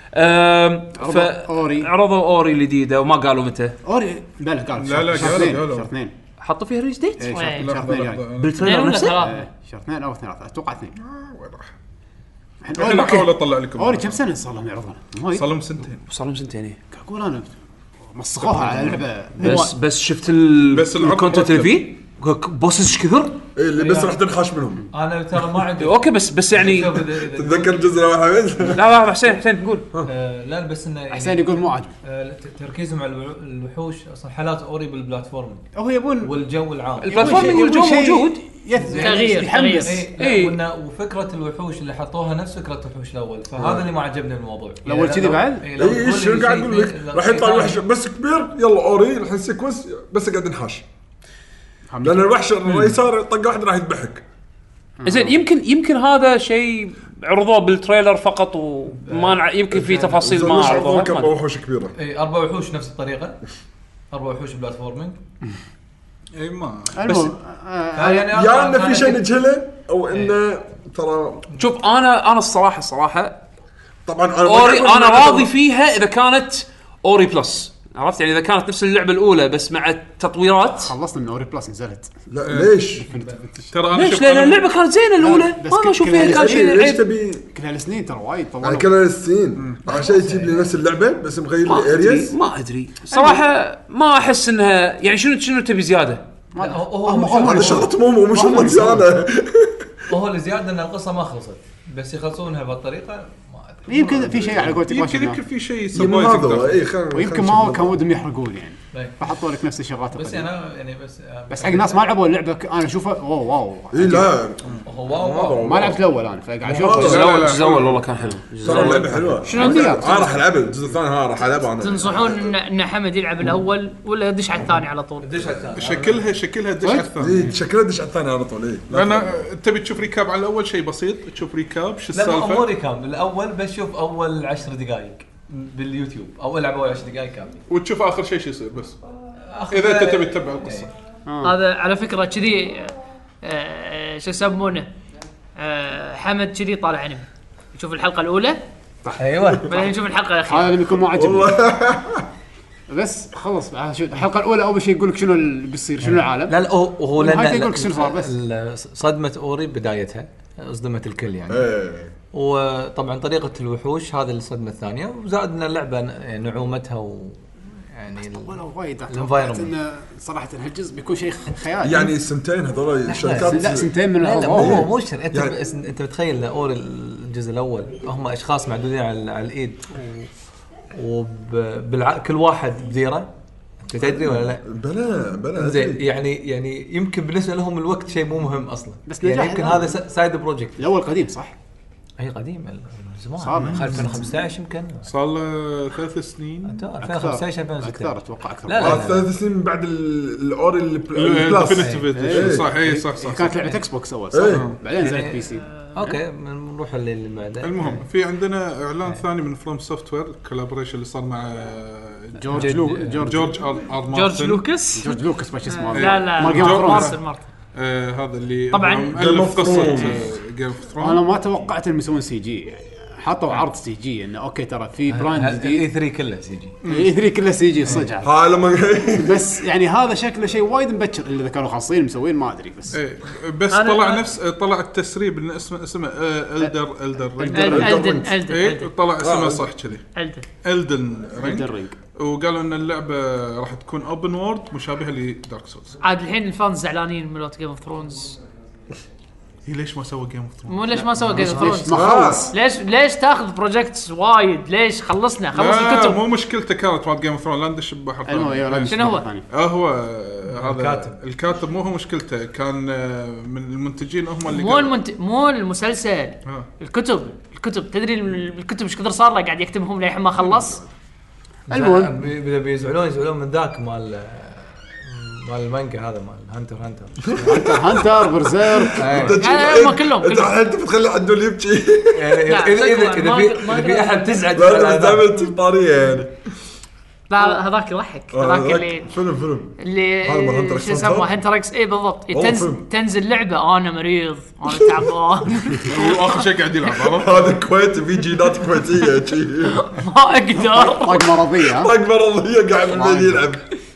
عرضوا اوري الجديده وما قالوا متى. اوري بلا قالوا لا قالوا 2 حطوا فيها ريليز ديت شهر 2 بالتريلر نفسه شهر 2 او 3 اتوقع 2. وين راح انا احاول اطلع لكم اوري كم سنه صار لهم يعرضون صار لهم سنتين اقول انا مسخوها على لعبه بس شفت الكونتنت اللي فيه بوسز ايش كثر اللي بس راح تنحاش منهم. انا ترى ما عندي اوكي بس يعني تتذكر الجزء الاول حمد؟ لا حسين تقول لا بس انه حسين يقول مو عاجب تركيزهم على الوحوش اصلا حالات اوري بالبلاتفورم هو يبون والجو العام البلاتفورم والجو موجود تغيير وفكره الوحوش اللي حطوها نفس فكره الوحوش الاول فهذا اللي ما عجبني الموضوع الاول كذي بعد ايش قاعد اقول لك راح يطلع وحش بس كبير يلا اوري الحين سيكونس بس قاعد نحاش لأن الوحش الرئيسار طقة واحدة راح يذبحك. زين يمكن هذا شيء عرضوه بالتريلر فقط وما يمكن في تفاصيل ما عرضوها. 4 وحوش كبيرة. اي 4 وحوش نفس الطريقة. 4 وحوش بلاتفورمينج. اي ما بس يعني يا انه في شيء نجهله او انه ترى شوف انا الصراحة طبعا اوري انا راضي فيها اذا كانت اوري بلس عرفت يعني اذا كانت نفس اللعبه الاولى بس مع التطويرات. خلصنا من اوري بلس نزلت. لا ليش ترى انا ليش لان اللعبه كانت زينه الاولى ما اشوف فيها كان شيء ليش تبي كل هالسنين ترى وايد طولوا كل هالسنين عشان يجيب لي نفس اللعبه بس مغير لي ارياز. ما ادري صراحه ما احس انها يعني شنو تبي زياده. هذا شغلتهم مو شغلتي انا وهو الزياده ان القصه ما خلصت بس يخلصونها بالطريقه ما ادري. يمكن في شيء على قولتك يمكن في شيء يمكن سربرايز هذا اي خلينا ويمكن ما هو كان ودهم يحرقون يعني إيه. فحطوا لك نفس الشغلات بس القديمة. انا يعني بس حق الناس ما لعبوا اللعبه انا اشوفها واو اي لا هو واو ما لعبت الاول انا فقاعد لا، اشوف لا. الجزء الاول والله كان حلو. ترى اللعبه حلوه. شنو انا راح العب الجزء الثاني، راح العبه انا. تنصحون ان حمد يلعب الاول ولا يدش على الثاني على طول؟ دش على الثاني. شكلها دش على الثاني. اي شكلها دش على الثاني على طول. اي انا تبي تشوف ريكاب على الاول شيء بسيط، تشوف ريكاب شو لا مو السالفه. ريكاب الاول بشوف اول 10 دقائق باليوتيوب او العب اول 10 دقائق كامله وتشوف اخر شيء شو يصير بس اذا انت تبي تتبع القصه. هذا على فكره كذي شو يسمونه حمد كذي طالع انمي يشوف الحلقه الاولى ايوه بعدين نشوف الحلقه الاخيره. هذا اللي بيكون ما عجبني بس خلص شو الحلقه الاولى اول شيء يقول لك شنو اللي بيصير شنو العالم. لا هو نهاية يقولك شنو صار بس. صدمه اوري بدايتها اصدمت الكل يعني. ايه وطبعا طريقه الوحوش هذا الصدمه الثانيه وزاد ان اللعبه نعومتها يعني والله وايد الانفايرمنت انه صراحه الجزء بيكون شيء خيالي يعني سنتين هذول الشركات. لا سنتين من لا الأول. مو شر انت يعني- انت بتخيل اوري الجزء الاول هم اشخاص معدودين على الايد كل واحد بديره انت تدري ولا لا؟ بلا زين يعني يمكن بالنسبه لهم الوقت شيء مو مهم اصلا بس يعني نجاح يمكن الآن. هذا سايد بروجكت. الاول قديم صح اي قديم من صار زمان من 2015 يمكن صار له 3 سنين 2015 اكثر 2016 اتوقع اكثر لا. 3 سنين من بعد الاوري الديفينيتيف صح اي صح كانت لعبه اكس بوكس اول إيه. صح بعدين نزلت بي سي اوكي نروح اللي بعده. المهم في عندنا اعلان ثاني من فروم سوفت وير كولابوريشن اللي صار مع جورج جورج لوكاس جورج لوكاس ما شو اسمه لا ما Game of Thrones. مارتن هذا اللي طبعاً. مؤلف قصه جيم اوف انا ثرونز. ما توقعت انهم يسوون سي جي يعني حطوا عرض سي جي انه اوكي ترى في براند جديد اي 3 كله سي جي اي 3 كله سي جي صدق ها لما بس يعني هذا شكله شيء وايد مبكر اللي اذا كانوا خاصين مسوين ما ادري بس إيه بس طلع التسريب ان اسمه الدر الدن ايه طلع اسمه صح كذي الدن الدن وقالوا ان اللعبه راح تكون اوبن وورد مشابهه لدارك سولز. عاد الحين الفانز زعلانين من لوت جيم اوف ثرونز. هي ليش ما سوى جيم اوف ثرونز؟ مو ليش ما سوى جيم اوف ثرونز؟ ما خلص ليش تاخذ بروجكتس وايد؟ ليش خلص الكتب. مو مشكلته كانت مال جيم اوف ثرونز لا ندش ببحر ثاني. شنو هو؟ هو هذا الكاتب مو هو مشكلته كان من المنتجين هم اللي مو المسلسل الكتب تدري الكتب ايش كثر صار له قاعد يكتبهم للحين ما خلص. المهم يزعلون من ذاك مال المانجا هذا مال هانتر برزيرك هم كلهم انت بتخلي عدول يبكي. اذا في احد تزعج دائما تطاريه يعني. لا هذاك يضحك هذاك اللي فيلم اللي هذا مال هانتر شو اسمه هانتر اكس اي بالضبط تنزل لعبه انا مريض انا تعبان واخر شيء قاعد يلعب هذا كويتي في جينات كويتيه شيء ما اقدر طاق مرضيه طاق مرضيه قاعد بالليل يلعب.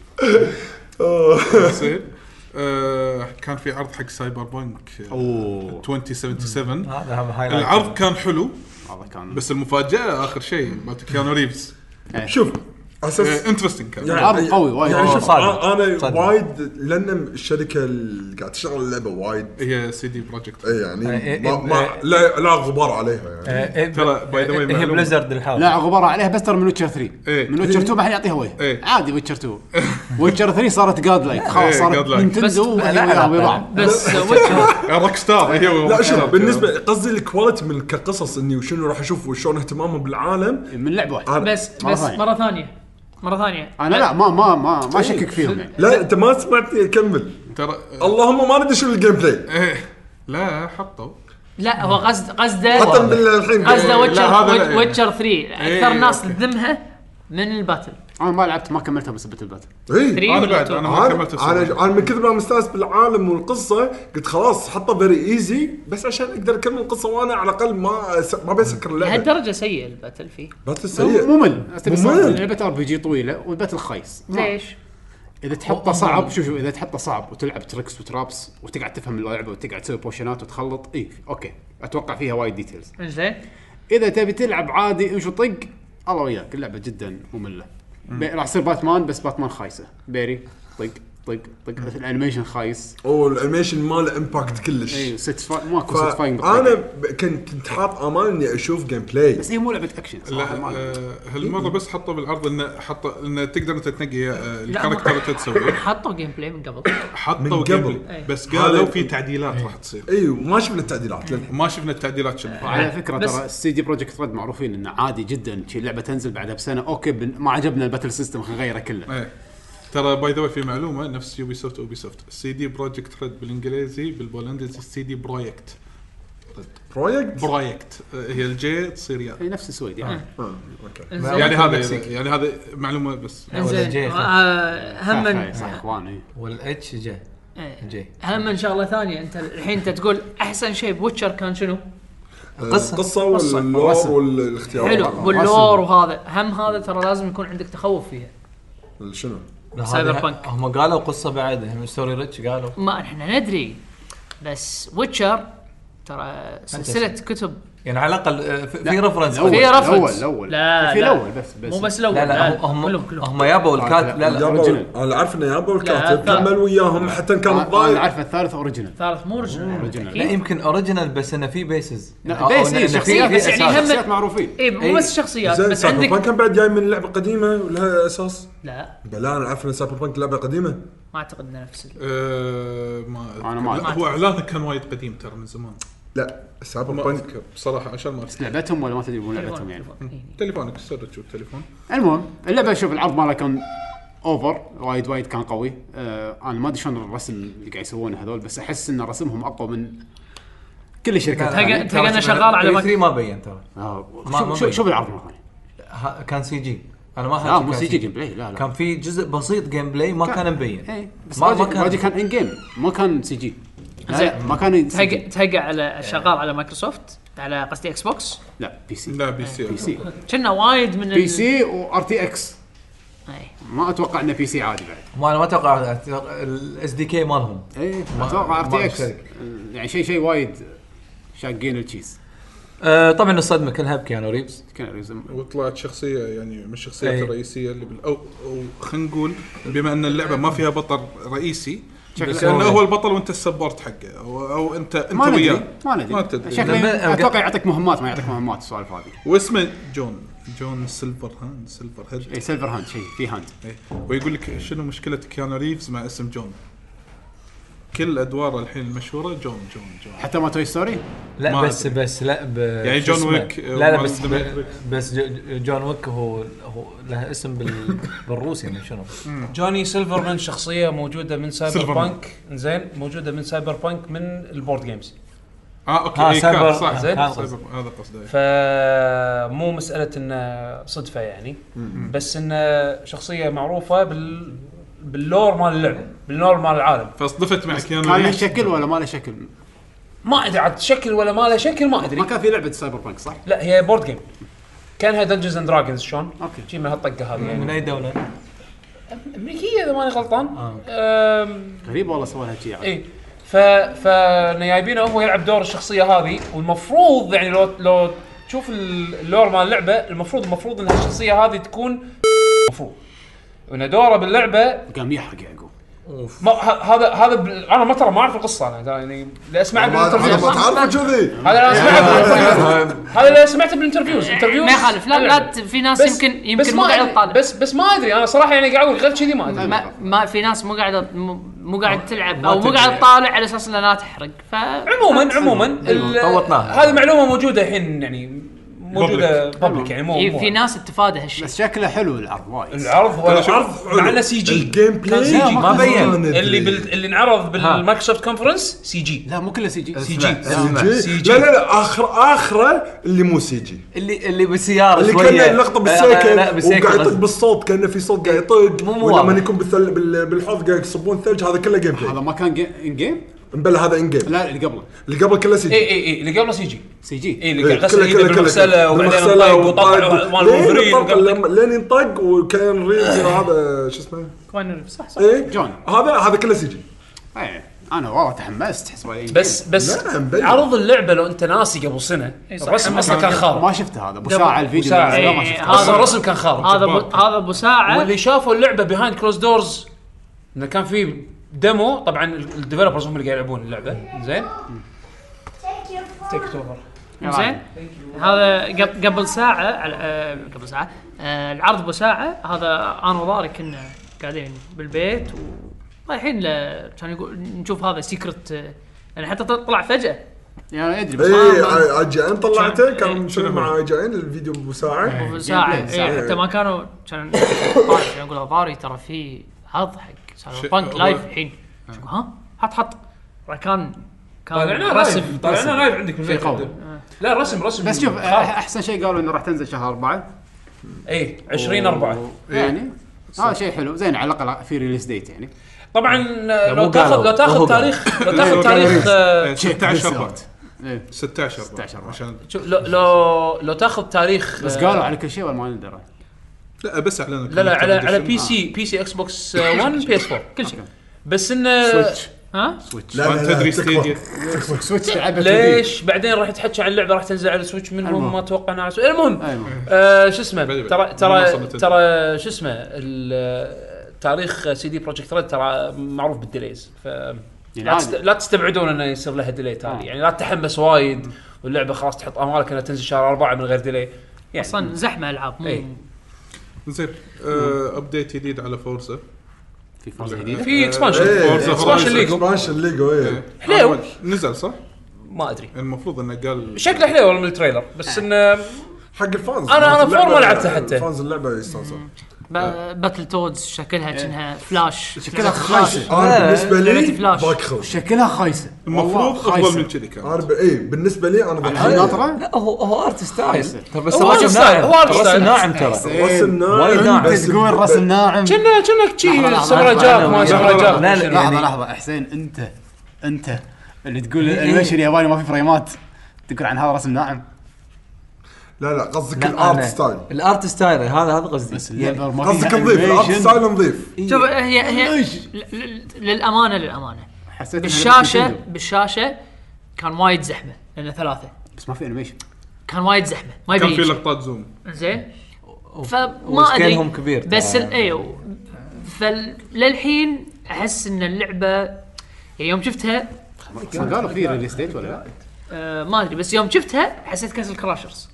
زين كان في عرض حق سايبر بانك 2077 هذا العرض كان حلو هذا كان بس المفاجاه اخر شيء مالت كيانو ريفز شوف اساس انترستنج كان عرض قوي وايد يعني شوف صادق. انا وايد لان الشركه اللي قاعد تشتغل اللعبه وايد هي سي دي بروجكت اي يعني ما لا غبار عليها يعني. ترى باي ذا واي هي بليزرد الحال لا غبار عليها بس ترى من ويتشر 3 إيه. من ويتشر 2 ما حد يعطيها وجه إيه. عادي ويتشر 2 ويتشر 3 صارت جاد لايك خلاص إيه، صارت godlike. نينتندو بعض بس وجهه روك ستار هي لا شوف بالنسبه قصدي الكواليتي من كقصص اني وشنو راح اشوف وشون اهتمامهم بالعالم من لعبه واحده بس مره ثانيه انا لا ما شكك فيهم يعني لا انت ما سمعتني اكمل ترى اللهم ما ندري شنو الجيم بلاي لا حطوا لا هو قصده حتى بالحين قصده هذا ويتشر 3 اكثر ناس تذمها من الباتل. انا ما لعبت ما كملتها بسبب الباتل اي انا بعد انا ما كملت انا من كثر ما مستانس بالعالم والقصه قلت خلاص حطه فيري ايزي بس عشان اقدر اكمل القصه وانا على الاقل ما بسكر اللعبه. لهالدرجه سيء الباتل فيه باتل سيء ممل لعبه ار بي جي طويله والباتل خايس ليش؟ اذا تحطه صعب شوف اذا تحطه صعب وتلعب تريكس وترابس وتقعد تفهم اللعبه وتقعد تسوي بوشنات وتخلط اوكي اتوقع فيها وايد ديتيلز. زين اذا تبي تلعب عادي امشي طق الله وياك اللعبه جدا ممله راح يصير باتمان بس باتمان خايسه بيري طق طق الانيميشن خايس والانيميشن ماله امباكت كلش. اي ماكو ساتيسفاينج. انا كنت حاط امال اني اشوف جيم بلاي، بس هي مو لعبه اكشن صراحه. هالمره بس حطوا بالعرض انه تقدر انت تنقي الكاركتر اللي تسويه. حطوا جيم بلاي من قبل، حطوا قبل بس قالوا في تعديلات راح تصير. اي وما شفنا التعديلات ما شفنا التعديلات شنو. على فكره ترى السي دي بروجكت ريد معروفين انه عادي جدا شي لعبه تنزل بعدها بسنه اوكي ما عجبنا الباتل سيستم نغيره كله. ترى باي ذا واي في معلومه نفس يوبي سوفت السي دي بروجكت ريد بالانجليزي بالبولنديزي السي دي بروجكت هي الجي تصير يا هي نفس السويد يعني. اوكي يعني هذا معلومه بس. زين هم صح اخواني والاتش جي هم ان شغله ثانيه. انت الحين انت تقول احسن شيء بوتشر كان شنو؟ القصه واللور والاختيارات. حلو واللور وهذا هم هذا ترى لازم يكون عندك تخوف فيها. شنو سايبر بانك هم قالوا قصه بعد هم ستوري ريتش قالوا ما احنا ندري، بس ويتشر ترى سلسله كتب يعني على الاقل في ريفرنس. في ريفرنس الاول لا في الاول بس مو بس الاول. لا هم يابوا الكاتب. لا انا عارف انه يابوا الكاتب كمل وياهم حتى كان ضايع. انا عارف الثالث اوريجينال. الثالث مو اوريجينال. لا يمكن اوريجينال بس انه في بيسز. بيس شخصيات معروفين. اي مو بس شخصيات بس عندك. سايبر كان بعد جاي من لعبه قديمه ولها اساس. لا بلا انا عارف ان سايبر بانك لعبه قديمه. ما اعتقد انه نفس ما هو اعلانه كان وايد قديم ترى من زمان. لا سايبر بانك بصراحه عشان ما لعبتهم ولا ما تدري مو لعبتهم يعني. تليفونك سر تشوف التليفون. المهم اللعبه شوف العرض ماله كان اوفر وايد كان قوي. انا ما ادري شلون الرسم اللي قاعد يسوونه هذول، بس احس ان رسمهم اقوى من كل الشركات. تلقى انا شغال على 3 ما بين ترى. شوف العرض كان سي جي. انا ما لا مو سي جي جيم بلاي. لا كان في جزء بسيط جيم بلاي ما كان مبين. بس ما كان ان جيم ما كان سي جي. ما كان تهقع على شغال على مايكروسوفت على قصدي اكس بوكس. لا بي سي. لا بي سي كنا وايد من بي سي وار تي اكس. ما اتوقع انه بي سي عادي بعد. انا ما اتوقع الاس دي كي مالهم. اتوقع ار تي اكس يعني شيء وايد شاقين التشيز. طبعا الصدمه كلها بكيانو ريفز. وطلعت شخصيه يعني من الشخصيات الرئيسيه اللي او خلينا نقول بما ان اللعبه ما فيها بطل رئيسي بس انه هو البطل وانت السبورت حقه او انت وياه. ما ندري شكله اتوقع يعطيك مهمات ما يعطيك مهمات السوالف هذه. واسمه جون سيلفر هاند اي سيلفر هاند شيء في هاند. ويقول لك شنو مشكله كيانو ريفز مع اسم جون. كل ادواره الحين المشهوره جون حتى ما توي ستوري. لا بس لا يعني جون ويك. لا بس جون ويك هو له اسم بالروسي يعني شنو. جوني سيلفرمان شخصيه موجوده من سايبر بانك. زين موجوده من سايبر بانك من البورد جيمز. اوكي صح زين هذا قصده. فمو مساله انه صدفه يعني بس انه شخصيه معروفه باللور مال اللعبه باللور مال العالم. فاصطفت مع كيانو كان له شكل ولا ما له شكل؟ ما ادري عاد شكل ولا ما له شكل ما ادري. ما كان في لعبه سايبر بانك صح؟ لا هي بورد جيم كانها دنجنز اند دراجونز. شلون اوكي شي من هالطقه هذه يعني. من اي دوله؟ امريكيه اذا ماني غلطان. غريب والله سوالها شيء يعني. اي فنايبينه هو يلعب دور الشخصيه هذه. والمفروض يعني لو تشوف اللور مال اللعبه المفروض ان الشخصيه هذه تكون مفروض وان دوره باللعبه قام يحرق يعقوب. هذا انا ما ترى ما اعرف القصه انا يعني لا اسمع بالانترفيوز. ما تعرف كذي هذا انا سمعته. هذا اللي سمعته بالانترفيوز ما يخالف. لا في ناس يمكن مو قاعد تطالع بس ما ادري انا صراحه يعني قاعد اقول غير كذي ما ادري. ما في ناس مو قاعد تلعب او مو قاعد تطالع على اساس انها لا تحرق. عموما هذه معلومه موجوده الحين يعني موجوده بابليك يعني مو في ناس استفادوا هالشيء. بس شكله حلو العرض وايد. العرض مع سي جي الجيم بلاي ما بين اللي انعرض بالمايكروسوفت كونفرنس سي جي. لا مو كله سي جي. لا اخره اللي مو سي جي اللي بالسياره اللي شويه كان اللقطه بالسيكل وقاعد يطق بالصوت كانه في صوت قاعد يطق ولما يكون بالحوض قاعد يصبون ثلج. هذا كله جيم بلاي. هذا ما كان ان جيم مبلا هذا ان جيم. لا اللي قبل كله سي جي. اي اللي قبله سي جي اي اللي غسل ايده بالمغسله وبعدين طق وطلع مال الولفرين لين ينطق وكان ريفز هذا شو اسمه كوين ريفز صح ايه جون. هذا كله سي جي. انا والله تحمست تحس بس عرض اللعبه لو انت ناسي قبل سنه الرسم اصلا كان خارب. ما شفته هذا ابو ساعه الفيديو هذا الرسم كان خارب. هذا ابو ساعه واللي شافوا اللعبه بيهايند كلوز دورز انه كان في ديمو. طبعا الديفلوبرز هم اللي قاعد يلعبون اللعبه زين. تيك اوفر زين. هذا قبل ساعه قبل ساعه العرض بساعه. هذا انا وضاري كنا قاعدين بالبيت ورايحين كان يقول نشوف هذا سيكرت. يعني حتى طلع فجاه يعني ادري بس اي اجين طلعته كان شنو مع اجين الفيديو بساعه ساعه. حتى ما كانوا كان يقول ضاري ترى في عرض حق سايبر بانك لايف الحين. ها حط كان طلعنا رسم لايف عندك في قوي. لا رسم بس شوف احسن شيء قالوا انه راح تنزل شهر 4. اي 20/4 يعني هذا شيء حلو زين على الاقل في ريليس ديت يعني. طبعا لو تاخذ تاريخ 16 عشان لو تاخذ تاريخ. بس قالوا على كل شيء ولا ما ندري. لا بس اعلنوا. لا على بي سي اكس بوكس 1 بي اس 4 كل شيء. بس انه سويتش. ها سويتش. ما تدري ستيديا سويتش تلعب ليش بعدين راح تحكي عن اللعبه راح تنزل على سويتش منهم ما توقعنا على سويتش. المهم شو اسمه ترى شو اسمه تاريخ سي دي بروجكت ريد ترى معروف بالديليز. ف لا تستبعدون انه يصير لها ديلي تالي. يعني لا تتحمس وايد واللعبه خلاص تحط امالك انها تنزل شهر 4 من غير ديلي. يعني اصلا زحمه العاب. زين ابديت جديد على فورزا. في فورزا جديد في اكسبانشن ليجو حلو نزل صح؟ ما ادري المفروض انه قال شكله حلو من التريلر بس انه حق الفانز. انا فور ما لعبته حتى فانز اللعبه يستانسوا. باتل تودز شكلها كأنها فلاش. شكلها خايسه. انا بالنسبه لي فلاش بكخل شكلها خايسه. المفروض افضل من كذي كان. بالنسبه لي انا ناطره. لا هو ارت ستايل بس هو ارت ستايل ناعم ترى. رسم وايد ناعم. بس تقول رسم ناعم كنا شي سمراجات ما سمراجات. لحظه حسين انت اللي تقول الانيميشن الياباني ما في فريمات تقول عن هذا رسم ناعم. لا قصدك الارت ستايل. الارت ستايل هذا قصدي. قصدك نظيف. الارت ستايل نظيف. شوف هي للامانه بالشاشه كان وايد زحمه لان 3 بس ما في انيميشن. كان وايد زحمه ما يبي كان في لقطات زوم زين. فما ادري كبير بس فللحين احس ان اللعبه يعني يوم شفتها قالوا في ريليس ديت ولا لا ما ادري بس يوم شفتها حسيت كاسل كراشرز.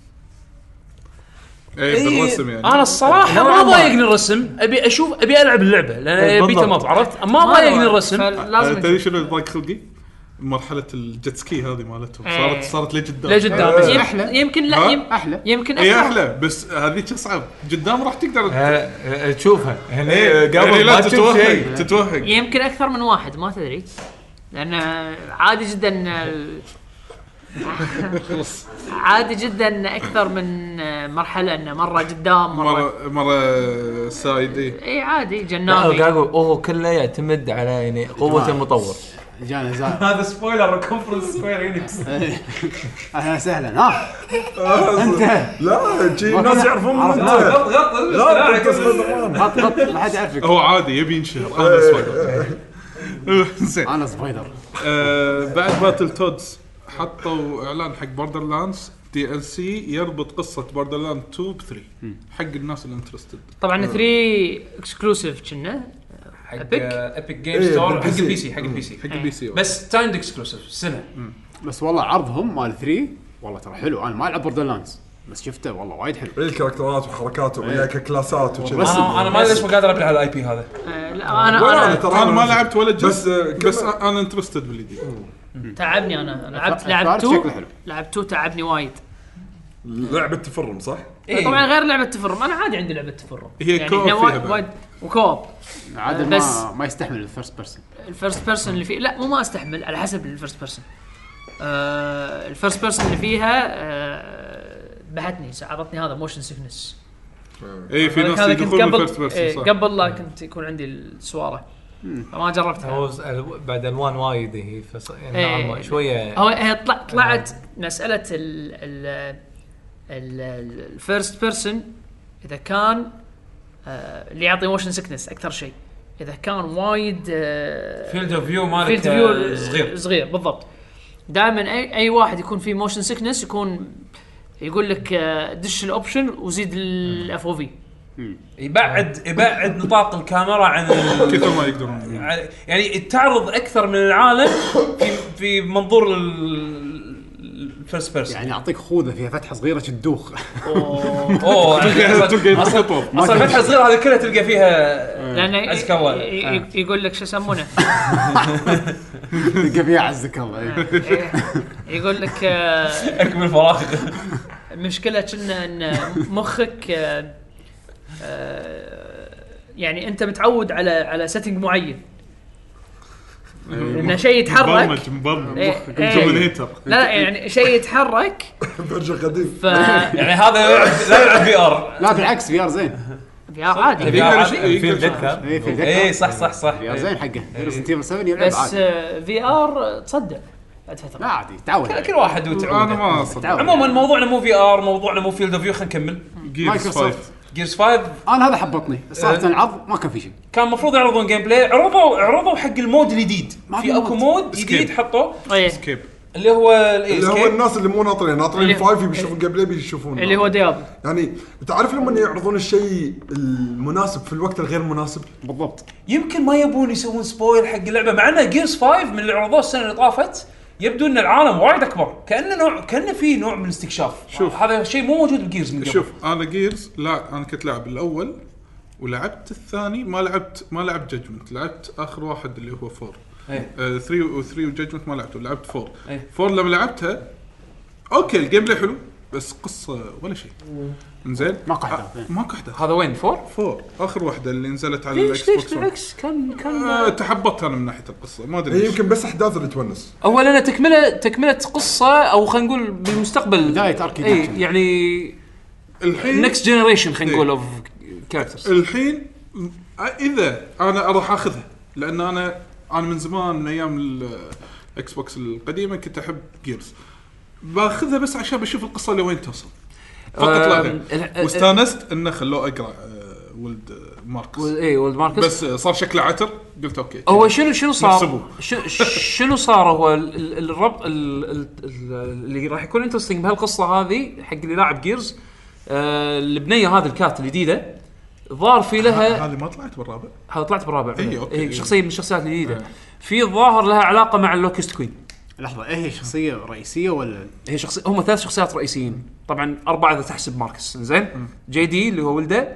بالرسم يعني انا الصراحه ما ضايقني الرسم. ابي العب اللعبه لان بيتا ما عرفت ما ضايقني الرسم. لازم تدري شنو ضايق خلقي؟ مرحله الجيت سكي هذه مالتهم صارت لقدام يمكن لا احلى يمكن احلى بس هذيك اصعب قدام راح تقدر تشوفها هنا قبل لا تتوهق يمكن اكثر من واحد ما تدري لان عادي جدا اكثر من مرحله انه مره قدام مره سايد. اي عادي جنابي. هو كله يعتمد على يعني قوه المطور. جانا زاد هذا سبويلر كونفرنس سكوير انكس. اهلا وسهلا. انت لا الناس يعرفون من انت. غط ما حد يعرفك. هو عادي يبي ينشهر. انا سبايدر. زين انا سبايدر. بعد باتل تودز حطوا اعلان حق بوردرلاندز DLC يربط قصه بوردرلاند 2 ب 3 حق الناس اللي انترستد. طبعا 3 اكسكلوسيف كنا حق ابيك جيم ستور حق البي سي بس تايمد اكسكلوسيف سنه. بس والله عرضهم مال 3 والله ترى حلو. انا ما العب بوردرلاندز بس شفته والله وايد حلو. الكاركترات وحركات وياك كلاسات وكذا. انا ما ادري ليش ما قادر ابلع هالاي بي هذا. لا انا ما لعبت ولا جزء بس انا انترستد بالجديد. تعبني. انا لعبت 2 تعبني وايد. لعبه تفرم صح؟ إيه؟ طبعا غير لعبه تفرم انا عادي عندي لعبه تفرم هي يعني كوب وايد وكوب عادي. ما يستحمل الفيرست بيرسون اللي فيه. لا مو ما استحمل على حسب الفيرست بيرسون. الفيرست بيرسون اللي فيها بهتني عرضتني هذا موشن سيكنس. اي في ناس يدخلون بالفيرست بيرسون صح. قبل لا كنت يكون عندي السواره فما جربتها. هو بعد الوان وايد هي يعني شويه. هي طلعت مساله الفيرست بيرسون اذا كان اللي يعطي موشن سيكنس اكثر شيء اذا كان وايد فيلد اوف فيو مالك صغير بالضبط. دائما اي واحد يكون فيه موشن سيكنس يكون يقول لك دش الاوبشن وزيد الاف او في يبعد نطاق الكاميرا عن كثر ما يقدرون. يعني تعرض اكثر من العالم في منظور الفيرست بيرسون. يعني اعطيك خوذه فيها فتحه صغيره تدوخ. اصلا فتحه صغيره هذه كلها تلقى فيها لأن عزك الله. يقول لك شو يسمونه تلقى فيها عزك الله. يقول لك اكمل فراغ. المشكله كنا ان مخك يعني انت متعود على سيتنج معين ان شيء يتحرك مبرمج كمبيوتر. لا يعني شيء يتحرك برجع قديم. يعني هذا لا يلعب في ار. لا بالعكس في ار زين. في ار عادي. في ار عادي. في ذكر. اي صح في ار زين حقه. ريزنت ايفل 7 يلعب بس عادي. في ار تصدق بعد فتره. لا عادي تعود. كل واحد وتعود. انا ما اصدق. عموما موضوعنا مو في ار، موضوعنا مو فيلد اوف فيو. خلينا نكمل. مايكروسوفت جيرز 5 انا هذا حبطني صراحه. العرض ما كان في شيء. كان المفروض يعرضون جيم بلاي. عرضوا حق المود الجديد. في اكو مود جديد حطوه اسكيب اللي هو اللي هو الناس اللي مو ناطرين 5 بيشوفون قبل بيشوفون اللي هو ديابلو. يعني تعرف لما يعرضون الشيء المناسب في الوقت الغير مناسب بالضبط. يمكن ما يبون يسوون سبويل حق اللعبه. مع انه جيرز 5 من اللي عرضوه السنه اللي طافت يبدو ان العالم وايد اكبر. كانه في نوع من الاستكشاف. شوف هذا شيء مو موجود بجيرز من قبل. شوف انا جيرز لا انا كنت لاعب الاول ولعبت الثاني. ما لعبت جادجمنت. لعبت اخر واحد اللي هو 4 3 وجادجمنت ما لعبته. لعبت 4 لما لعبتها اوكي الجيم بلاي حلو بس قصه ولا شيء. انزين ماكو حدا. هذا وين 4 اخر واحده اللي نزلت على الاكس بوكس. بالعكس كان تحبطت انا من ناحيه القصه ما ادري. يمكن بس احداث اللي تونس. اولا تكمله قصه او خلينا نقول بالمستقبل بدايه اركيد. يعني الحين نكست جنريشن خلينا نقول اوف كاركترز. الحين اذا انا اروح اخذها لان انا من زمان من ايام الاكس بوكس القديمه كنت احب جيرز. باخذها بس عشان بشوف القصه لوين توصل فقط لا غير. واستانست انه خلوه اقرا ولد ماركس. ولد ماركس بس صار شكله عتر قلت اوكي. هو شنو صار؟ شنو صار هو الربط اللي راح يكون انترستينج بهالقصه هذه حق اللي لاعب جيرز. البنيه هذه الكات الجديده ظهر في لها. هذه ما طلعت بالرابع. هذا طلعت بالرابع. أوكي. شخصيه من الشخصيات الجديده. في الظاهر لها علاقه مع اللوكست كوين. لحظه هي شخصيه رئيسيه ولا هي شخصيه؟ هم 3 شخصيات رئيسيين طبعا 4 اذا تحسب ماركس. زين جي دي اللي هو ولده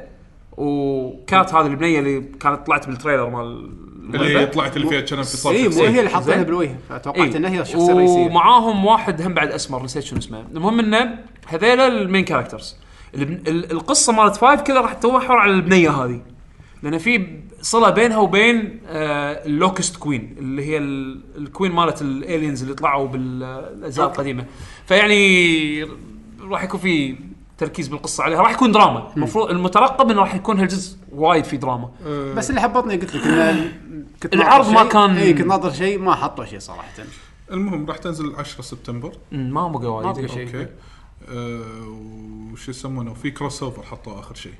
وكات هذه البنيه اللي كانت طلعت بالتريلر مال اللي طلعت اللي فيها كان في صار. مو هي اللي حاطينها بالوجه فتوقعت انها هي الشخصيه الرئيسيه. ومعاهم واحد هم بعد اسمر نسيت شنو اسمه. المهم انه هذول المين كاركترز. القصه مالت 5 كلها راح تتوحر على البنيه هذه لان في صله بينها وبين اللوكست كوين اللي هي الكوين مالت الالينز اللي طلعوا بالاجزاء القديمه. فيعني راح يكون في تركيز بالقصه عليها. راح يكون دراما. المفروض المترقب انه راح يكون هالجزء وايد في دراما. بس اللي حبطني قلت لك ان العرض ما كان كنت ناظر شيء ما حطوا شيء صراحه. المهم راح تنزل 10 سبتمبر. ما بقى وايد شيء. اوكي وش يسمونه في كروس اوفر حطوا اخر شيء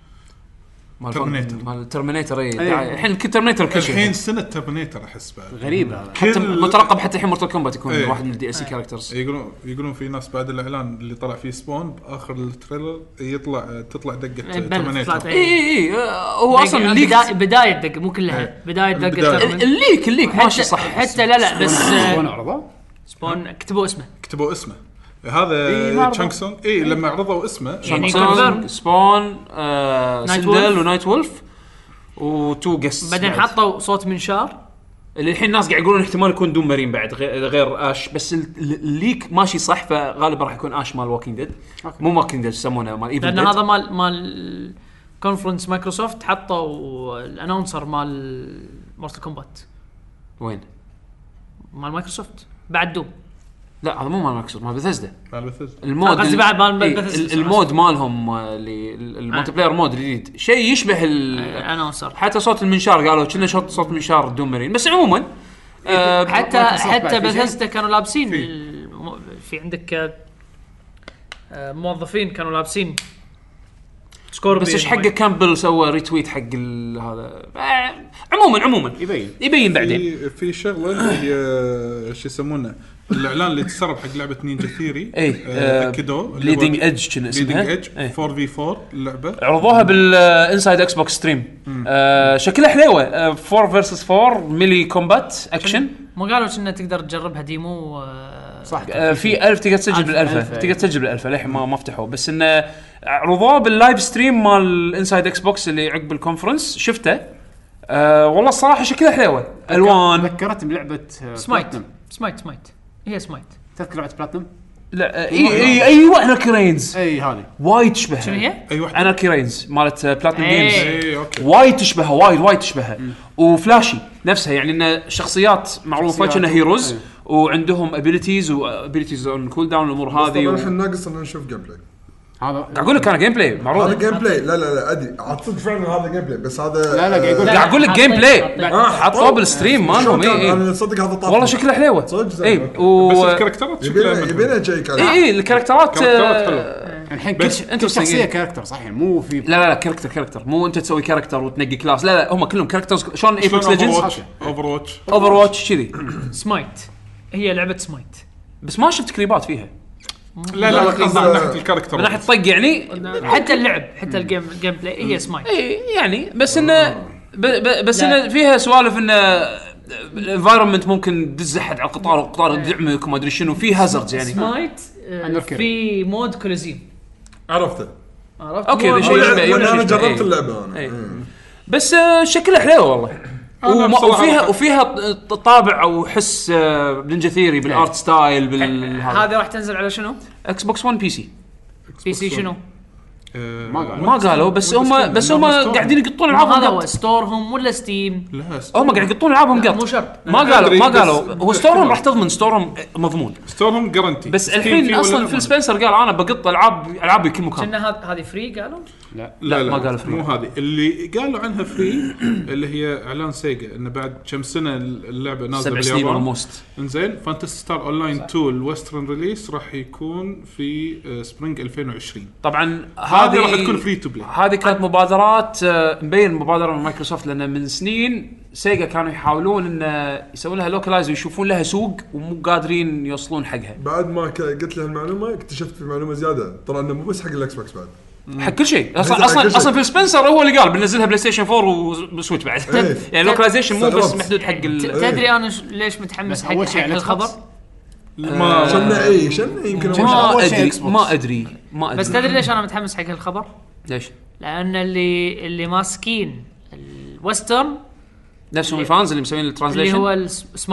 مال ترمينيتر. الحين كل ترمينيتر كل شيء. الحين سنه ترمينيتر احس بعد غريبه هذا. حتى مترقب حتى الحين مورتال كومبات يكون واحد من الدي اس سي كاركترز. يقولون في ناس بعد الاعلان اللي طلع فيه سبون باخر التريلر تطلع دقه ترمينيتر. اي هو اصلا الليك بدايه دقه مو كلها. بدايه دقه الليك ماشي صح. حتى لا بس سبون عرضه سبون كتبوا اسمه هذا تشانكسونغ. لما عرضوا اسمه تشانكسونغ سبون سندل ونايت وولف وتو جيست. بعدين حطوا صوت منشار اللي الحين الناس قاعد يقولون احتمال يكون دوم مارين بعد غير اش. بس الليك ماشي صح فغالبا راح يكون اش مال ووكينج ديد مو ووكينج ديد يسمونه مال ايفل. لان هذا مال كونفرنس مايكروسوفت حطوا الانونسر مال مورتال كومبات. وين مال مايكروسوفت بعد دوم. لا هذا مو مال مايكروسوفت مال بثيسدا. المود قصدي بعد مال بثيسدا. المود مالهم اللي الملتي بلاير مود الجديد شيء يشبه الانونسر. حتى صوت المنشار قالوا كنا صوت منشار دوم مارين. بس عموما حتى بثيسدا كانوا لابسين في عندك موظفين كانوا لابسين بس ايش حقه كامبل سوى ريتويت حق هذا عموما يبين بعدين في شغله اللي هي شو يسمونه الاعلان اللي تسرب حق لعبه نينجا ثيري اكدوا ليدنج ايدج كان اسمها ليدنج ايدج 4v4 اللعبه عرضوها بالانسايد اكس بوكس ستريم شكلها حلوه 4 vs 4 ميلي كومبات اكشن ما قالوا كنا تقدر تجربها ديمو صح في 1000 تقدر تسجل بالالفا تقدر تسجل بالالفا للحين ما فتحوا بس انه عرضوها باللايف ستريم مال الانسايد اكس بوكس اللي عقب الكونفرنس شفته والله الصراحه شكلها حلوه الوان ذكرتني بلعبه سمايت هي سمايت تذكر لعبه بلاتنم لا ايوه انا كرينز هذه شنو وايد تشبهها هي؟ انا كرينز مالت بلاتنم جيمز اوكي وايد تشبهها وايد تشبهها وفلاشي نفسها يعني ان شخصيات معروفه كأنها هيروز وعندهم ابيليتيز وابيليتيز اون كول داون الامور هذه الحين ناقص ان نشوف جيم بلاي هذا قاعد اقول لك انا جيم بلاي معروف هذا جيم بلاي لا ادري اعتقد فعلا هذا جيم بلاي بس هذا لا قاعد يقول قاعد اقول لك جيم بلاي حطوه بالستريم مالهم انا صدق هذا طاف والله شكله حلوه اي بس الكاركترات يبينا شيء كان اي الكاركترات الحين كل شخصيه كاركتر صح مو في لا كاركتر مو انت تسوي كاركتر وتنقي كلاس لا هم كلهم كاركترز شلون ايبكس ليجندز اوفر واتش كذي سمايت هي لعبه سمايت بس ما شفت كليبات فيها لا قصدي من ناحيه الكاركتر من ناحيه طق يعني حتى اللعب حتى الجيم بلاي هي سمايت يعني بس انه بس انه فيها سوالف انه الانفايرمنت ممكن تزحد على القطار والقطار يدعمك وما ادري شنو في هازاردز يعني سمايت في مود كولوزيوم عرفت اوكي هذا شيء انا جربت اللعبه انا بس شكلها حلو والله وفيها طابع او حس نينجا ثيري بالارت ستايل هذه راح تنزل على شنو اكس بوكس 1 بي سي شنو ما قالوا بس هم قاعدين يقطون العابهم هذا هو ستورهم ولا ستيم هم قاعد يقطون العابهم قط مو شرط ما قالوا هو ستورهم راح تضمن ستورهم مضمون ستورهم جارنتي بس الحين اصلا في سبنسر قال انا بقط العاب بكل مكان كنا هذه فري قالوا لا ما قالوا فري مو هذه اللي قالوا عنها فري اللي هي اعلان سيجا انه بعد كم سنه اللعبه نازله باليابان انزين فانتسي ستار اونلاين 2 الويسترن ريليس راح يكون في سبرينج 2020 طبعا هذه راح تكون فري تو بلاي هذه كانت مبادرات مبين مبادره من مايكروسوفت لان من سنين سيجا كانوا يحاولون ان يسوون لها لوكلايز ويشوفون لها سوق ومو قادرين يوصلون حقها بعد ما قلت له المعلومه اكتشفت في معلومه زياده ترى انه مو بس حق الاكس بوكس بعد حق كل شيء اصلا في سبنسر هو اللي قال بنزلها بلاي ستيشن 4 وسويتش بعد يعني لوكلايزيشن مو بس محدود حق تدري انا ليش متحمس حق الخبر ما شنو يمكن ما ادري بس تدري ليش انا متحمس حق الخبر ليش لان اللي ماسكين الويسترن نفسهم الفانز اللي مسوين الترانزليشن اللي هو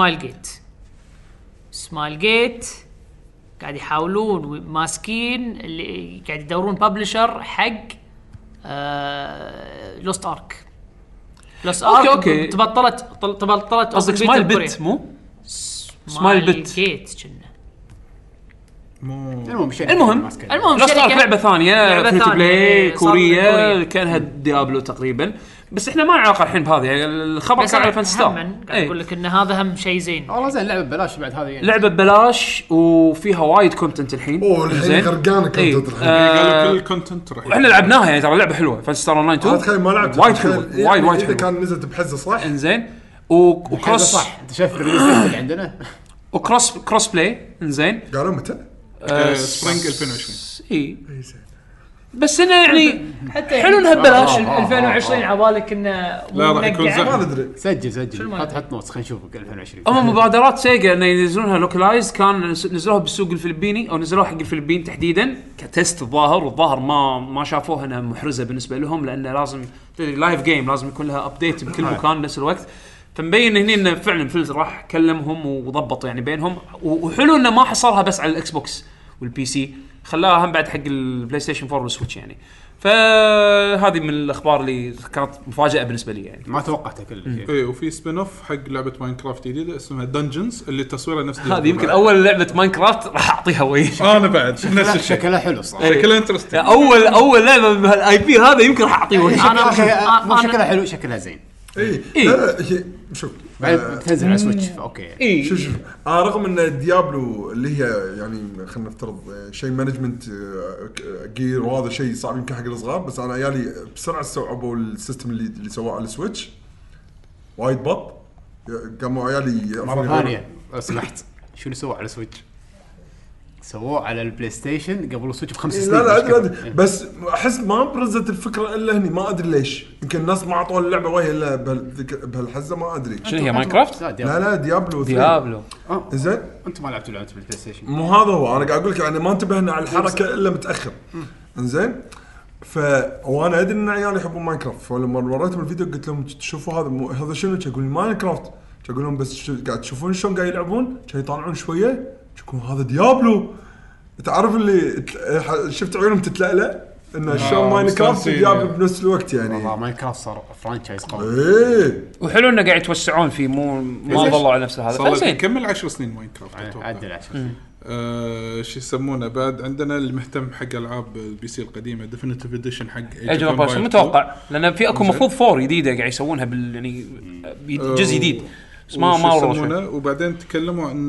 سمايل جيت قاعد يحاولون ماسكين اللي قاعد يدورون ببلشر حق لوست ارك اوكي تبطلت قصدك سمايل بيت مو سمايل بيت جيت المهم شركه لعبه ثانيه فري تو بلاي كوريه كانها ديابلو تقريبا بس احنا ما علاقه الحين بهذه يعني الخبر كان على فانستار قاعد اقول لك ان هذا هم شيء زين والله زين لعبه ببلاش بعد هذه يعني لعبه ببلاش وفيها وايد كونتنت الحين الحين غرقانه كونتنت قالوا كل الكونتنت راح احنا لعبناها يعني ترى لعبه حلوه فانستار اونلاين 2 تخيل ما لعبت وايد حلوه وايد اذا كان نزلت بحزه صح انزين وكروس صح انت شايف الريليز اللي عندنا وكروس بلاي انزين قالوا متى سبرينج 2020 اي بس انا يعني حتى حلو انها ببلاش 2020 عبالك انه لا راح يكون ما ندري سجل حط نوتس خلينا نشوف 2020 اما مبادرات سيجا انه ينزلونها لوكلايز كان نزلوها بالسوق الفلبيني او نزلوها حق الفلبين تحديدا كتست والظاهر ما شافوها انها محرزه بالنسبه لهم لانه لازم لايف جيم لازم يكون لها ابديت بكل مكان بنفس الوقت فمبين هنا انه فعلا فلتر راح كلمهم وضبط يعني بينهم وحلو انه ما حصرها بس على الاكس بوكس والبي سي خلاها هم بعد حق البلاي ستيشن 4 والسويتش يعني فهذه من الاخبار اللي كانت مفاجاه بالنسبه لي يعني ما توقعتها كلش اي وفي سبين اوف حق لعبه ماينكرافت جديده اسمها دنجنز اللي تصويرها نفس هذه يمكن اول لعبه ماينكرافت راح اعطيها وي انا بعد نفس الشيء شكلها حلو صح شكلها انترستنج اول لعبه بهالاي بي هذا يمكن راح اعطيه وي انا شكلها حلو شكلها زين اي إيه. لا شوف بعدين تنزل على سويتش اوكي اي شوف رغم ان ديابلو اللي هي يعني خلينا نفترض شيء مانجمنت جير وهذا شيء صعب يمكن حق الصغار، بس انا عيالي بسرعه استوعبوا السيستم اللي سواه على السويتش وايد بط. قاموا عيالي مره ثانيه لو سمحت شو اللي سووا على السويتش؟ سووه على البلاي ستيشن قبل السويتش ب5 سنين. لا بس احس ما برزت الفكره الا هني، ما ادري ليش. يمكن الناس ما عطوا اللعبه وهي الا بهالحزه، ما ادري شنو هي ماينكرافت. لا ديابلو زين انت ما لعبتوا بالبلاي ستيشن. مو هذا هو، انا قاعد اقول لك يعني ما انتبهنا على الحركه الا متاخر. انزين وانا ادري ان عيالي يحبون ماينكرافت، فلما وريتهم الفيديو قلت لهم شوفوا هذا شنو؟ يقول ماينكرافت. اقول لهم بس قاعد تشوفون شلون قاعد يلعبون، يطالعون شويه يقولون هذا ديابلو. تعرف اللي شفت عيونهم تتلألأ انه شلون ماينكرافت وديابلو بنفس الوقت يعني. والله ماينكرافت صار فرانشايز قوي. ايه وحلو انه قاعد يتوسعون فيه، ما ضلوا على نفس هذا. صار يكمل 10 سنين ماينكرافت. عدل 10 سنين. شو يسمونه بعد عندنا المهتم حق العاب البي سي القديمه ديفينيتيف اديشن حق ايج متوقع، لان في اكو مفروض 4 جديده قاعد يسوونها يعني جزء جديد بس ما وروه. وبعدين تكلموا عن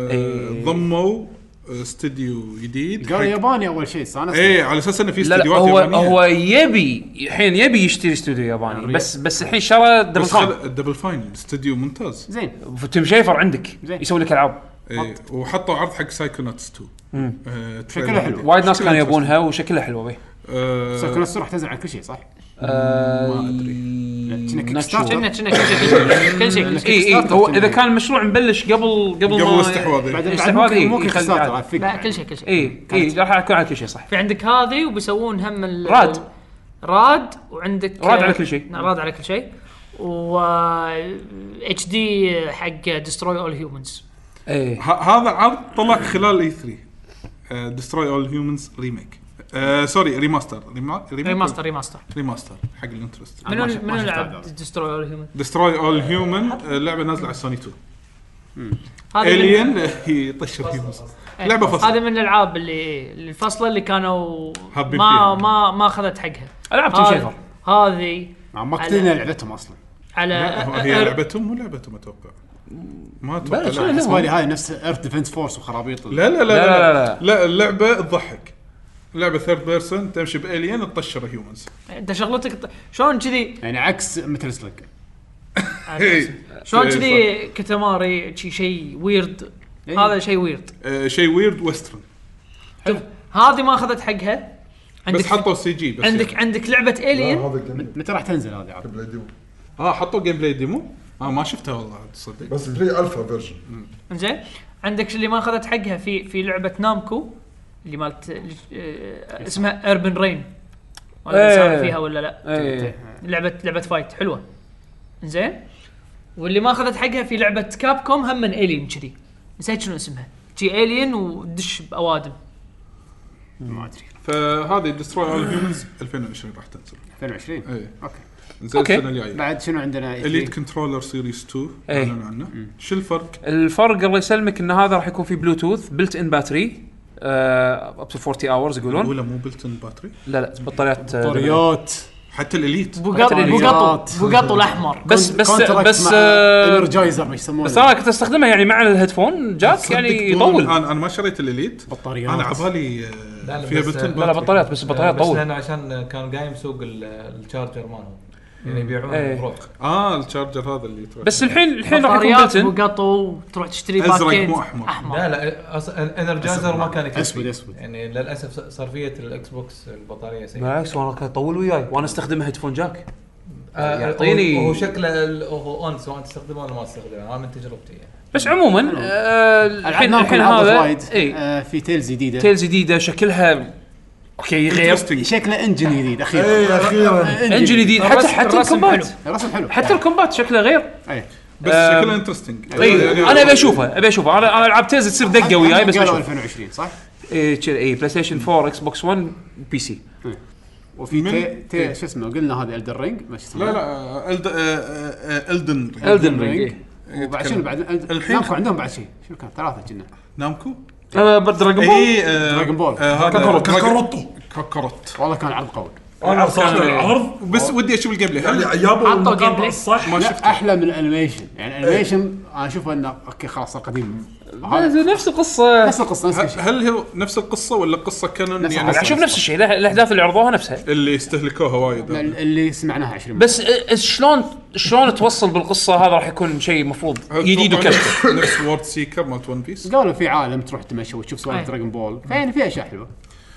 ضموا استوديو جديد قال ياباني اول شيء صار ايه على اساس انه في استديوهات يابانيه. هو يبي الحين يشتري استوديو ياباني بس الحين شرى دبل فاين استوديو ممتاز زين. تيم شيفر عندك يسوي لك العاب. ايه وحطوا عرض حق سايكوناتس 2 شكلها حلو، وايد ناس كانوا يبونها وشكلها حلو به. سايكوناتس راح تنزل على كل شيء صح؟ ما ادري كنا كل شيء. هو اذا كان المشروع مبلش قبل ما الاستحواذ ممكن يخلي لا كل شيء اي راح يكون على كل شيء صح. في عندك هذه وبيسوون هم راد وعندك راد على كل شيء. راد على كل شيء و اتش دي حق ديستروي اول هيومنز. هذا عرض طلع خلال اي 3 ديستروي اول هيومنز ريميك سوري ريماستر حق الانترست. من لعب ديستروي اول هيومن. ديستروي اول هيومن لعبه نازله على سوني 2. الين يطش هيومنز لعبه فصل. هذا من الالعاب اللي الفصله اللي كانوا ما اخذت حقها. العاب تيم شيفر هذه ما كتبنا لعبتهم اصلا. على هي لعبتهم اتوقع ما اتوقع. بالنسبه لي هاي نفس ايرث ديفنس فورس وخرابيط. لا اللعبه تضحك. لعبه ثيرد بيرسون تمشي بالين تطشر هيومنز. انت شغلتك شلون كذي يعني عكس مثل سلك. شلون كذي كتماري شيء ويرد. هذا شيء ويرد ويسترن. هذه ما اخذت حقها. بس حطوا سي جي بس. عندك لعبه الين متى راح تنزل هذه حطوا جيم بلاي ديمو. ما شفتها والله تصدق. بس بري الفا فيرجن. زين عندك اللي ما اخذت حقها في لعبه نامكو اللي مالت اسمها اربن رين. ولا فيها ولا لا؟ لعبه فايت حلوه. زين واللي ما اخذت حقها في لعبه كابكوم هم من الين كذي نسيت شنو اسمها جي الين ودش باوادم ما ادري. فهذه ديستروي اول هيومنز 2020 راح تنزل 2020. اوكي السنه الجايه. بعد شنو عندنا؟ اليت كنترولر سيريز 2 اعلنوا عنه. شو الفرق الله يسلمك ان هذا راح يكون في بلوتوث بلت ان باتري اب تو 40 اورز يقولون. ولا مو بلت ان باتري؟ لا بطاريات حتى الاليت بقطو الاحمر بس انرجايزر مش يسمونه. بس انا كنت استخدمها يعني مع الهيدفون جاك يعني يطول. انا ما شريت الاليت بطاريات. انا عبالي فيها بلتن. لا بطاريات بس بطاريات طول. لأن عشان كان قايم سوق الشارجر مالهم يعني يبيعون بروح. الشارجر هذا اللي تروح. بس الحين راح يكون بلتن بقطو تروح تشتري باكين مو احمر. لا انرجايزر ما كان اسود يعني للاسف صرفيه الاكس بوكس البطاريه سيئه. بالعكس وانا كان يطول وياي وانا استخدمها هيدفون جاك. يعطيني هو شكله هو اون سواء تستخدمه ولا ما تستخدمه. انا من تجربتي يعني. بس عموما الحين هذا في تيلز جديده شكلها اوكي غير شكله انجن جديد اخيرا. انجن جديد حتى الكومبات رسم حلو. حتى الكومبات شكله غير. بس شكله انترستينج. انا ابي اشوفه انا العب تيز تصير دقه وياي بس قالوا 2020 صح؟ اي بلاي ستيشن 4 اكس بوكس 1 بي سي. وفي شو اسمه قلنا هذا الدر رينج ماشي اسمه. لا الدن رينج. وبعد شنو بعد نامكو عندهم بعد شيء شنو كان 3 كنا نامكو دراغون بول. دراغون بول كاكاروت والله كان عرض قوي. انا صراحه العرض بس ودي اشوف الجيم بلاي. يعني جابوا حطوا المقاطع gameplay. الصح. ما لا شفته. احلى من الانيميشن، يعني الانيميشن انا اشوفه انه اوكي خلاص صار قديم. هذا نفس القصه. نفس القصه نفس الشيء. هل هو نفس القصه ولا قصه كانون نفس يعني القصة. اشوف نفس الشيء، الاحداث اللي عرضوها نفسها. اللي استهلكوها وايد؟ اللي سمعناها 20 بس شلون توصل بالقصه؟ هذا راح يكون شيء مفروض جديد وكشف. نفس وورد سيكر مالت ون بيس. قالوا في عالم تروح تمشي وتشوف سوالف دراجون بول، فيعني في اشياء حلوه.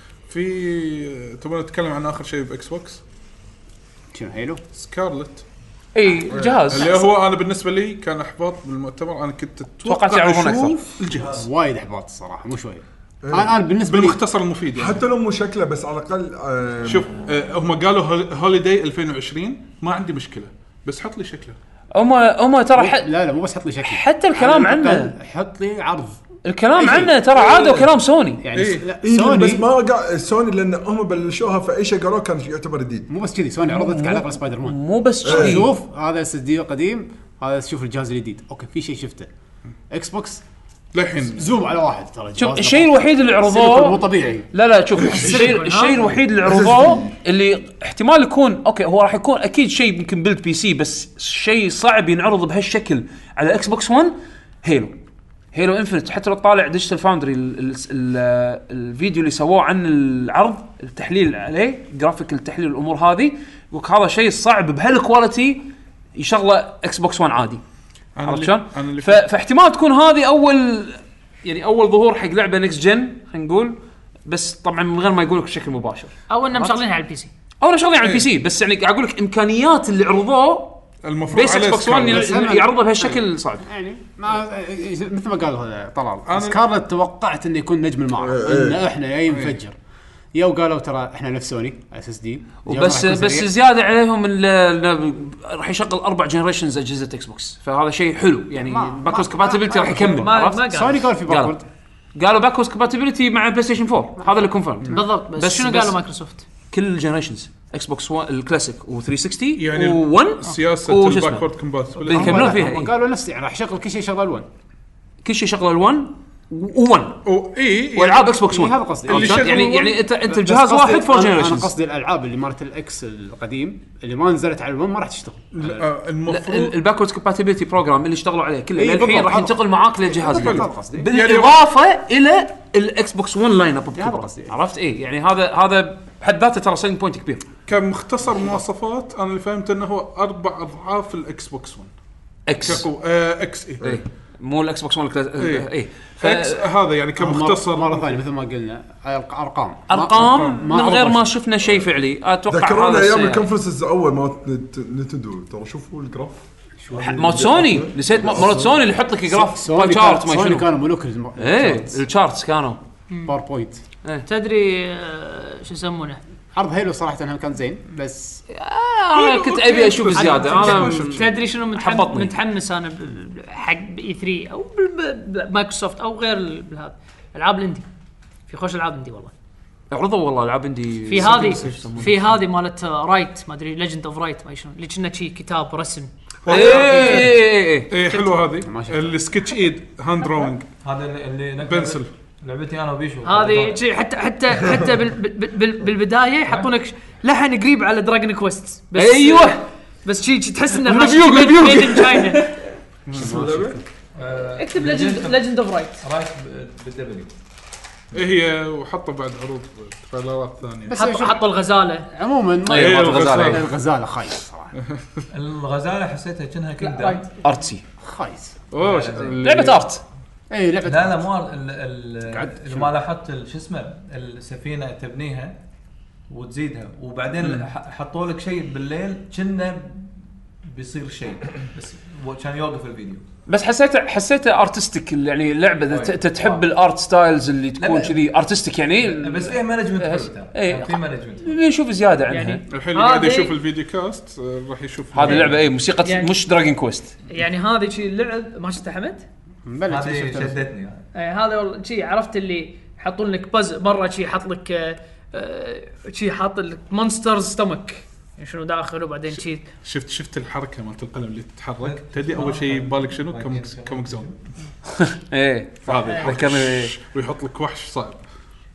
في تبغى نتكلم عن اخر شيء باكس بوكس؟ شنو هيلو؟ سكارلت اي جهاز اللي هو انا بالنسبه لي كان احباط بالمؤتمر. انا كنت توقعت يعرضون أكثر. اشوف الجهاز وايد احباط الصراحه، مو شويه. انا بالنسبه لي بالمختصر المفيد يعني. حتى لو مو شكله بس على الاقل شوف هم قالوا هوليداي 2020 ما عندي مشكله، بس حط لي شكله. هم ترى لا مو بس حط لي شكل، حتى الكلام عنه، حط لي عرض. الكلام عنه ترى عاده وكلام سوني. يعني لا سوني سوني بس ما سوني لان هم بلشوها فاي شيء قالوه كان يعتبر جديد. مو بس كذي، سوني عرضت على سبايدر مان. مو بس كذي. شوف هذا اس دي قديم، هذا شوف الجهاز الجديد. اوكي في شيء شفته اكس بوكس للحين زوم على واحد ترى. شوف الشيء الوحيد اللي مو عرضوه طبيعي. لا شوف الشيء الوحيد اللي عرضوه اللي احتمال يكون اوكي، هو راح يكون اكيد شيء يمكن بيلد بي سي، بس شيء صعب ينعرض بهالشكل على اكس بوكس 1. هيلو انفنت. حتى لو طالع ديجيتال فاوندري الفيديو اللي سووه عن العرض، التحليل عليه، جرافيك التحليل الامور هذه، وهذا شيء صعب بهالكواليتي يشغله اكس بوكس 1 عادي. عرفت شلون؟ فاحتمال تكون هذه اول ظهور حق لعبه نكست جن خلينا نقول، بس طبعا من غير ما يقول لك بشكل مباشر، او انهم مشغلينها على البي سي، او شغالين على البي سي. بس يعني قاعد اقول لك امكانيات اللي عرضوه المفروض بس اكس بوكس 1 يعرضها بهالشكل صعب. يعني ما مثل ما قال هذا طلال سكارلت توقعت انه يكون نجم المعرض، ان احنا جاي نفجر. يو قالوا ترى احنا نفس سوني اس اس دي، بس زياده عليهم راح يشغل 4 جنريشنز اجهزه اكس بوكس، فهذا شيء حلو يعني. باكورد كومباتيبلتي راح يكمل. سوني قال في باكورد، قالوا باكورد كومباتيبلتي مع بلاي ستيشن 4، هذا اللي كونفيرم بالضبط. بس شنو قالوا مايكروسوفت؟ كل الجنريشنز اكس بوكس 1 الكلاسيك و360 يعني و1 سياسه الباكورد كومباتيبلتي بيكملون فيها. قالوا نفس يعني راح يشغل كل شيء شغال 1، كل شيء شغله ال1 و1 والعاب اكس بوكس 1. هذا قصدي يعني انت الجهاز واحد فور جنريشنز. انا قصدي الالعاب اللي مالت الاكس القديم اللي ما نزلت على ال1 ما راح تشتغل. المفروض الباكورد كومباتيبلتي بروجرام اللي اشتغلوا عليه كله الحين راح ينتقل معاك للجهاز الجديد بالاضافه الى الاكس بوكس 1 لاين اب. عرفت ايه يعني؟ هذا بحد ذاته ترى سيلينج بوينت كبير. كان مختصر مواصفات انا اللي فهمت انه هو 4 اضعاف الاكس بوكس 1 اكس اكس ايه مو الاكس بوكس 1 ايه اكس هذا يعني كان مختصر مره ثانيه مثل ما قلنا ارقام من غير ما شفنا شيء فعلي. اتوقع ذكرونا ايام الكونفرنس الاول ما نتندو ترى شوفوا الجراف مال سوني. نسيت مال سوني اللي يحط لك جراف باي شارت ما سوني شنو كانوا ملوك ايه الشارتس كانوا باوربوينت. تدري شو يسمونه عرض هيلو صراحه انها كان زين، بس انا كنت ابي اشوف زياده. انا تدري شنو متحمس انا حق اي 3 او مايكروسوفت او غير بهذا العاب الاندي. في خوش العاب اندي والله عرضوا والله العاب اندي. في هذه مالت رايت ما ادري ليجند اوف رايت ما شنو اللي كنا شيء كتاب رسم. ايه حلوه هذه السكتش ايد هاند دروينج. هذا اللي بنسل لعبتي انا وبيشو هذه شيء حتى بالبدايه يحطونك لحن قريب على دراجون كويست. بس ايوه بس شيء تحس انه ريفيو تشاينا. اكتب ليجند اوف رايت بالدبليو. هي وحطوا بعد عروض تريلرات ثانيه. حطوا الغزاله عموما الغزاله خايس صراحه. الغزاله حسيتها كأنها كده ارتسي خايس. لعبه ارت. اي لعبه لا مو ما لاحظت شو اسمه السفينه تبنيها وتزيدها وبعدين حطوا لك شيء بالليل كنا بيصير شيء بس كان يوقف الفيديو. بس حسيته ارتستيك يعني اللعبه تحب الارت ستايلز اللي تكون كذي ارتستيك يعني. بس فيها مانجمنت حلو. في مانجمنت نشوف زياده عنها يعني الحين اللي قاعد يشوف الفيديو كاست راح يشوف هذه اللعبه موسيقى يعني مش دراجون كويست. يعني هذه شيء اللعب ما شفت حمد هذه شدتني هذا والله شيء عرفت اللي يحطون لك باز مره شيء حط لك شيء حاط لك مونسترز ستومك شنو داخل وبعدين شيء شفت الحركه مالت القلم اللي تتحرك تدري اول شيء بالك شنو كوميك زون. ايه هذا ذكرني ويحط لك وحش صعب.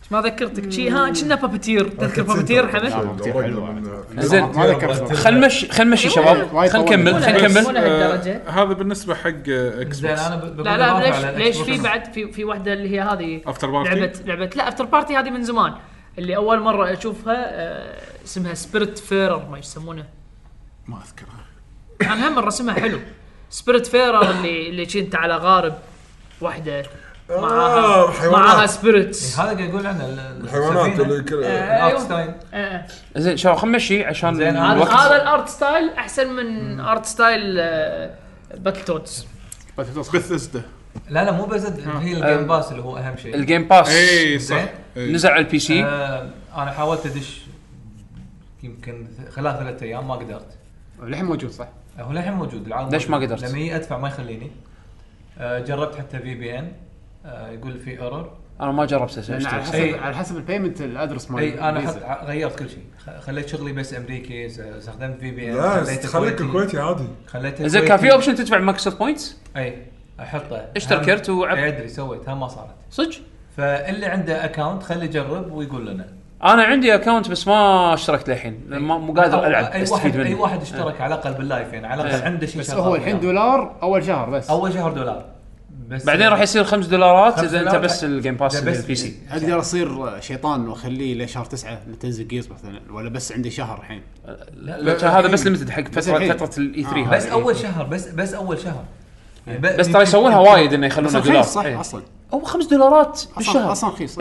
ما ذكرتك شي ها كنا بابتير تذكر بابتير حمد زين ما ذكرت خل نمشي شباب خل نكمل مو لهالدرجه هذا بالنسبه حق اكس زين بوكس. انا لا ليش في بعد في واحده اللي هي هذه افتر بارتي لعبه لا افتر بارتي هذه من زمان اللي اول مره اشوفها اسمها سبيريت فيرر ما يسمونه ما اذكرها كان هم رسمها حلو سبيريت فيرر اللي كنت على غارب واحده معها سبيريتس هذا قاعد يقول عنه الحيوانات اللي الارت ستايل. زين شباب خل نمشي عشان الوقت. هذا الارت ستايل احسن من ارت ستايل باتل توتس بثزدا. لا مو بس هي الجيم باس اللي هو اهم شيء. الجيم باس اي صح نزل على البي سي. انا حاولت ادش يمكن خلال 3 ايام ما قدرت. الحين موجود صح؟ هو الحين موجود العالم. ليش ما قدرت؟ لما ادفع ما يخليني. جربت حتى في بي ان يقول في ايرور. انا ما جربت اسوي على حسب البيمنت الادرس مال. اي انا غيرت كل شيء. خليت شغلي بس امريكي استخدمت في بي ان. لا خليك كويتي عادي. زين كان في اوبشن تدفع مايكروسوفت بوينتس. اي احطه اشتركت ادري سويتها ما صارت صدق. فاللي عنده اكاونت خليه يجرب ويقول لنا. انا عندي اكاونت بس ما اشتركت للحين مو قادر العب استفيد منه. اي واحد اشترك على الاقل باللايف يعني على الاقل عنده شيء. بس هو الحين $1 اول شهر بس. اول شهر $1 بس. بعدين راح يصير $5 اذا انت بس الجيم باس البي سي. اقدر اصير شيطان واخليه لشهر 9 تنزل جيرز مثلا ولا بس عندي شهر الحين؟ لا هذا بس ليمتد حق فتره الاي 3 بس اول شهر بس اول شهر يعني بس ترى يسوونها وايد انه يخلونه $1 صح اصلا او $5 بالشهر اصلا رخيص. $5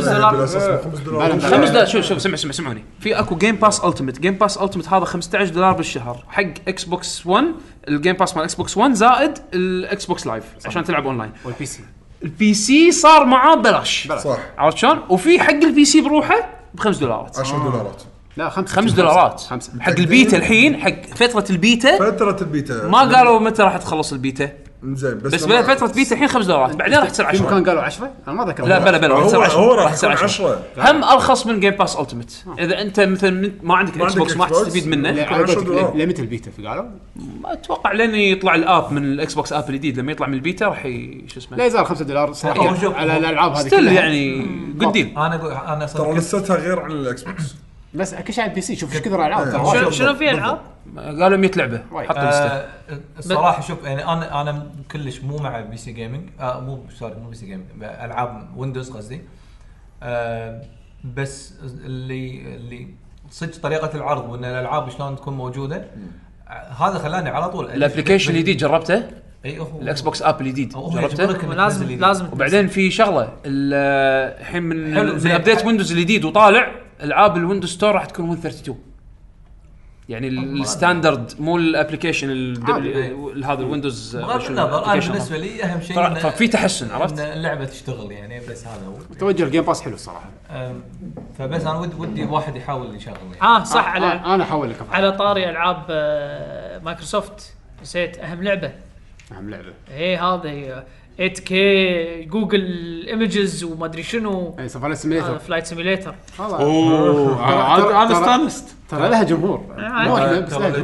$5 شوف سمعوني في اكو جيم باس التيمت. جيم باس التيمت هذا $15 بالشهر حق اكس بوكس 1. الجيم باس مال اكس بوكس 1 زائد الاكس بوكس لايف عشان تلعب اونلاين. البي سي صار معاه بلاش صح عرفت شلون. وفي حق البي سي بروحه $5 $10 لا $5 حق البيتا. الحين حق فتره البيتا ما قالوا متى راح تخلص البيتا. زين بس فتره بيتا الحين $5 بعدين راح تصير 10. في مكان قالوا 10 انا ما ذكرت. لا بلا راح تصير 10. هو راح تصير 10 هم ارخص من جيم باس التيمت. اذا انت مثلا ما عندك اكس بوكس ما تستفيد منه. ليميت البيتا في قالوا ما اتوقع لين يطلع الاب من الاكس بوكس اب الجديد. لما يطلع من البيتا راح شو اسمه لا يزال $5 صراحه على الالعاب هذه كلها يعني جود ديل. انا ترى لساتها غير عن الاكس بوكس بس كل على البي سي. شوف ايش كثر العاب. شنو في العاب قالوا 100 لعبه حطوا لسته. الصراحه شوف يعني انا كلش مو مع بي سي جيمنج. مو بي سي جيمنج العاب ويندوز قصدي. بس اللي صدق طريقه العرض وان الالعاب شلون تكون موجوده هذا خلاني على طول. الابلكيشن الجديد جربته. اي هو الاكس بوكس اب الجديد جربته. لازم وبعدين في شغله الحين من ابديت ويندوز الجديد وطالع العاب الويندوز ستور راح تكون 132 يعني الستاندرد مو الابلكيشن هذا الويندوز. بغض النظر انا بالنسبه لي اهم شيء ففي تحسن عرفت اللعبه تشتغل يعني. بس هذا هو توجه الجيم باس حلو الصراحه. فبس انا ودي واحد يحاول يشغل يعني. صح على انا احول لك على طاري العاب مايكروسوفت نسيت اهم لعبه ايه هذه 8K جوجل ايمجز وما ادري شنو. اي فلايت سيميليتر. فلايت سيميليتر انا استانست. ترى لها جمهور مو احنا بس ترى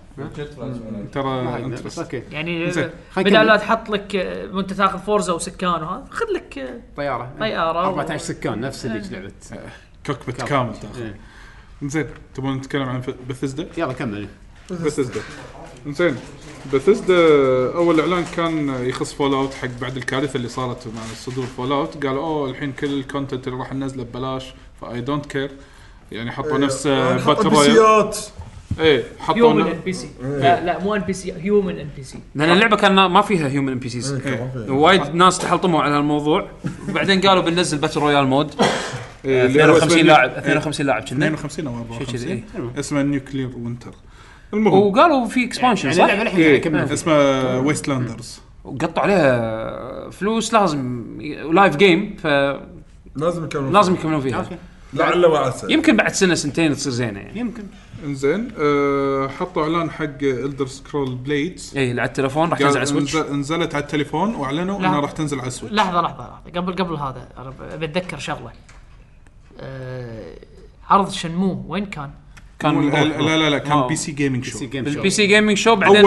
ترى يعني بدل لا تحط لك وانت تاخذ فورزا وسكان وهذا خذ لك طياره 14 سكان نفس اللي لعبه كوكبيت كامل تاخذ. زين تبون نتكلم عن بثزدا؟ يلا كمل. بثزدا زين. بثزدا اول اعلان كان يخص فول اوت حق بعد الكارثه اللي صارت مع صدور فول اوت. قالوا الحين كل الكونتنت اللي راح ننزله ببلاش فاي دونت كير يعني. حطوا نفس باتل رويال. ايه حطوا ان بي سي. لا مو ان بي سي هيومن ان بي سي لان اللعبه كان ما فيها هيومن ان بي سيز. وايد ناس تحلطموا على الموضوع. وبعدين قالوا بننزل باتل رويال مود 52 لاعب 52 لاعب كنا 52 او 54 اسمه نيوكلير وينتر. المهم وقالوا في اكسبانشن صح اسمه ويستلاندرز وقطوا عليها فلوس لازم لايف جيم ف لازم يكملون فيها. لعل وعسى يمكن بعد سنه سنتين تصير زينه يعني يمكن. انزين حطوا اعلان حق إلدر سكرول بليدز. اي على التليفون راح تنزل على سويتش. نزلت على التليفون واعلنوا انها راح تنزل على السويتش. لحظه قبل هذا بتذكر شغله. عرض شنمو وين كان لا كان بي سي جيمنج شو. البي سي جيمنج شو بعدين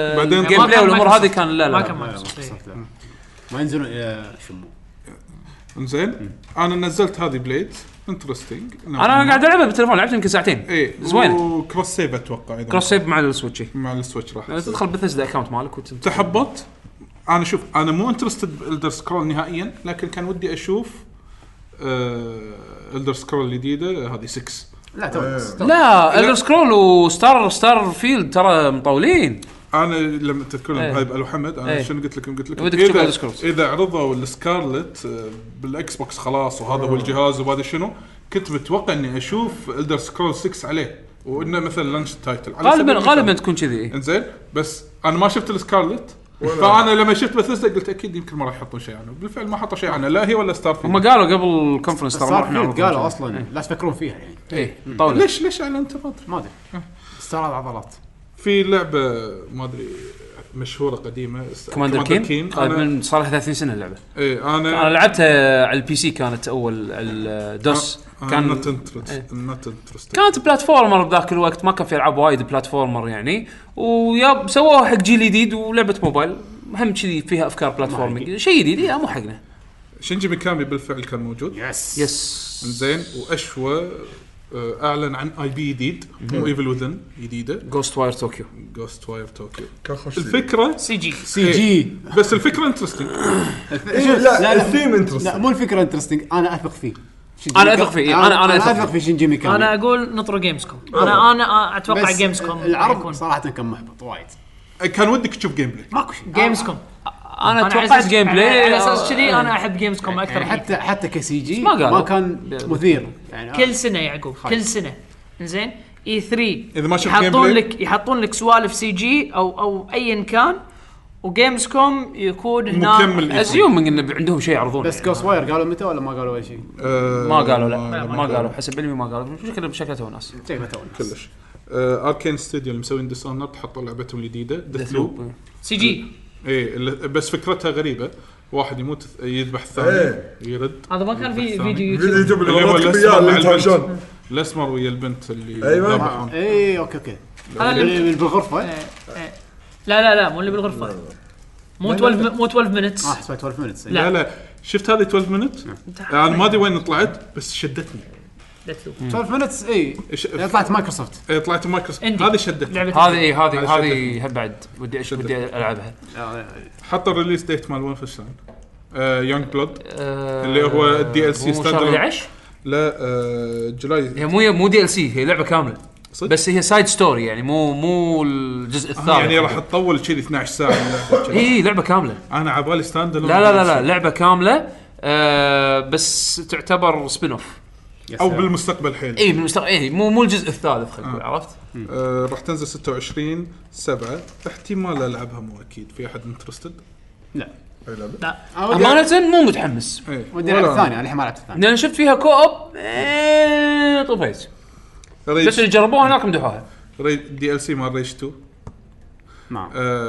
الجيم بلاي والامور هذه كان لا ما كان ما ينزلون شنمو. انزين انا نزلت هذه بليد انترستينج. انا قاعد العبها بالتليفون، لعبت يمكن ساعتين. ايه زوينه. وكروس سيف اتوقع اذا كروس سيف مع السويتش. مع السويتش راح تدخل بثزدا اكونت مالك تحبط. انا شوف انا مو انترستد بالدر سكرول نهائيا، لكن كان ودي اشوف الدر سكرول الجديده هذه 6. لا الدر سكرول وستار فيلد ترى مطولين. انا لما تذكرون هاي ابو حمد انا شنو قلت لكم اذا عرضوا السكارلت بالاكس بوكس خلاص وهذا هو الجهاز وهذا شنو، كنت متوقع اني اشوف الدر سكرول 6 عليه وانه مثلا لانش تايتل غالبا تكون كذي. انزين بس انا ما شفت السكارلت، فانا لما شفت بثزدا قلت اكيد يمكن ما راح يحطون شيء عنه. بالفعل ما حطوا شيء عنه، لا هي ولا ستار فيلد. هم قالوا قبل الكونفرنس ترى ما احنا قالوا اصلا لا تفكرون فيها يعني. ايه ليش على انت ما ادري استعراض عضلات. في لعبه ما ادري مشهوره قديمه كوماندر كين من صار لها 30 سنه اللعبه. ايه انا لعبتها على البي سي، كانت اول الدوس كانت كانت بلاتفورمر بذاك الوقت، ما كان في العاب وايد بلاتفورمر يعني، ويا سووها حق جيل جديد ولعبه موبايل هم كذي فيها افكار بلاتفورمينج شيء جديد. مو حقنا. شينجي ميكامي بالفعل كان موجود. يس زين واشوى اعلن عن اي بي جديد مو ايفل وذن جديده جوست واير طوكيو. كان خوش الفكره سي جي بس الفكره انترستينج. لا الثيم انترستينج. لا مو الفكره انترستينج. انا اثق فيه انا اثق في شينجي ميكامي. انا اقول نطر جيمز كوم. انا اتوقع جيمز كوم العرض صراحه كان محبط وايد. كان ودك تشوف جيم بلاي. ماكو شيء جيمز كوم. انا توقعت جيم بلاي على اساس كذي انا احب جيمز كوم اكثر. يعني حتى كسي جي ما كان مثير يعني. كل سنه يعقوب كل سنه زين اي 3 اذا ما شفت جيم بلاي يحطون لك سوالف سي جي او ايا كان، وجيمز كوم يكون هناك ازيومنج انه عندهم شيء يعرضون. بس جوست واير قالوا متى ولا ما قالوا اي شيء؟ ما قالوا. لا ما قالوا حسب علمي ما قالوا. بشكل تو ناس كلش. اركين ستوديو اللي مسوين ديسونرد حطوا لعبتهم الجديده ديث لوب سي جي. ايه بس فكرتها غريبه، واحد يموت يذبح الثاني يرد. هذا ما كان في فيديو يوتيوب اللي هو الاسمر الاسمر ويا البنت اللي ذبحهم. اي اوكي هذا اللي بالغرفه. لا مو اللي بالغرفه. مو 12 مينتس. حسبت 12 مينتس. لا شفت هذه 12 مينتس انا ما ادري وين طلعت بس شدتني. 12 مينتس اي طلعت مايكروسوفت. طلعت مايكروسوفت هذه شدتني. هذه بعد ودي العبها. حط الريليس ديت مال وولفنشتاين يونج بلود اللي هو الدي ال سي ستاندرد. لا جولاي. هي مو دي ال سي، هي لعبه كامله بس هي سايد ستوري يعني مو الجزء الثالث يعني راح تطول كذي 12 ساعه اللعبه. اي لعبه كامله. انا عبالي ستاند لا لعبه كامله بس تعتبر سبين اوف او بالمستقبل حيل. اي بالمستقبل مو الجزء الثالث خلينا عرفت. راح تنزل 26/7. احتمال العبها مو اكيد. في احد انترستد؟ لا امانه مو متحمس. ودي العب الثاني. انا الحين ما لعبت الثاني لان شفت فيها كوب طفيت بس اللي جربوها هناك مدحوها. دي ال سي مال ريش 2 نعم.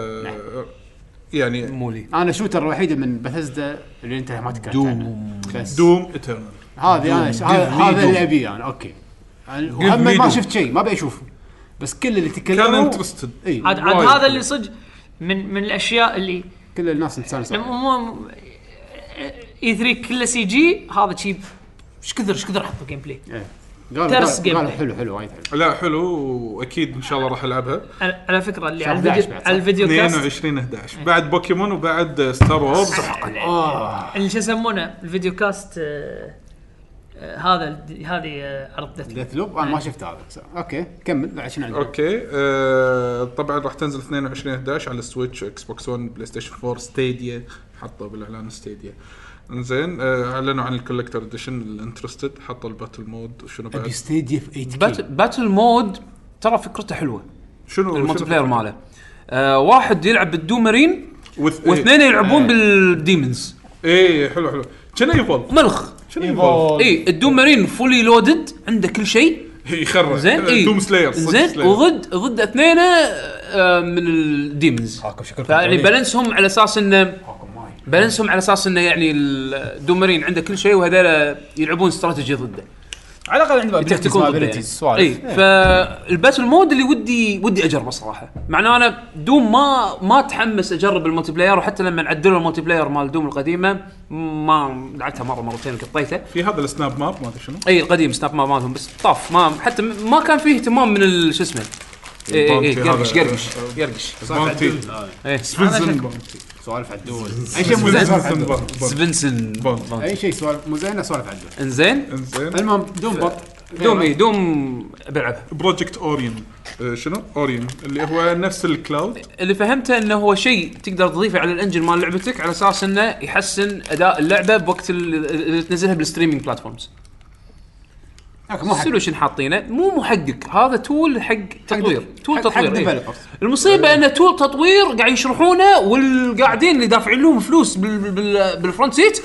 يعني مولي انا شوتر الوحيد من بثزدا اللي انت ما تكلمت عنه. دوم ايترنال هذه هذا اللي ابيه انا. اوكي وهم ما شفت شيء ما ابي اشوفه بس كل اللي تكلموا كان انترستد. عاد هذا اللي صدق من الاشياء اللي كل الناس مستانسه. اي 3 كله سي جي. هذا شيء ايش كثر حطوا جيم بلاي. قالوا حلو وايد حلو. لا حلو واكيد ان شاء الله راح العبها. على فكره اللي على الفيديو كاست 22/11 بعد بوكيمون وبعد ستار وورز. اللي شو يسمونه الفيديو كاست هذه عرض ديث لوب. انا ما شفت هذا. اوكي كمل عشان عندي. اوكي طبعا راح تنزل 22/11 على السويتش اكس بوكس 1 بلاي ستيشن 4 ستيديا. حطوا بالاعلان ستيديا. انزين اعلنوا عن الكولكتر اديشن الانترستد. حطوا الباتل مود وشنو بعد ستيديا في 8K. باتل مود ترى فكرته حلوه. شنو الملتي بلاير ماله واحد يلعب بالدومرين واثنين يلعبون بالديمونز. ايه حلو كنا يفول ملخ اي الدومرين فولي لودد عنده كل شيء يخرج. زين دوم سلاير زين وضد اثنين من الديمونز. يعني بالانسهم على اساس انه يعني الدومرين عنده كل شيء وهذول يلعبون استراتيجي ضده. على الاقل عنده تكتيكال ضده سوالف. اي فالباتل مود اللي ودي اجربه صراحه. معناه انا دوم ما تحمس اجرب الملتي بلاير، وحتى لما عدلوا الملتي بلاير مال دوم القديمه ما لعبتها مره مرتين وقطيته. في هذا السناب ماب ما ادري شنو اي القديم سناب ماب مالهم بس طاف، ما حتى ما كان فيه اهتمام من شو اسمه. اي قرقش سوالف عدول. اي شيء مو زين سبنسن اي شيء سوالف مو زينه سوالف عدول. انزين المهم دوم بلعب بروجكت اورين. شنو اورين اللي هو نفس الكلاود. اللي فهمته انه هو شيء تقدر تضيفه على الانجن مال لعبتك على اساس انه يحسن اداء اللعبه بوقت اللي تنزلها بالستريمينج بلاتفورمز. سولوشن حاطينه مو محقق، هذا تول حق تطوير، تول تطوير. المصيبه انه تول تطوير قاعد يشرحونه والقاعدين اللي دافعين لهم فلوس بالفرونت سيت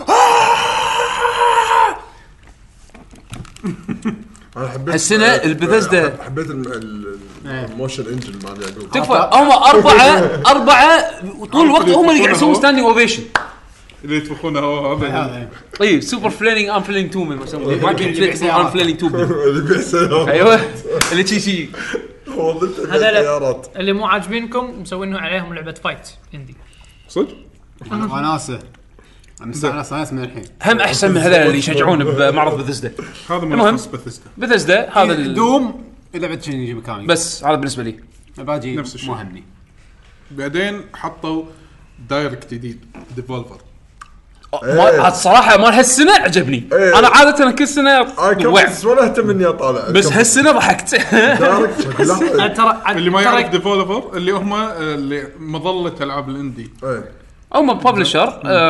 انا حبيت السنه البثزدا حبيت الموشن انجن مال يعقوب. تكفى هم أربعة وطول الوقت هم اللي قاعد يسوون ستاندينج اوفيشن اللي يطبخونه هذا. اي سوبر فلينينج ام فلينينج توم ما يسمونه ام فلينينج توم. اللي بيحسن ايوه اللي شي هذا اللي مو عاجبينكم مسوينه عليهم لعبه فايت عندي صدق. وناسه مستانس من الحين هم احسن من هذول اللي يشجعون بمعرض بثزدا. هذا مو بثزدا هذا دوم لعبه شنو مكاني بس هذا بالنسبه لي باجي نفس الشيء. مهمني. بعدين حطوا دايركت جديد ديفولفر. هذا الصراحه مال هالسنه عجبني. انا عاده كل سنه ولا اهتم اني اطالع بس هالسنه ضحكت. ترى اللي ما يعرف ديفولفر اللي هم اللي مظله العاب الاندي او ما ببلشر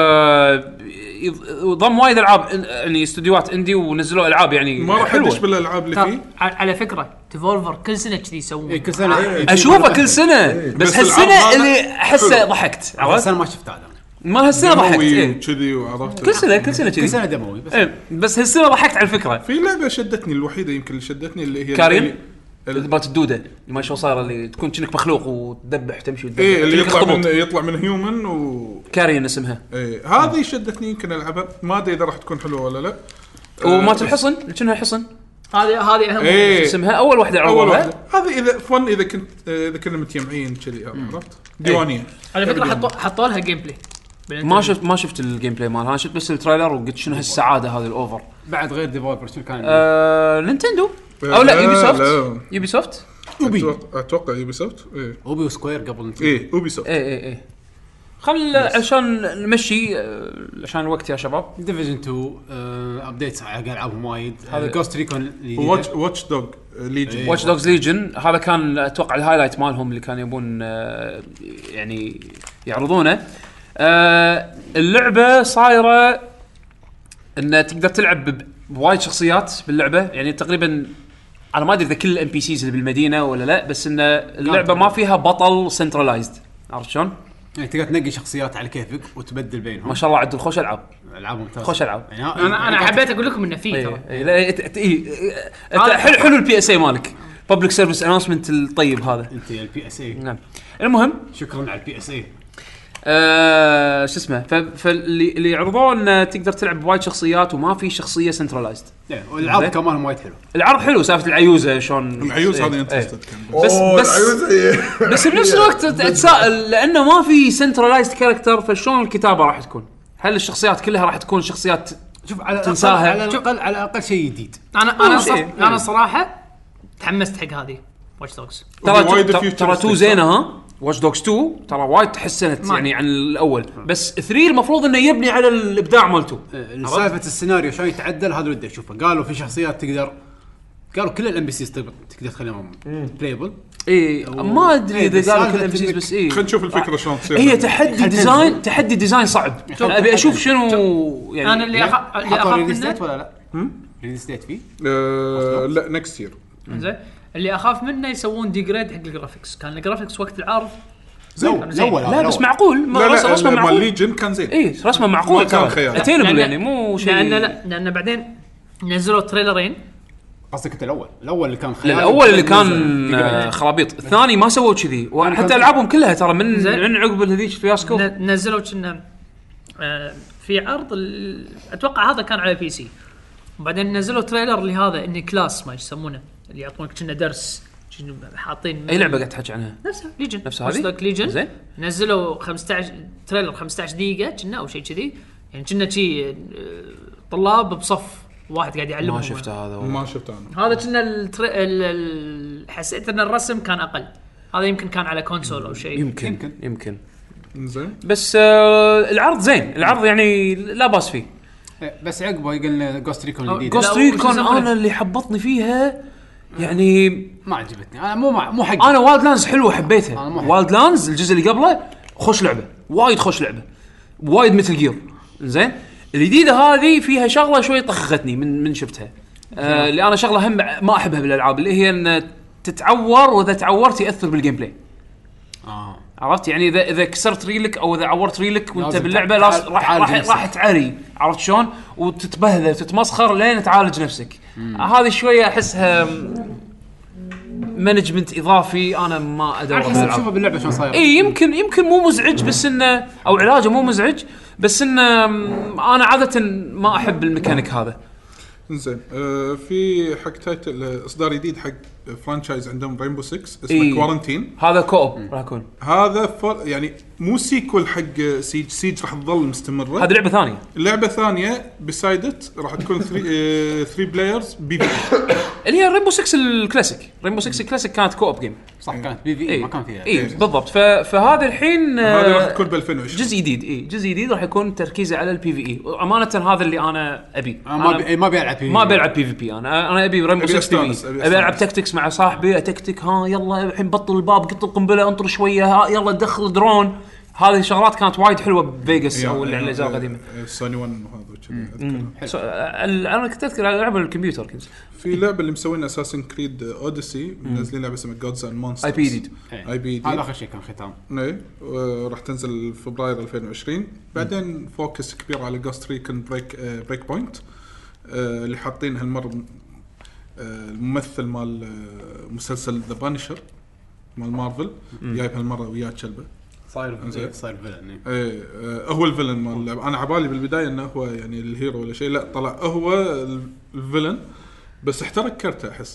ضم وايد العاب يعني استديوهات اندي ونزلوا العاب يعني ما راح ادش بالالعاب اللي فيه. على فكره ديفولفر كل سنه كذي يسوون كل سنه اشوفه كل سنه بس هالسنه اللي احسه ضحكت. عرفت انا ما شفت هذا ما هالسنه ضحكت كذي وعرفت كل سنه كذي كل سنه دموي بس هالسنه ضحكت على الفكره. في لعبه شدتني الوحيده يمكن اللي شدتني اللي هي كارين مالت الدوده ما شو صار اللي تكون كأنك مخلوق وتدبح تمشي وتدبح. ايه اللي يطلع من هيومن كارين اسمها. ايه هذه شدتني يمكن العبها ما ادري اذا راح تكون حلوه ولا لا. ومات الحصن كأنها حصن هذه اهم اسمها اول واحده عرضوها. هذه اذا فن اذا كنا متجمعين كذي عرفت ديوانيه. على فكره حطوا لها جيم بلاي. ما شفت الجيم بلاي مالها. شفت بس التريلر وقلت شنو هالسعاده هذه الاوفر. بعد غير ديفولبر شنو كان نينتندو او لا يوبي سوفت اتوقع يوبي سوفت. ايه اوبي وسكوير قبل نتندو. ايه اوبي سوفت. ايه خل عشان نمشي عشان الوقت يا شباب. ديفيجن 2 ابديتس على العابهم وايد. هذا جوست ريكون واتش دوغ ليجن. واتش دوغز ليجن هذا كان اتوقع الهايلايت مالهم اللي كانوا يبون يعني يعرضونه. اللعبه صايره ان تقدر تلعب بوايد شخصيات باللعبه يعني تقريبا انا ما ادري اذا كل الام بي سيز اللي بالمدينه ولا لا بس ان اللعبه ما فيها بطل سنترلايزد. عرفت شلون؟ يعني تقدر تنقي شخصيات على كيفك وتبدل بينهم. ما شاء الله عدل خوش العاب ممتازه خوش العاب. يعني انا حبيت اقول لكم انه فيه ترى حلو البي اس اي مالك بابليك سيرفيس اناونسمنت الطيب هذا. انت البي اس اي نعم. المهم شكرا على البي اس اي. شو اسمه فاللي يعرضون ان تقدر تلعب بوايد شخصيات وما في شخصيه سنترلايزد. والعرض كمان وايد حلو. العرض حلو سالفه العيوزه شلون العيوز هذه انترستد بس بنفس الوقت اتساءل لانه ما في سنترلايزد كاركتر فشلون الكتابه راح تكون. هل الشخصيات كلها راح تكون شخصيات شوف على تنساها على الاقل شيء جديد. انا صراحه تحمست حق هذه واتش دوغز. ترى 2 زينه ها واتش دوغز 2 ترى وايد تحسنت يعني عن الاول بس 3 المفروض انه يبني على الابداع مالته. سالفه السيناريو شلون يتعدل هذا اللي بدي اشوفه. قالوا في شخصيات قالوا كل الام بي سي تقدر تخليهم بلايبل. ايه ما ادري اذا قالوا كل الام بي سي بس ايه خلينا نشوف الفكره شلون تصير. هي تحدي ديزاين صعب. انا ابي اشوف شنو يعني. انا اللي اخاف منه ولا لا ريليز ديت فيه لا نكست يير. زين اللي اخاف منه يسوون ديجريد حق الجرافيكس. كان الجرافيكس وقت العرض لا بس معقول رسمه معقول. ليجن كان زين. ايه رسمه معقول كان خيال اتينبل يعني مو شيء. لان بعدين نزلوا تريلرين. قصدك الاول اللي كان خيال. الاول اللي كان خرابيط. الثاني ما سووا كذي وحتى العابهم كلها ترى من عقب هذيك فياسكو نزلوا كنا في عرض اتوقع هذا كان على بي سي وبعدين نزلوا تريلر لهذا اني كلاس ما يسمونه اللي يعطونك كنا درس حاطين اي لعبه قاعد تحكي عنها نفسها ليجن نفسها هذه ليجن زين نزلوا 15 تريلر 15 دقيقه كنا او شيء كذي يعني كنا شيء طلاب بصف واحد قاعد يعلمهم ما شفته هذا ما شفته انا هذا كنا حسيت ان الرسم كان اقل هذا يمكن كان على كونسول او شيء يمكن زين بس العرض زين العرض يعني لا باس فيه بس عقبه قلنا جوست ريكون الجديد جوست ريكون انا اللي حبطني فيها يعني ما عجبتني انا مو حق انا وايلد لاندز حلوه حبيتها وايلد لاندز الجزء اللي قبله خوش لعبه وايد خوش لعبه وايد مثل جير زين الجديده هذه فيها شغله شوي طخختني من شفتها اللي انا شغله هم ما احبها بالالعاب اللي هي ان تتعور واذا تعورت ياثر بالجيم بلاي عرفت يعني اذا كسرت ريلك او اذا عورت ريلك وانت باللعبه راح تعري عرفت شلون وتتبهذل وتتمسخر لين تعالج نفسك هذه شويه احسها مانجمنت اضافي انا ما ادور على حسب شوفه باللعبه شلون صاير اي يمكن مو مزعج بس انه او علاجه مو مزعج بس انه انا عاده ما احب الميكانيك هذا زين في حق تايتل اصدار جديد حق فرانشايز عندهم رينبو 6 اسمه كوارنتين هذا كوب راح يكون هذا يعني مو سيكول حق سيج راح تظل مستمره هذه لعبه ثانيه بسايدت راح تكون 3 بلايرز بي في اللي هي رينبو 6 الكلاسيك رينبو 6 الكلاسيك كانت كوب جيم صح كانت بي في ما كان فيها بالضبط فهذا الحين هذا راح تكون ب 2020 جزء جديد جزء جديد راح يكون تركيزه على البي في اي امانه هذا اللي انا ابي ما بيلعب بي في بي انا ابي رينبو 6 بي ابي العب تكتكس مع صاحبي تكتك ها يلا الحين بطل الباب قط القنبله انطر شويه ها يلا دخل درون هذه الشغلات كانت وايد حلوه بفيغاس او اللي على الاجزاء القديمه سوني 1 وهذا انا كنت اذكر على لعبه الكمبيوتر كنت في لعبه اللي مسوينها اساسن كريد اوديسي منزلين لعبه اسمها جودز اند مونسترز اي بي دي هذا اخر شيء كان ختام راح تنزل فبراير 2020 بعدين فوكس كبير على جوست ريكون بريك بوينت اللي حاطين هالمره الممثل مال مسلسل ذا بانشر مال مارفل جايب هالمره وياه كلبه صاير فيلن هو الفيلن مال اللعبه انا عبالي بالبدايه انه هو يعني الهيرو ولا شيء لا طلع هو الفيلن بس احترق كرته احس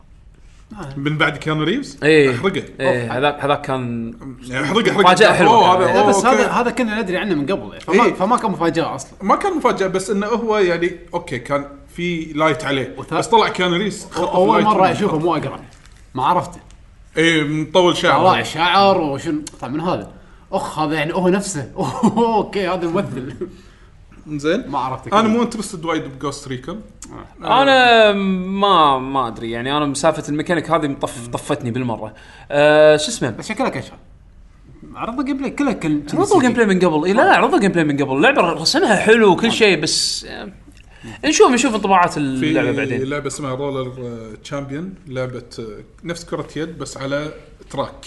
من بعد كانو ريفز احرقه هذاك كان احرقه مفاجاه حلوه بس هذا كنا ندري عنه من قبل فما كان مفاجاه اصلا ما كان مفاجاه بس انه هو يعني اوكي كان في لايت عليه بس طلع كانو ريفز اول مره اشوفه مو اقرا ما عرفته مطول شعر طلع شعر وشن طبعا من هذا هذا يعني هو نفسه اوكي هذا ممثل زين ما عرفت انا مو انترستد وايد بجوست ريكون انا ما ادري يعني انا مسافه الميكانيك هذه طفتني بالمره شو اسمه بس شكلها كشف عرضوا جيم بلاي كله عرضوا جيم بلاي من قبل لا عرضوا جيم بلاي من قبل اللعبه رسمها حلو وكل شيء بس نشوف انطباعات اللعبه بعدين لعبه اسمها رولر تشامبيون لعبه نفس كره يد بس على تراك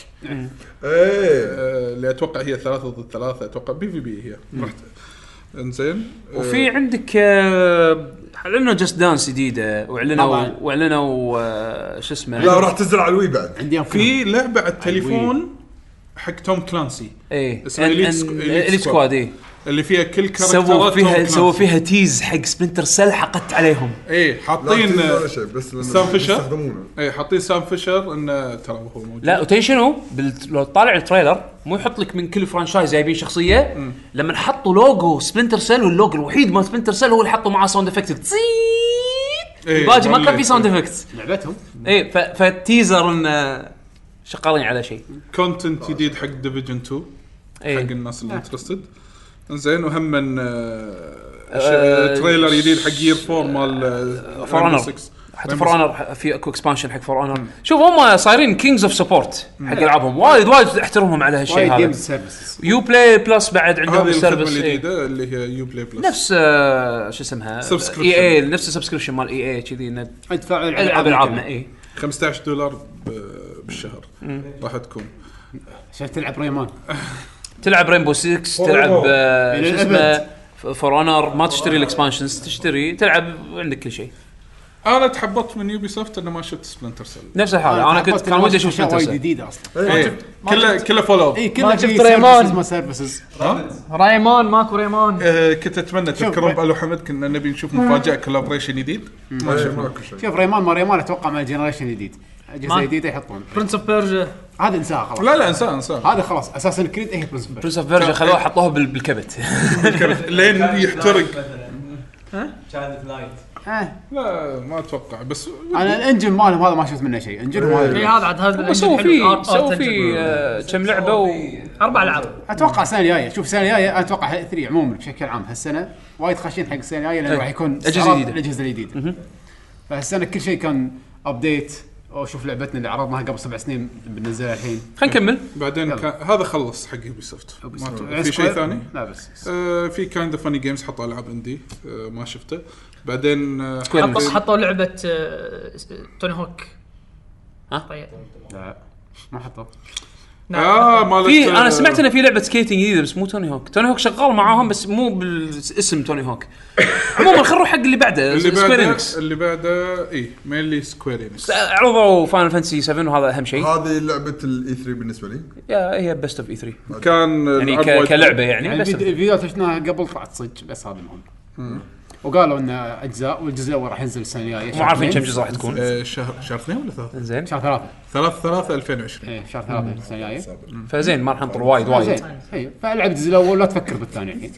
اللي اتوقع هي 3 ضد 3 اتوقع بي في بي هي رحت انزين وفي عندك اعلنوا جاست دانس جديده واعلنوا شو اسمه لا راح تنزل على الوي بعد عندي في لعبه على التليفون حق توم كلانسي اسمها اليت سكواد اللي فيها كل كاركترات سووا فيها تيز حق سبلنتر سيل حقت عليهم حاطين سام فيشر حاطين سام فيشر انه ترى هو موجود لا وتنشنوا لو طالع التريلر مو يحط لك من كل فرانشايز جايبين شخصيه لما حطوا لوجو سبلنتر سيل واللوجو الوحيد ما سبلنتر سيل هو اللي حطوا معاه ساوند افكت الباقي ما كان في ساوند افكت لعبتهم فالتيزر انه شغالين على شيء كونتنت جديد حق ديفيجن 2 حق الناس اللي انترستد زين وهم من تريلر جديد حق جير 4 مال فور 6 حتى فور اونر في اكو اكسبانشن حق فور اونر شوف هم صايرين كينجز اوف سبورت حق العابهم وايد احترمهم على هالشيء هذا يو بلاي بلس بعد عندهم السيرفيس الجديده اللي هي يو بلاي بلس نفس شو اسمها اي نفس السبسكريبشن مال اي كذي انه ادفع العابنا $15 بالشهر راح تكون عشان تلعب ريمان تلعب رينبو 6 تلعب شو اسمه فور اونر ما تشتري الاكسبانشنز تشتري تلعب عندك كل شيء انا تحبطت من يوبي سوفت انه ما شفت سبلنتر سيل. نفس الحاله انا كنت كان ودي اشوف وايد سبلنتر جديده اصلا. إيه. كله فولو. اي كله شفت في ريمان. services ما سيرفيسز. ريمان ماكو ريمان. كنت اتمنى تذكرون بالو حمد كنا نبي نشوف مفاجاه كولابريشن جديد. ما شفنا ماكو شيء. شوف ريمان ما ريمان اتوقع مع جنريشن جديد اجهزه جديده يحطون برنس اوف بيرجا هذا انساه خلاص. لا انسان هذا خلاص اساسا كريد ايه برنس اوف فيرجن خلوه حطوه بالكبت لين يحترق. كانت لايت لا ما اتوقع بس انا الانجن مالهم هذا ما شفت منه شيء. انجنهم اي هذا هذا عاد هذا سووا فيه كم لعبه 4 ألعاب. اتوقع السنه الجايه. شوف السنه الجايه انا اتوقع 3 عموما بشكل عام هالسنه وايد خاشين حق السنه الجايه لانه راح يكون أجهزة جديدة. الاجهزه الجديده. فهالسنه كل شيء كان ابديت. او شوف لعبتنا اللي عرضناها قبل 7 سنين بننزلها الحين. خلينا نكمل. بعدين هذا خلص حق يوبي سوفت. في شيء ثاني؟ لا بس في كايند فاني جيمز حطوا العاب اندي ما شفته. بعدين حطوا لعبه توني هوك. طيب لا ما حطوا. مالت في انا سمعت انه في لعبه سكيتنج جديده بس مو توني هوك. توني هوك شغال معاهم بس مو بالاسم توني هوك. عموما خلوا حق اللي بعده سكوير انكس. اللي بعده مينلي سكوير انكس عرضوا فاينل فانتسي 7 وهذا اهم شيء. هذه لعبه الاي 3 بالنسبه لي. هي بيست اوف اي 3 كان يعني كلعبه يعني الفيديوهات شفناها قبل طلعت صدق بس هذا المهم. وقالوا ان اجزاء والجزء الاول راح ينزل السنه الجايه. مو عارفين كم جزء راح تكون. شهر 2 ولا 3 زين شهر 3 2020. ايه شهر 3 السنه الجايه. فزين ما راح ننطر وايد اي فالعب الجزء الاول لا تفكر بالثاني الحين.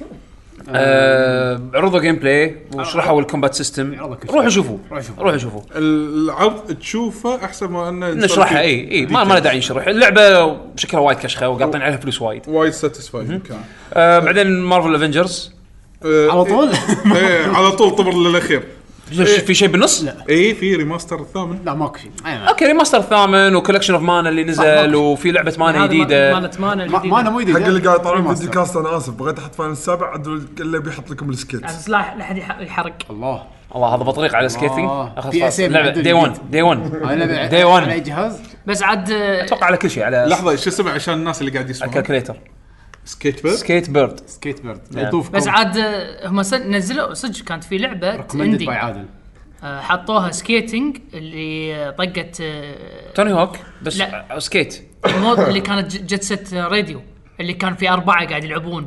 عرضوا جيم بلاي وشرحوا الكومبات سيستم. روحوا شوفوا العرض تشوفه احسن ما انه نشرحها. اي ما له داعي نشرح اللعبه بشكلها وايد كشخه وقاطين عليها فلوس وايد ساتيسفايد كان. بعدين مارفل افنجرز على طول. على طول طبر للاخير. في شيء بالنص؟ لا في ريماستر الثامن. لا ماكو شيء. اوكي ريماستر الثامن وكولكشن اوف مانا اللي نزل وفي لعبه مانا جديده. مانا مو جديده حق اللي قاعد يطالعون فيديو كاست انا اسف بغيت احط فاين السابع عدل اللي بيحط لكم السكيت. سلاح لحد يحرق. الله هذا بطريق على سكيتنج. خلاص لعبه دي 1 دي 1 على جهاز بس عاد اتوقع على كل شيء. على لحظه شو اسمه عشان الناس اللي قاعد يسمعون. الكالكوليتر سكيت بيرد يطوف. بس عاد هم نزلوا صدق كانت في لعبه اندي عادل حطوها سكيتنج اللي طقت توني هوك بس لا. سكيت المود اللي كانت جت ست راديو اللي كان في 4 قاعد يلعبون.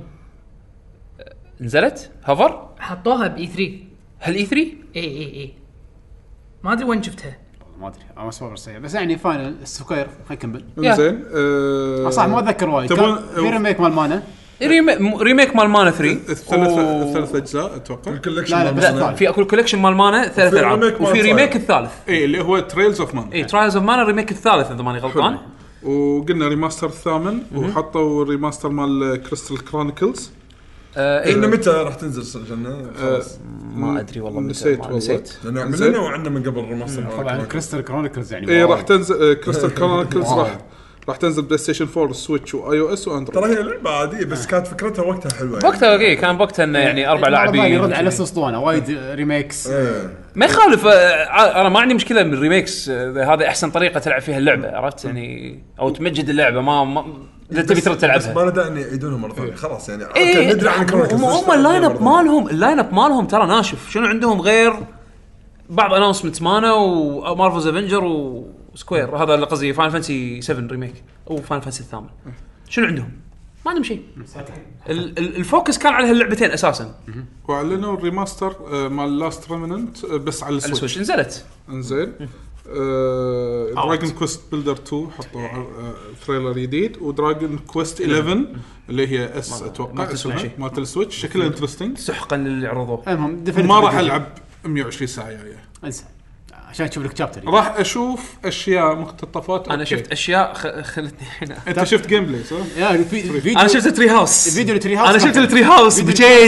نزلت هوفر حطوها باي 3. هل اي 3 اي ما ادري وين شفتها. ما ادري انا سوبر سيء بس يعني فاينل سكوير خلينا نكمل. زين صح ما اتذكر وايد. في ريميك مال مانا. ريميك مال مانا 3 الثلاث اجزاء اتوقع. لا في اكل كولكشن مال مانا 3 العاب وفي ريميك الثالث اللي هو تريلز اوف مان. ترايلز اوف مانا الريميك الثالث اذا ماني غلطان. وقلنا ريماستر الثامن وحطوا ريماستر مال كريستال كرونيكلز. إنه متى راح تنزل صدقنا خلاص ما ادري والله نسيت لأنه عملنا وعندنا من قبل ريماستر طبعا كريستال كرونيكلز يعني راح تنزل كريستال كرونيكلز راح تنزل بلاي ستيشن 4 سويتش واي او اس واندرويد. ترى هي لعبه عاديه بس كانت فكرتها وقتها حلوه وقتها كان وقتها انه يعني 4 لاعبين يرد على اسطوانه وايد ريميكس. ما يخالف انا ما عندي مشكله من الريميكس. هذا احسن طريقه تلعب فيها اللعبه عرفت يعني او تمجد اللعبه ما اذا تبي تلعبها بس ما له داعي يعيدونها مره ثانيه خلاص يعني اوكي ندري عن كرونيكلز. هم اللاين اب مالهم ترى ناشف. شنو عندهم غير بعض اناونسمنت مانا ومارفلز افنجر وسكوير. هذا اللي قصدي فاين فانسي 7 ريميك او فاين فانسي الثامن. شنو عندهم؟ ما عندهم شيء. الفوكس كان على هاللعبتين اساسا. واعلنوا الريماستر مال لاست ريمننت بس على السويتش نزلت. انزين دراجون كويست بيلدر 2 حطوا تريلر جديد ودراجون كويست 11 اللي هي اس اتوقع مالت السويتش شكلها انترستينج سحقا اللي عرضوه. المهم ما راح العب 120 ساعه جايه انسى عشان تشوف لك شابتر. راح اشوف اشياء مقتطفات. انا شفت اشياء خلتني هنا. انت شفت جيم بلاي صح؟ يا فيديو انا شفت التري هاوس. الفيديو التري هاوس انا شفت التري هاوس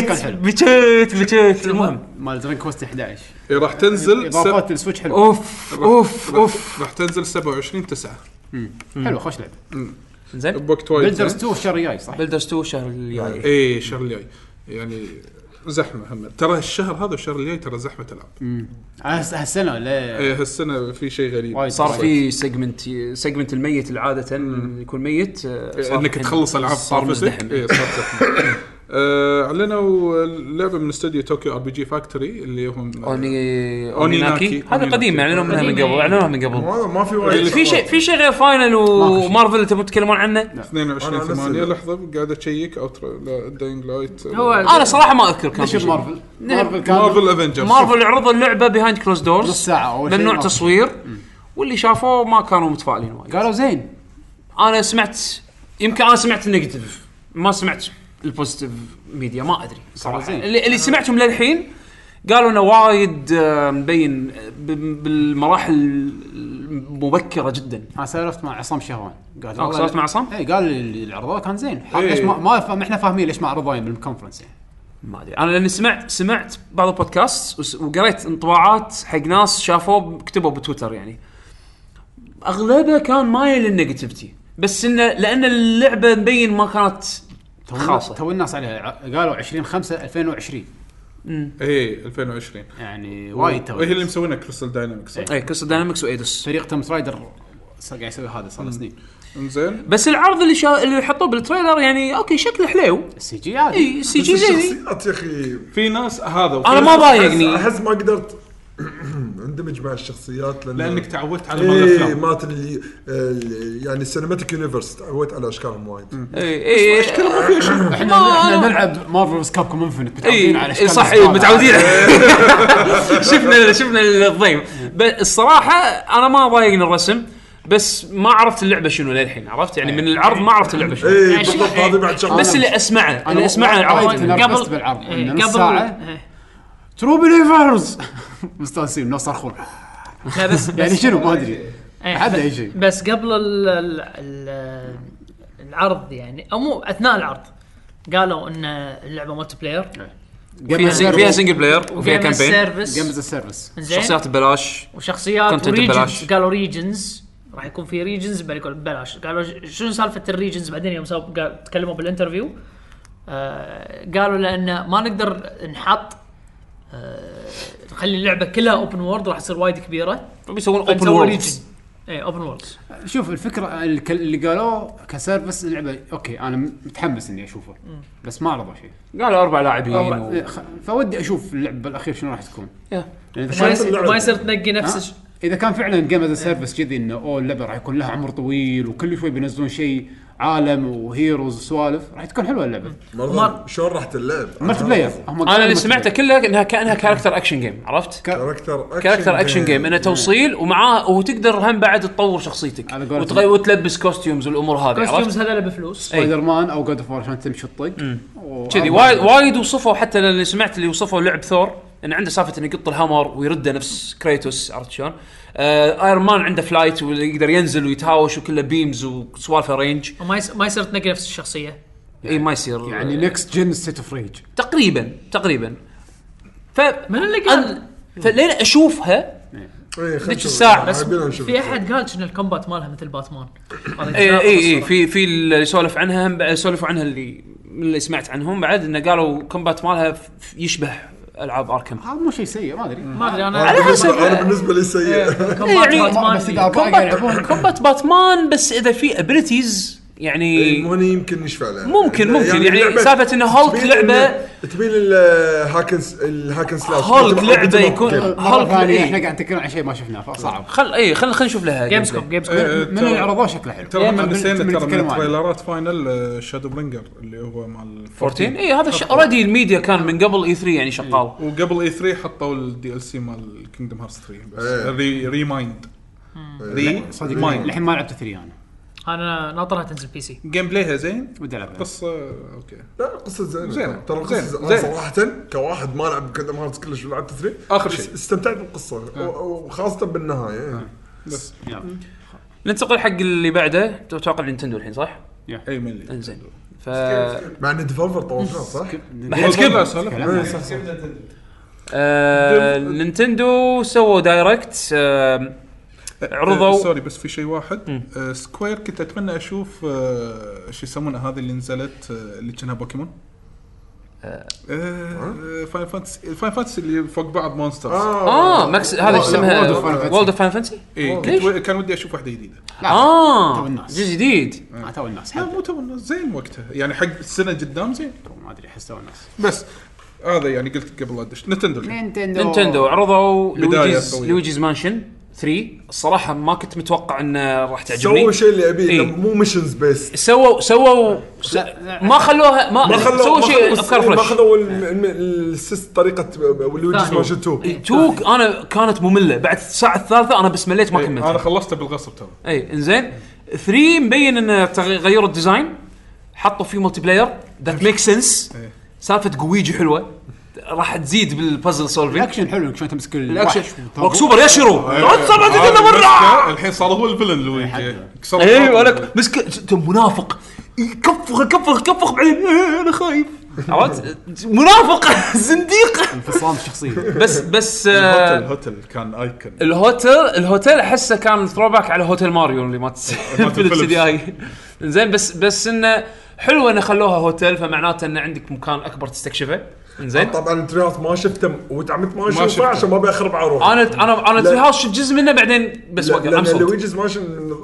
بكيت. المهم مال دراجون كوست 11 راح تنزل اضافات السويتش حلو. اوف راح تنزل 27/9. حلو خوش لعبه. زين بوقت وايد. بيلدرز 2 الشهر الجاي صح؟ بيلدرز 2 الشهر الجاي. الشهر الجاي يعني زحمه هم. ترى الشهر هذا والشهر الجاي ترى زحمه العاب. هالسنه لا هالسنه في شيء غريب صار في سيجمنت الميت العاده يكون ميت انك تخلص العاب صار مزدحم. صار زحمه. اعلنوا لعبه من استوديو طوكيو ار بي جي فاكتوري اللي هم اونيناكي. هذا قديم اعلنوا منها من قبل، اعلنوها من قبل. ما في وايد. في شيء غير فاينل ومارفل تبون تتكلمون عنه؟ 22/8 لحظه قاعد اشيك اوترا داينج لايت. انا صراحه ما اذكر كان ليش مارفل مارفل افنجرز. مارفل عرضوا اللعبه بيهايند كلوز دورز نص ساعه اول شيء ممنوع تصوير، واللي شافوه ما كانوا متفائلين وايد. قالوا زين. انا سمعت، يمكن انا سمعت النيجاتيف، ما سمعت البوزيتيف ميديا، ما ادري صراحه. اللي سمعتهم للحين قالوا انه وايد مبين بالمراحل المبكره جدا. انا سولفت مع عصام شهوان، قال سولفت مع عصام؟ اي قال اللي العرضه كان زين. ليش ما احنا فاهمين ليش ما عرضوه بالكونفرنس يعني. ما ادري انا، لاني سمعت بعض البودكاست وقريت انطباعات حق ناس شافوه كتبوا بتويتر، يعني اغلبها كان مايل للنيجاتيفيتي، بس انه لان اللعبه مبين ما كانت خاصه. تو الناس عليها قالوا 20/5/2020. ايه 2020 يعني وايد تو. وهي اللي مسوينها كريستال داينامكس. اي كريستال داينامكس وايدوس، فريق توم رايدر قاعد يسوي هذا صار سنين. انزين بس العرض اللي حطوه بالتريلر يعني اوكي شكله حلو، السي جي عادي. اي سي جي زين. الشخصيات يا اخي في ناس هذا انا ما ضايقني، احس ما قدرت اندمج مع الشخصيات لانك تعودت على الافلام مات اللي يعني السينماتيك يونيفرس تعودت على اشكالهم وايد. اي اشكالهم ما في شيء. احنا نلعب مارفل كابكوم انفنت متعودين على اشكال. صح متعودين. شفنا الضيم. الصراحه انا ما ضايقني الرسم، بس ما عرفت اللعبه شنو للحين، عرفت يعني من العرض ما عرفت اللعبه شنو. بالضبط هذه بعد شغله. بس اللي اسمعه قبل بالعرض نص ساعه ترو بليفرز مستانسين نص صرخون. لا بس يعني شنو ما ادري حد اي شيء. بس قبل العرض يعني او مو اثناء العرض قالوا ان اللعبه مالتي بلاير فيها سنجل بلاير وفيها كامبين جيمز السيرفيس، شخصيات ببلاش وشخصيات وريجنز. قالوا ريجنز راح يكون في ريجنز بعد يقول ببلاش. قالوا شنو سالفه الريجنز بعدين يوم تكلموا بالانترفيو قالوا لان ما نقدر نحط نخلي اللعبه كلها اوبن وورد راح تصير وايد كبيره فبيسوون اوبن وورد. اي اوبن وورد. شوف الفكره اللي قالوه كسيرفس اللعبه اوكي انا متحمس اني اشوفه بس ما عرضوا شيء. قالوا 4 لاعبين فودي اشوف اللعبه بالاخير شنو راح تكون. ما يصير تنقي نفس اذا كان فعلا جيم از سيرفيس كذي انه اللعبه راح يكون لها عمر طويل وكل شوي بينزلون شيء عالم وهيروز وسوالف راح تكون حلوه اللعبه. شلون راح تلعب مالتي بلاير. انا اللي سمعته كله انها كانها كاركتر اكشن جيم، عرفت كاركتر اكشن جيم انه توصيل ومعاه وتقدر هم بعد تطور شخصيتك وتغير وتلبس كوستيومز والامور هذه. كوستيومز هذا بفلوس. سبايدر مان او جود اوف وار عشان تمشي الطق كذي. وايد وصفوا، حتى اللي سمعت اللي وصفوا لعب ثور انه عنده سالفه انه يقط الهامر ويرده نفس كريتوس، عرفت شلون؟ ايرون مان عنده فلايت ويقدر ينزل ويتهاوش وكله بيمز وسوالف رينج. وما يصير تنقي نفس الشخصيه. اي ما يصير يعني نكست جن ستيت اوف ريج تقريبا. من اللي قال فلين اشوفها ذيك الساعه بس في احد قال ان الكومبات مالها مثل باتمان. اي في اللي يسولف عنها هم سولفوا عنها اللي سمعت عنهم بعد انه قالوا كومبات مالها يشبه العاب اركم. مو شيء سيء ما ادري انا على حسب. انا بالنسبه لي سيء يعني كومبات باتمان بس اذا في ابيليتيز يعني هون يمكن نشفع له. ممكن يعني سالفه انه هولك لعبه تبين الهاكن سلاش هولك لعبه يكون هولك. احنا قاعد نتكلم عن شيء ما شفناه فصعب. خل نشوف لها جيمز كوم من العرضه شكله حلو. ترى من التريلرات فاينل شادو برينجر اللي هو مال 14. اي هذا اوريدي الميديا كان من قبل اي 3 يعني شغال. وقبل اي 3 حطوا الدي ال سي مال كينجدم هارتس 3 بس ريمايند الحين ما لعبت 3 انا ناطرها تنزل بي سي. جيم بلايها زين ودي العبها قصه اوكي. لا قصه زينه ترى قصه زين. صراحه كواحد ما لعب كينجدم هارتس كلش ولعبت 3 اخر شيء استمتعت بالقصه وخاصه بالنهايه. بس ننتقل حق اللي بعده. تتوقع نينتندو الحين صح؟ اي ملي انزين مع ان ديفولفر طوفنا صح؟ بعد كذا نينتندو سووا دايركت عرضوا سوري بس في شيء واحد. سكوير كنت اتمنى اشوف شو يسمونه هذه اللي نزلت اللي كانها بوكيمون فاين فانتسي اللي فوق بعض مونسترز. ماكس هذا ايش اسمها؟ وولد اوف فاين فانتسي. كان ودي اشوف واحده جديده. تو الناس جزء جديد. ما تو الناس لا مو تو الناس زين وقتها يعني حق السنه قدام زين. ما ادري احس تو الناس بس هذا يعني قلت قبل لا ادش نينتندو عرضوا لويجيز مانشن 3. الصراحه ما كنت متوقع انه راح تعجبني. سووا شيء اللي ابيه مو ميشنز بيس. سووا ما خلوها ما سووا شيء افكار فريش. ما خذوا طريقه لويجيز مانشن 2 انا كانت ممله بعد الساعه الثالثه. انا بس مليت ما كملت. انا خلصته بالغصب تو. اي انزين 3 مبين انه غيروا الديزاين حطوا فيه ملتي بلاير ذات ميك سنس. سالفه قويجي حلوه راح تزيد بالبازل سولفينج. الاكشن حلو شلون تمسك الاكشن روك سوبر يشرو صبعت مره الحين صار هو الفيلن لويجي. اي ولك مسك منافق يكفخ بعدين انا خايف عرفت منافق زنديق انفصام شخصيه. بس الهوتل كان ايكون. الهوتل احسه كان ثروباك على هوتل ماريو اللي مات في الدي اي. زين بس انه حلو انه خلوها هوتل فمعناته ان عندك مكان اكبر تستكشفه. زين طبعا تري هاوس ما شفته وتعمدت ما اشوفه عشان ما بيخرب على روحي. انا تري هاوس شفت جزء منه بعدين بس وقف. لان لويجيز ماشن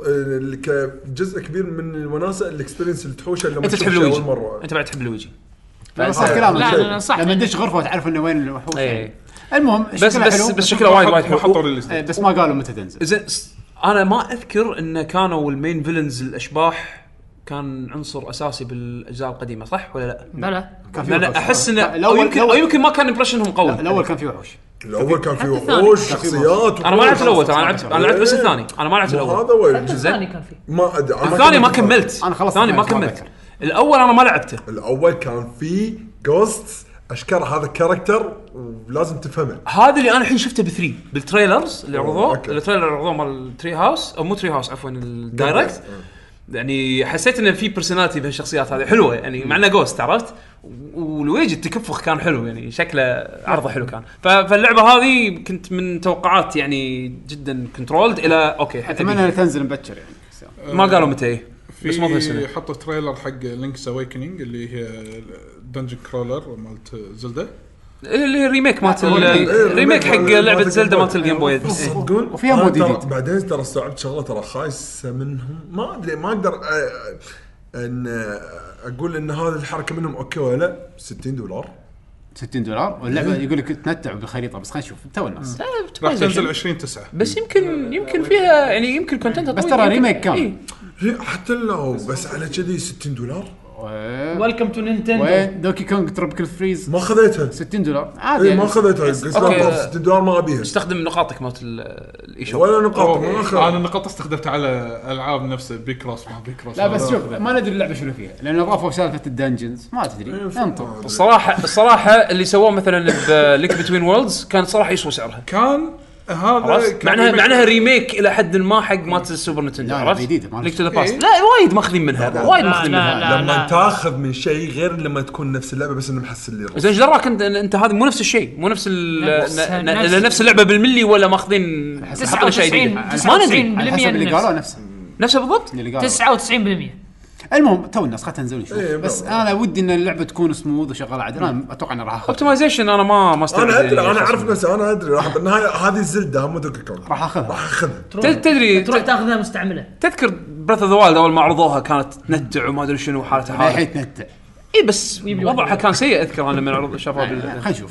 كجزء كبير من الوناسه الاكسبيرينس التحوشه لما انت تحب لويجي انت بعد تحب لويجي صح كلام. لا صح لما ندش غرفه وتعرف انه وين الوحوش. المهم بس شكله وايد حلو بس ما قالوا متى تنزل. زين انا ما اذكر انه كانوا المين فيلنز الاشباح كان عنصر اساسي بالاجزاء القديمه صح ولا لا؟ بلا انا احس انه او يمكن ما كان امبرشنهم قوي. الاول كان فيه وحوش. الاول كان فيه وحوش شخصيات. انا ما لعبت الاول انا لعبت بس الثاني. انا ما لعبت الاول. هذا وين الثاني كان فيه ما ادري. الثاني ما كملت. انا خلصت الثاني ما كملت. الاول انا ما لعبته. الاول كان فيه جوست اشكال هذا الكاركتر ولازم تفهمه. هذا اللي انا الحين شفته ب3 بالتريلرز اللي عرضوه. التريلر عرضوه مال تري هاوس او مو تري هاوس عفوا الدايركت. يعني حسيت انه في بيرسوناليتي بهالشخصيات هذه حلوه يعني معنا جوست عرفت. ولويجي التكفخ كان حلو يعني شكله عرضه حلو كان. فاللعبه هذه كنت من توقعات يعني جدا كنترولد الى اوكي حتى اتمنى تنزل مبكر يعني. ما قالوا متى بس ما في حطوا تريلر حق لينكس اويكنينج اللي هي دنجن كرولر مالت زلدة اللي هي ريميك مالت الريميك حق لعبه زلدة مالت الجيم بوي. وفيها مود جديد. بعدين ترى استوعبت شغله ترى خايسه منهم ما ادري ما اقدر ان اقول ان هذه الحركه منهم اوكي ولا لا. $60 واللعبه يقول لك تنتع بالخريطه بس خلينا نشوف تو الناس راح تنزل 20/9 بس يمكن فيها يعني يمكن كونتنت بس ترى ريميك كان حتى لو بس على كذي $60 ويلكم تو نينتندو. وين دوكي كونغ تروبيكال فريز ما خذيتها $60 عادي ما خذيتها قلت $60 ما ابيها. استخدم نقاطك مالت الاي شوب ولا نقاط ما اخذ. انا النقاط استخدمتها على العاب نفسه بيكروس ما بيكروس. لا بس شوف ما ندري اللعبه شنو فيها لان اضافوا سالفه الدنجنز ما تدري انطر. الصراحه اللي سووه مثلا بلينك بتوين وورلدز كان صراحه يسوى سعرها. كان هذا معناها ريميك الى حد ما حق مالت السوبر نينتندو عرفت. ليك تو ذا باست لا وايد ماخذين منها وايد ماخذين منها. لما تاخذ من شيء غير لما تكون نفس اللعبه بس انه محسن لي زين ايش دراك انت هذا مو نفس الشيء مو نفس نفس اللعبه بالملي ولا ماخذين حاطين شيء جديد ما ندري حسب اللي قالوا نفسه بالضبط 99%. المهم تو الناس خلينا ننزل نشوف. بس انا ودي ان اللعبه تكون سموث وشغاله عادي. انا اتوقع انه راح اخذ اوبتمايزيشن. انا ما انا ادري انا اعرف نفسي انا ادري راح بالنهايه هذه الزلده مو دوكي كونغ راح اخذها. تدري تروح تاخذها مستعمله. تذكر بريث اوف ذا وايلد اول ما عرضوها كانت تنتع وما ادري شنو حالتها حاله تنتع اي بس وضعها كان سيء. اذكر انا من عرض شافها خلينا نشوف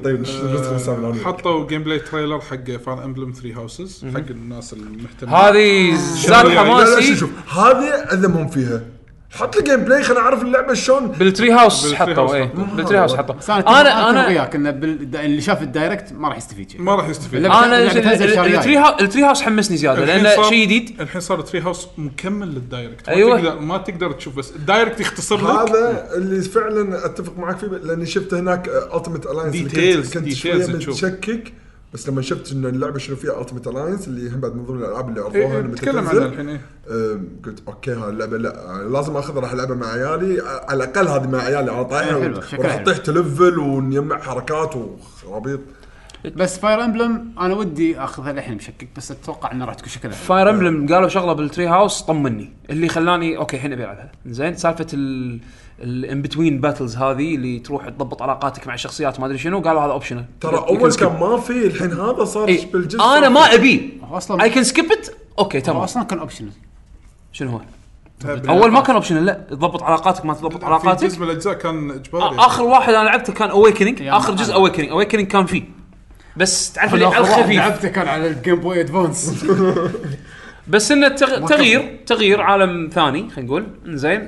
قطيه حطوا جيم بلاي تريلر حق فاير امبلم 3 هاوسز حق الناس المهتمين. هذه زاد حماسي. شوف هذه اذمهم فيها حط لي جيم بلاي خلينا نعرف اللعبه شلون. بالتري هاوس حطوا بالتري هاوس حطوا. انا وياك ان اللي شاف الدايركت ما راح يستفيد شيء. انا التري هاوس حمسني زياده لانه شيء جديد. الحين صار التري هاوس مكمل للدايركت. أيوة. ما تقدر تشوف بس الدايركت يختصر لك. هذا اللي فعلا اتفق معك فيه لاني شفت هناك التيمت الاينس كنت شويه متشكك بس لما شفت ان اللعبه شنو فيها التيمت الاينس اللي هم بعد من ضمن الالعاب اللي عرضوها نتكلم عنها الحين قلت اوكي هاي اللعبه لا لازم اخذها راح العبها مع عيالي على الاقل هذه مع عيالي على طايحه وراح اطيح تلفل ونجمع حركات وخرابيط. بس فاير امبلم انا ودي اخذها الحين مشكك بس اتوقع انه راح تكون شكلها فاير امبلم قالوا شغله بالتري هاوس طمني اللي خلاني اوكي الحين ابي العبها. زين سالفه الان بتوين باتلز هذه اللي تروح تضبط علاقاتك مع الشخصيات ما ادري شنو، قالوا هذا اوبشنال. ترى اول كان ما في، الحين هذا صار إيه. بالجزء. انا ما ابي اصلا اي كان سكيب ات. اوكي تمام. اصلا كان اوبشنال. شنو هو اول ما كان اوبشنال؟ لا تضبط علاقاتك ما تضبط في علاقاتك. جزء من الاجزاء كان اجباري. اخر واحد انا لعبته كان اويكننج، اخر جزء اويكننج كان فيه، بس تعرف اللي على الخفيف لعبته كان على الجيم بوي ادفانس. بس انه تغيير عالم ثاني خلينا نقول. زين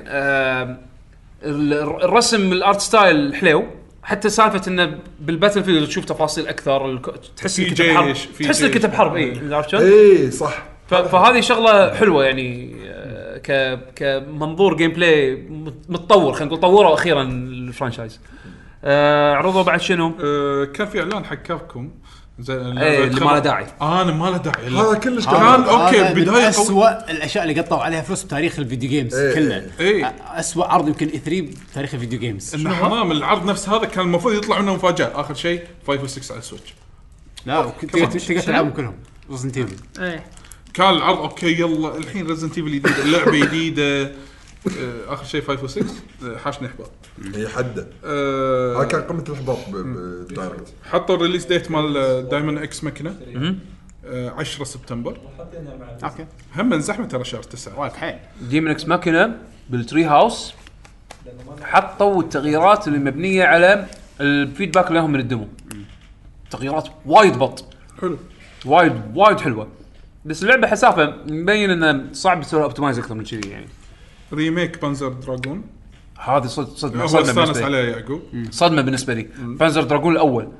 الرسم الارت ستايل حلو، حتى سالفه انه بالباتل فيلد تشوف تفاصيل اكثر، تحس انك كتب حرب، تحس انك كتب حرب. اي عرفت شلون؟ اي صح. فهذه شغله حلوه يعني كمنظور جيم بلاي متطور. خلينا نقول طوروا اخيرا الفرانشايز. عرضوا بعد شنو؟ كان في اعلان حق كابكوم زين اللي ما له داعي. انا ما له داعي هذا كلش كان اوكي بدايه اسوء الاشياء اللي قطعوا عليها فلوس بتاريخ الفيديو جيمز كله. اسوء عرض يمكن E3 بتاريخ الفيديو جيمز. انه حرام العرض نفس هذا كان المفروض يطلع منه مفاجاه. اخر شيء 5 و6 على السويتش. لا تقدر تلعبهم كلهم ريزنت ايفل. كان العرض اوكي يلا الحين ريزنت ايفل جديده، اللعبه جديده. اخر شيء 5 و6 حاشني احباط. هي حده هذا كان قمه الاحباط بالدايركت. حطوا الريليز ديت مال دايمون اكس ماكينه 10 سبتمبر. اوكي هم من زحمه ترى شهر 9 وايد حيل. ديمون اكس ماكينه بالتري هاوس حطوا التغييرات اللي مبنيه على الفيدباك اللي لهم من الدمو. تغييرات وايد بط حلو، وايد حلوه، بس اللعبه حسافه مبين انه صعب تسوي اوبتمايز اكثر من كذي يعني. ريميك بانزر دراجون هذه صدمه بالنسبه على يعقوب، صدمه بالنسبه لي. بانزر دراجون الاول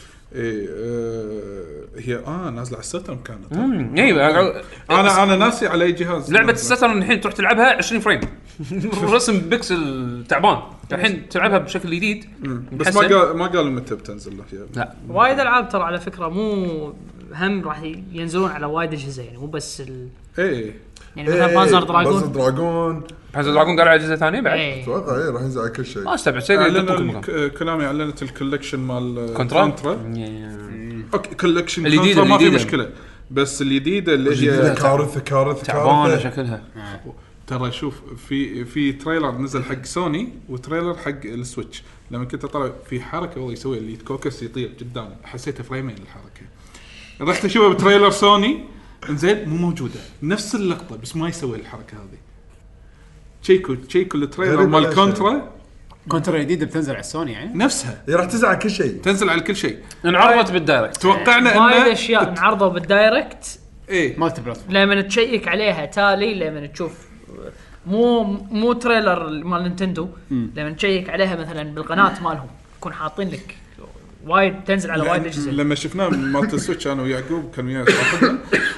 هي نازله على السترن كانت. انا ناسي على اي جهاز لعبه السترن الحين تروح تلعبها 20 فريم رسم بيكسل تعبان. الحين تلعبها بشكل جديد بس ما قالوا متى بتنزل له. لا وايد العاب ترى على فكره مو هم راح ينزلون على وايد اجهزه يعني مو بس يعني مثلا بانزر دراجون قالوا على جزء ثاني بعد. اتوقع راح ينزل على كل شيء. ما استبعد شيء. كلامي اعلنت الكولكشن مال كونترا. اوكي كولكشن الجديده ما في مشكله، بس الجديده اللي هي كارثه تعبانه شكلها. ترى شوف في تريلر نزل حق سوني وتريلر حق السويتش. لما كنت اطلع في حركه والله يسوي اللي يتكوكس يطير قدام، حسيته فريمين الحركه. رحت اشوفها بتريلر سوني انزين مو موجوده نفس اللقطه، بس ما يسوي الحركه هذه. تشيكو التريلر مال كونترا جديده بتنزل على السوني يعني نفسها راح تنزل على كل شيء، تنزل على كل شيء. انعرضت بالدايركت. توقعنا ان وايد اشياء انعرضوا بالدايركت مالتي بلاتفورم. لما تشيك عليها تالي، لما تشوف مو تريلر مال نينتندو، لما تشيك عليها مثلا بالقناه مالهم يكون حاطين لك وايد تنزل على وايد اجهزه. لما شفناه مالت السويتش انا ويعقوب كان وياه صاحبنا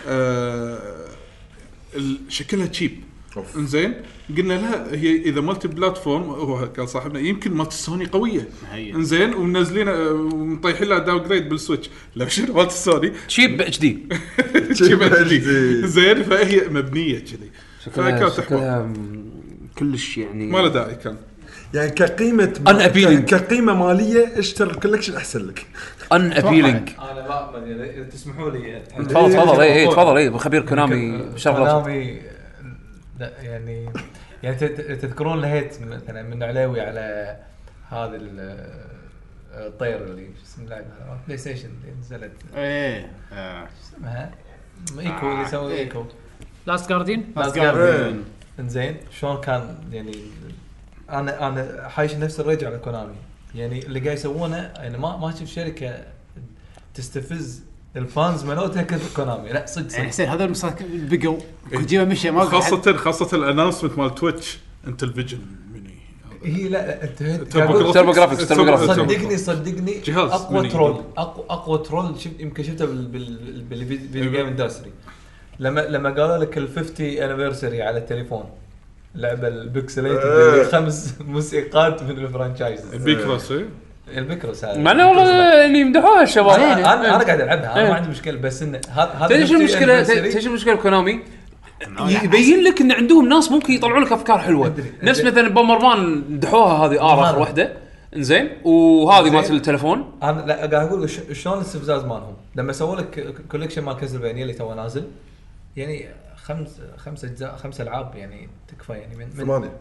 شكلها تشيب انزين. قلنا لا هي اذا مالتي بلاتفورم، هو قال صاحبنا يمكن مالت سوني قويه انزين ومنزلين ومطيحين لها داون جريد بالسويتش. لا شنو مالت سوني تشيب اتش دي زين، فهي مبنيه كذي شكلها كلش يعني ما له داعي. كان يعني كقيمه كقيمه ماليه اشتري الكولكشن احسن لك. ان ابيلينج. انا ما تسمحوا لي تفضل تفضل خبير كونامي كونامي. لا يعني تذكرون لهيت مثلا من عليوي على هذا الطير اللي اسم اللعبه بلاي ستيشن اللي نزلت اسمها ايكو اللي يسوي ايكو لاست جاردين انزين. شلون كان يعني انا حايش نفس الرجع على كونامي يعني اللي قاعد يسوونه يعني ما اشوف شركه تستفز الفانز مالوتها كيف كونامي. لا صدق يعني حسين هذا المساك بقوا كوجيما مشي ما خاصه الاناونسمنت مال تويتش انت الفيجن مني هي. لا انت تربو جرافيكس صدقني اقوى ترول يمكن شفته بالفيديو جيم اندستري. لما قالوا لك ال50 انيفرساري على التليفون لعبه البكسليت اللي 5 موسيقات من الفرانشايز البكروس هذا معناه والله يعني يمدحوها الشباب. انا قاعد العبها انا ما عندي مشكله، بس انه هذا ايش المشكله كونامي يبين لك ان عندهم ناس ممكن يطلعوا لك افكار حلوه. نفس مثلا بومرمان مدحوها هذه اخر واحده انزين، وهذه مالت التليفون. انا لا قاعد اقول شلون الاستفزاز مالهم لما سووا لك كولكشن مال كاسلفينيا اللي تو نازل يعني 5 اجزاء 5 العاب يعني تكفى يعني من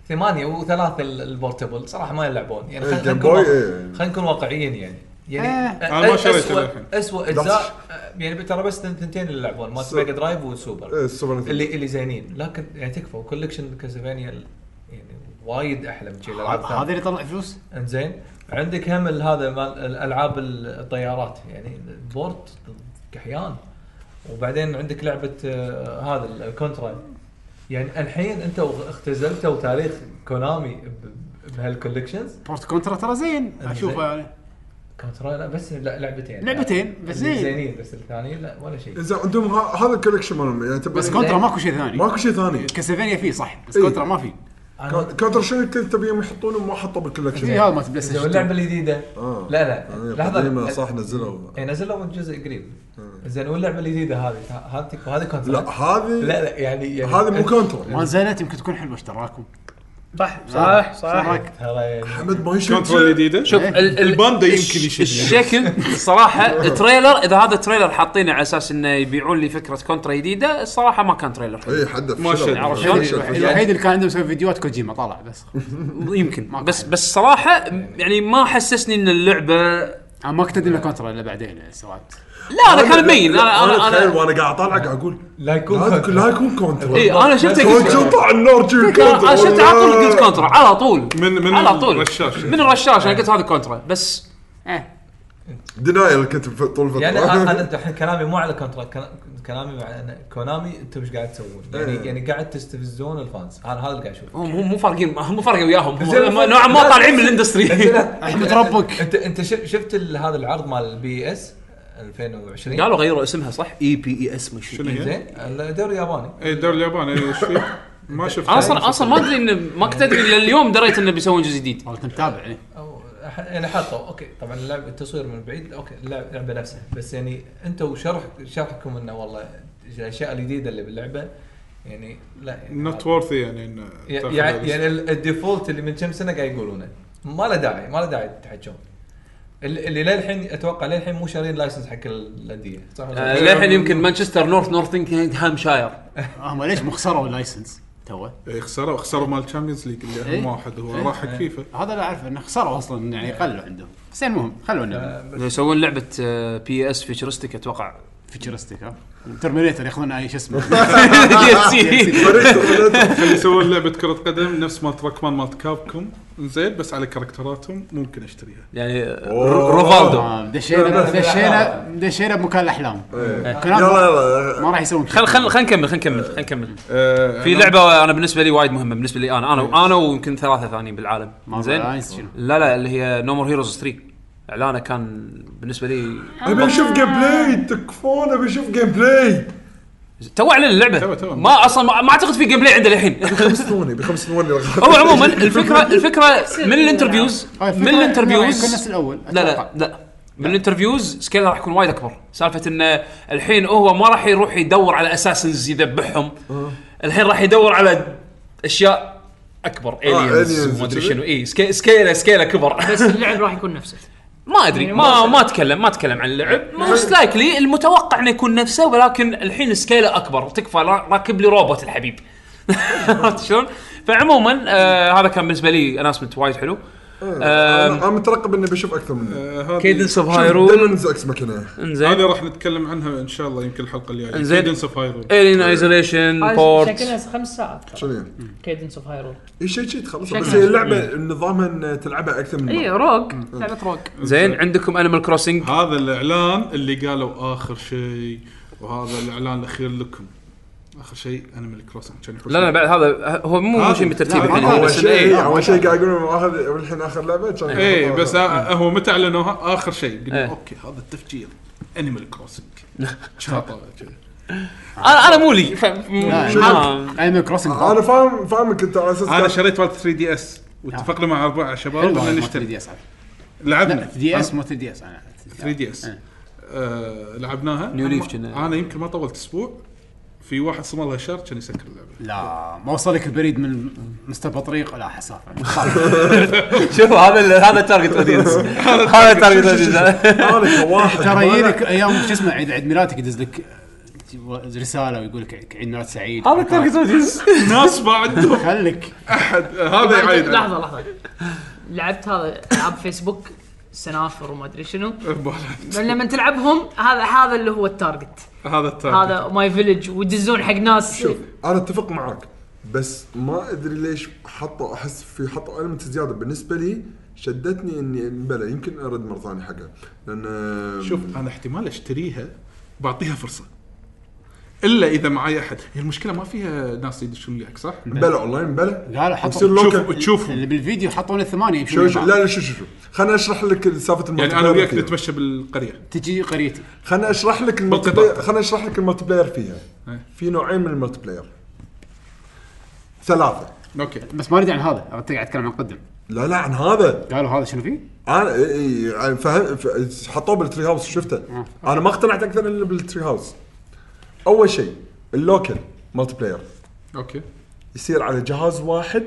8 و3 البورتبل صراحه ما يلعبون يعني. خلينا نكون واقعيين يعني انا ما شريت الحين اسوء اجزاء يعني ترى بس ثنتين اللي يلعبون مالت ميجا درايف والسوبر اللي زينين، لكن يعني تكفى. وكولكشن كاسلفينيا يعني وايد احلى من شيء الالعاب هذا اللي يطلع فلوس. انزين عندك هم هذا مال الالعاب الطيارات يعني بورت كحيان. وبعدين عندك لعبه هذا الكونترا يعني الحين انت اختزلتوا تاريخ كونامي بهالكولكشنز. بورت كونترا ترى زين اشوفه يعني. كونترا لا بس لعبتين بس زينين بس الثاني لا ولا شيء. اذا عندهم هذا الكولكشن مالهم يعني بس كونترا ماكو شيء ثاني كاسلفينيا فيه صح بس كونترا ما فيه. كونتر شنو كنت تبيهم يحطونه ما حطوا بالكولكشن في هذا ما تبلس اللعبه الجديده لا لحظه صح نزلوا نزلوا جزء قريب زين. واللعبه الجديده هذه كونتر لا هذه لا يعني هذه مو كونتر ما نزلت يمكن تكون حلوه اشتراكم صح احمد ما يشوف كونتر الجديده. شوف الباندا يمكن يشد الشكل الصراحه التريلر اذا هذا التريلر حاطينه على اساس انه يبيعون لي فكره كونترا جديده الصراحه ما كان تريلر اي حد ما شد. عرفت شلون الوحيد اللي كان عنده مسوي فيديوهات كوجيما طالع بس يمكن بس صراحه يعني ما حسسني ان اللعبه ما كنت ادري كونترا الا بعدين سوات. لا انا كان مبين انا وانا قاعد اطالع قاعد اقول لا يكون كونترا. اي انا شفت طلع النار انا شفت على طول قلت كونترا على طول من الرشاش من الرشاش انا قلت هذا كونترا بس دينايل كنت طول الفتره يعني انا الحين كلامي مو على كونترا كلامي مع كونامي انتم ايش قاعد تسوون يعني قاعد تستفزون الفانز. انا هذا اللي قاعد اشوفه. مو فارقين مو فارقين وياهم نوعا ما طالعين من الاندستري. احمد ربك انت شفت هذا العرض مال البي اس 2020 قالوا غيروا اسمها صح اي بي اي اس مش زين الدوري الياباني. اي الدوري الياباني ايش فيه ما شفت اصلا ما ادري انه ما كنت ادري لليوم دريت انه بيسوون جزء جديد. والله متابع يعني حطوا اوكي طبعا اللعبه التصوير من بعيد اوكي اللعبه نفسها بس يعني انتم شرحكم انه والله الاشياء الجديده اللي باللعبه يعني لا يعني نوت وورثي يعني الديفولت اللي من كم سنه قاعد يقولونه ما له داعي تحكون. اللي للحين اتوقع للحين مو شارين لايسنس حق الانديه صح للحين يمكن مانشستر نورثنغهامشاير هم ليش مخسروا اللايسنس توه خسروا مال الشامبيونز ليج اللي هم واحد هو راح حق فيفا. هذا لا اعرف انه خسروا اصلا يعني قلوا عندهم بس المهم خلونا يسوون لعبه بي اس فيتشرستيك اتوقع فيتشرستيك ترمينيتر ياخذون اي شيء اسمه خلي يسوون لعبه كره قدم نفس مال تراكمان مال كابكوم زين بس على كاركتراتهم ممكن اشتريها يعني روفالدو دشينا بمكان الاحلام. يلا ما راح يسوون. خل نكمل في لعبه انا بالنسبه لي وايد مهمه بالنسبه لي انا ويمكن 3 ثانيين بالعالم زين. لا اللي هي نو مور هيروز 3 اعلانه كان بالنسبه لي ابي اشوف جيم بلاي تكفون ابي اشوف جيم بلاي تو اعلن اللعبه ما اصلا ما اعتقد في جيم بلاي عند الحين بخمس ثواني هو عموما الفكره من الانترفيوز الناس الاول لا من الانترفيوز سكيل راح يكون وايد اكبر. سالفه انه الحين هو ما راح يروح يدور على اساسنز يذبحهم الحين راح يدور على اشياء اكبر الينز وما ادري شنو سكيله كبر بس اللعب راح يكون نفسه ما ادري ما اتكلم عن اللعب موست لايكلي المتوقع انه يكون نفسه ولكن الحين سكيله اكبر تكفى راكب لي روبوت الحبيب عرفت شلون. فعموما هذا كان بالنسبه لي اناسمنت وايد حلو. انا مترقب اني بشوف اكثر منه. كيدنس اوف هايرول هذا راح نتكلم عنها ان شاء الله يمكن الحلقه الجايه. كيدنس اوف هايرول الين ايزوليشن بورت شكلها 5 ساعات شنو كيدنس اوف هايرول اي شيء تخلص بس هي اللعبه نظامها ان تلعبها اكثر من اي روك لعبه روك. زين عندكم انيمال كروسنج هذا الاعلان اللي قالوا اخر شيء وهذا الاعلان الاخير لكم اخر شيء انيمال كروسنج لا بعد هذا هو مو شيء بالترتيب الحين اول شيء قاعد يقولون هذا الحين اخر لعبه كان اي بس هو متى اعلنوها اخر شيء قلنا اوكي هذا التفجير انيمال كروسنج شاطر انا مو لي انيمال كروسنج انا فاهمك انت على اساس انا شريت مال 3 دي اس واتفقنا مع 4 شباب ان نشتري 3 دي اس لعبنا 3 دي اس مو 3 دي اس انا 3 دي اس لعبناها نيو ليف كنا انا يمكن ما طولت اسبوع في واحد صمل لها شهر كان يسكر اللعبه. لا ما وصلك البريد من مستر بطريق ولا حسافه. شوف هذا تارجت اودينس هذا تارجت اودينس انا واحد ترى يجيك ايام شو اسمه عيد ميلادك يدز لك رساله ويقول لك عيد ميلاد سعيد. هذا التارجت اودينس. ناس ما عندهم خليك احد هذا يعيد. لحظه لعبت هذا العاب فيسبوك سنافر وما ادري شنو لما تلعبهم هذا اللي هو التارجت. هذا ماي فيلج ويدزون حق ناس. شوف انا اتفق معاك بس ما ادري ليش حطوا المنت زياده بالنسبه لي شدتني اني بلا يمكن ارد مره ثانيه حقها لان شوف انا احتمال اشتريها بعطيها فرصه الا اذا معي احد. هي المشكله ما فيها ناس يدشون لي صح بلا اونلاين بلا قالوا حطوا تشوف اللي بالفيديو حطوا 8 شوف لا شوف خليني اشرح لك سالفه الملتي يعني انا وياك نتمشى بالقريه تجي قريتي. خليني اشرح لك الملتي بلاير فيها. في نوعين من الملتي بلاير 3 اوكي بس ما اريد عن هذا انت قاعد تتكلم عن قدم. لا عن هذا قالوا هذا شنو فيه انا يعني فهم حطوه بالتري هاوس شفته. انا ما اقتنعت اكثر الا بالتري هاوس. اول شيء اللوكل ملتي بلاير اوكي يصير على جهاز واحد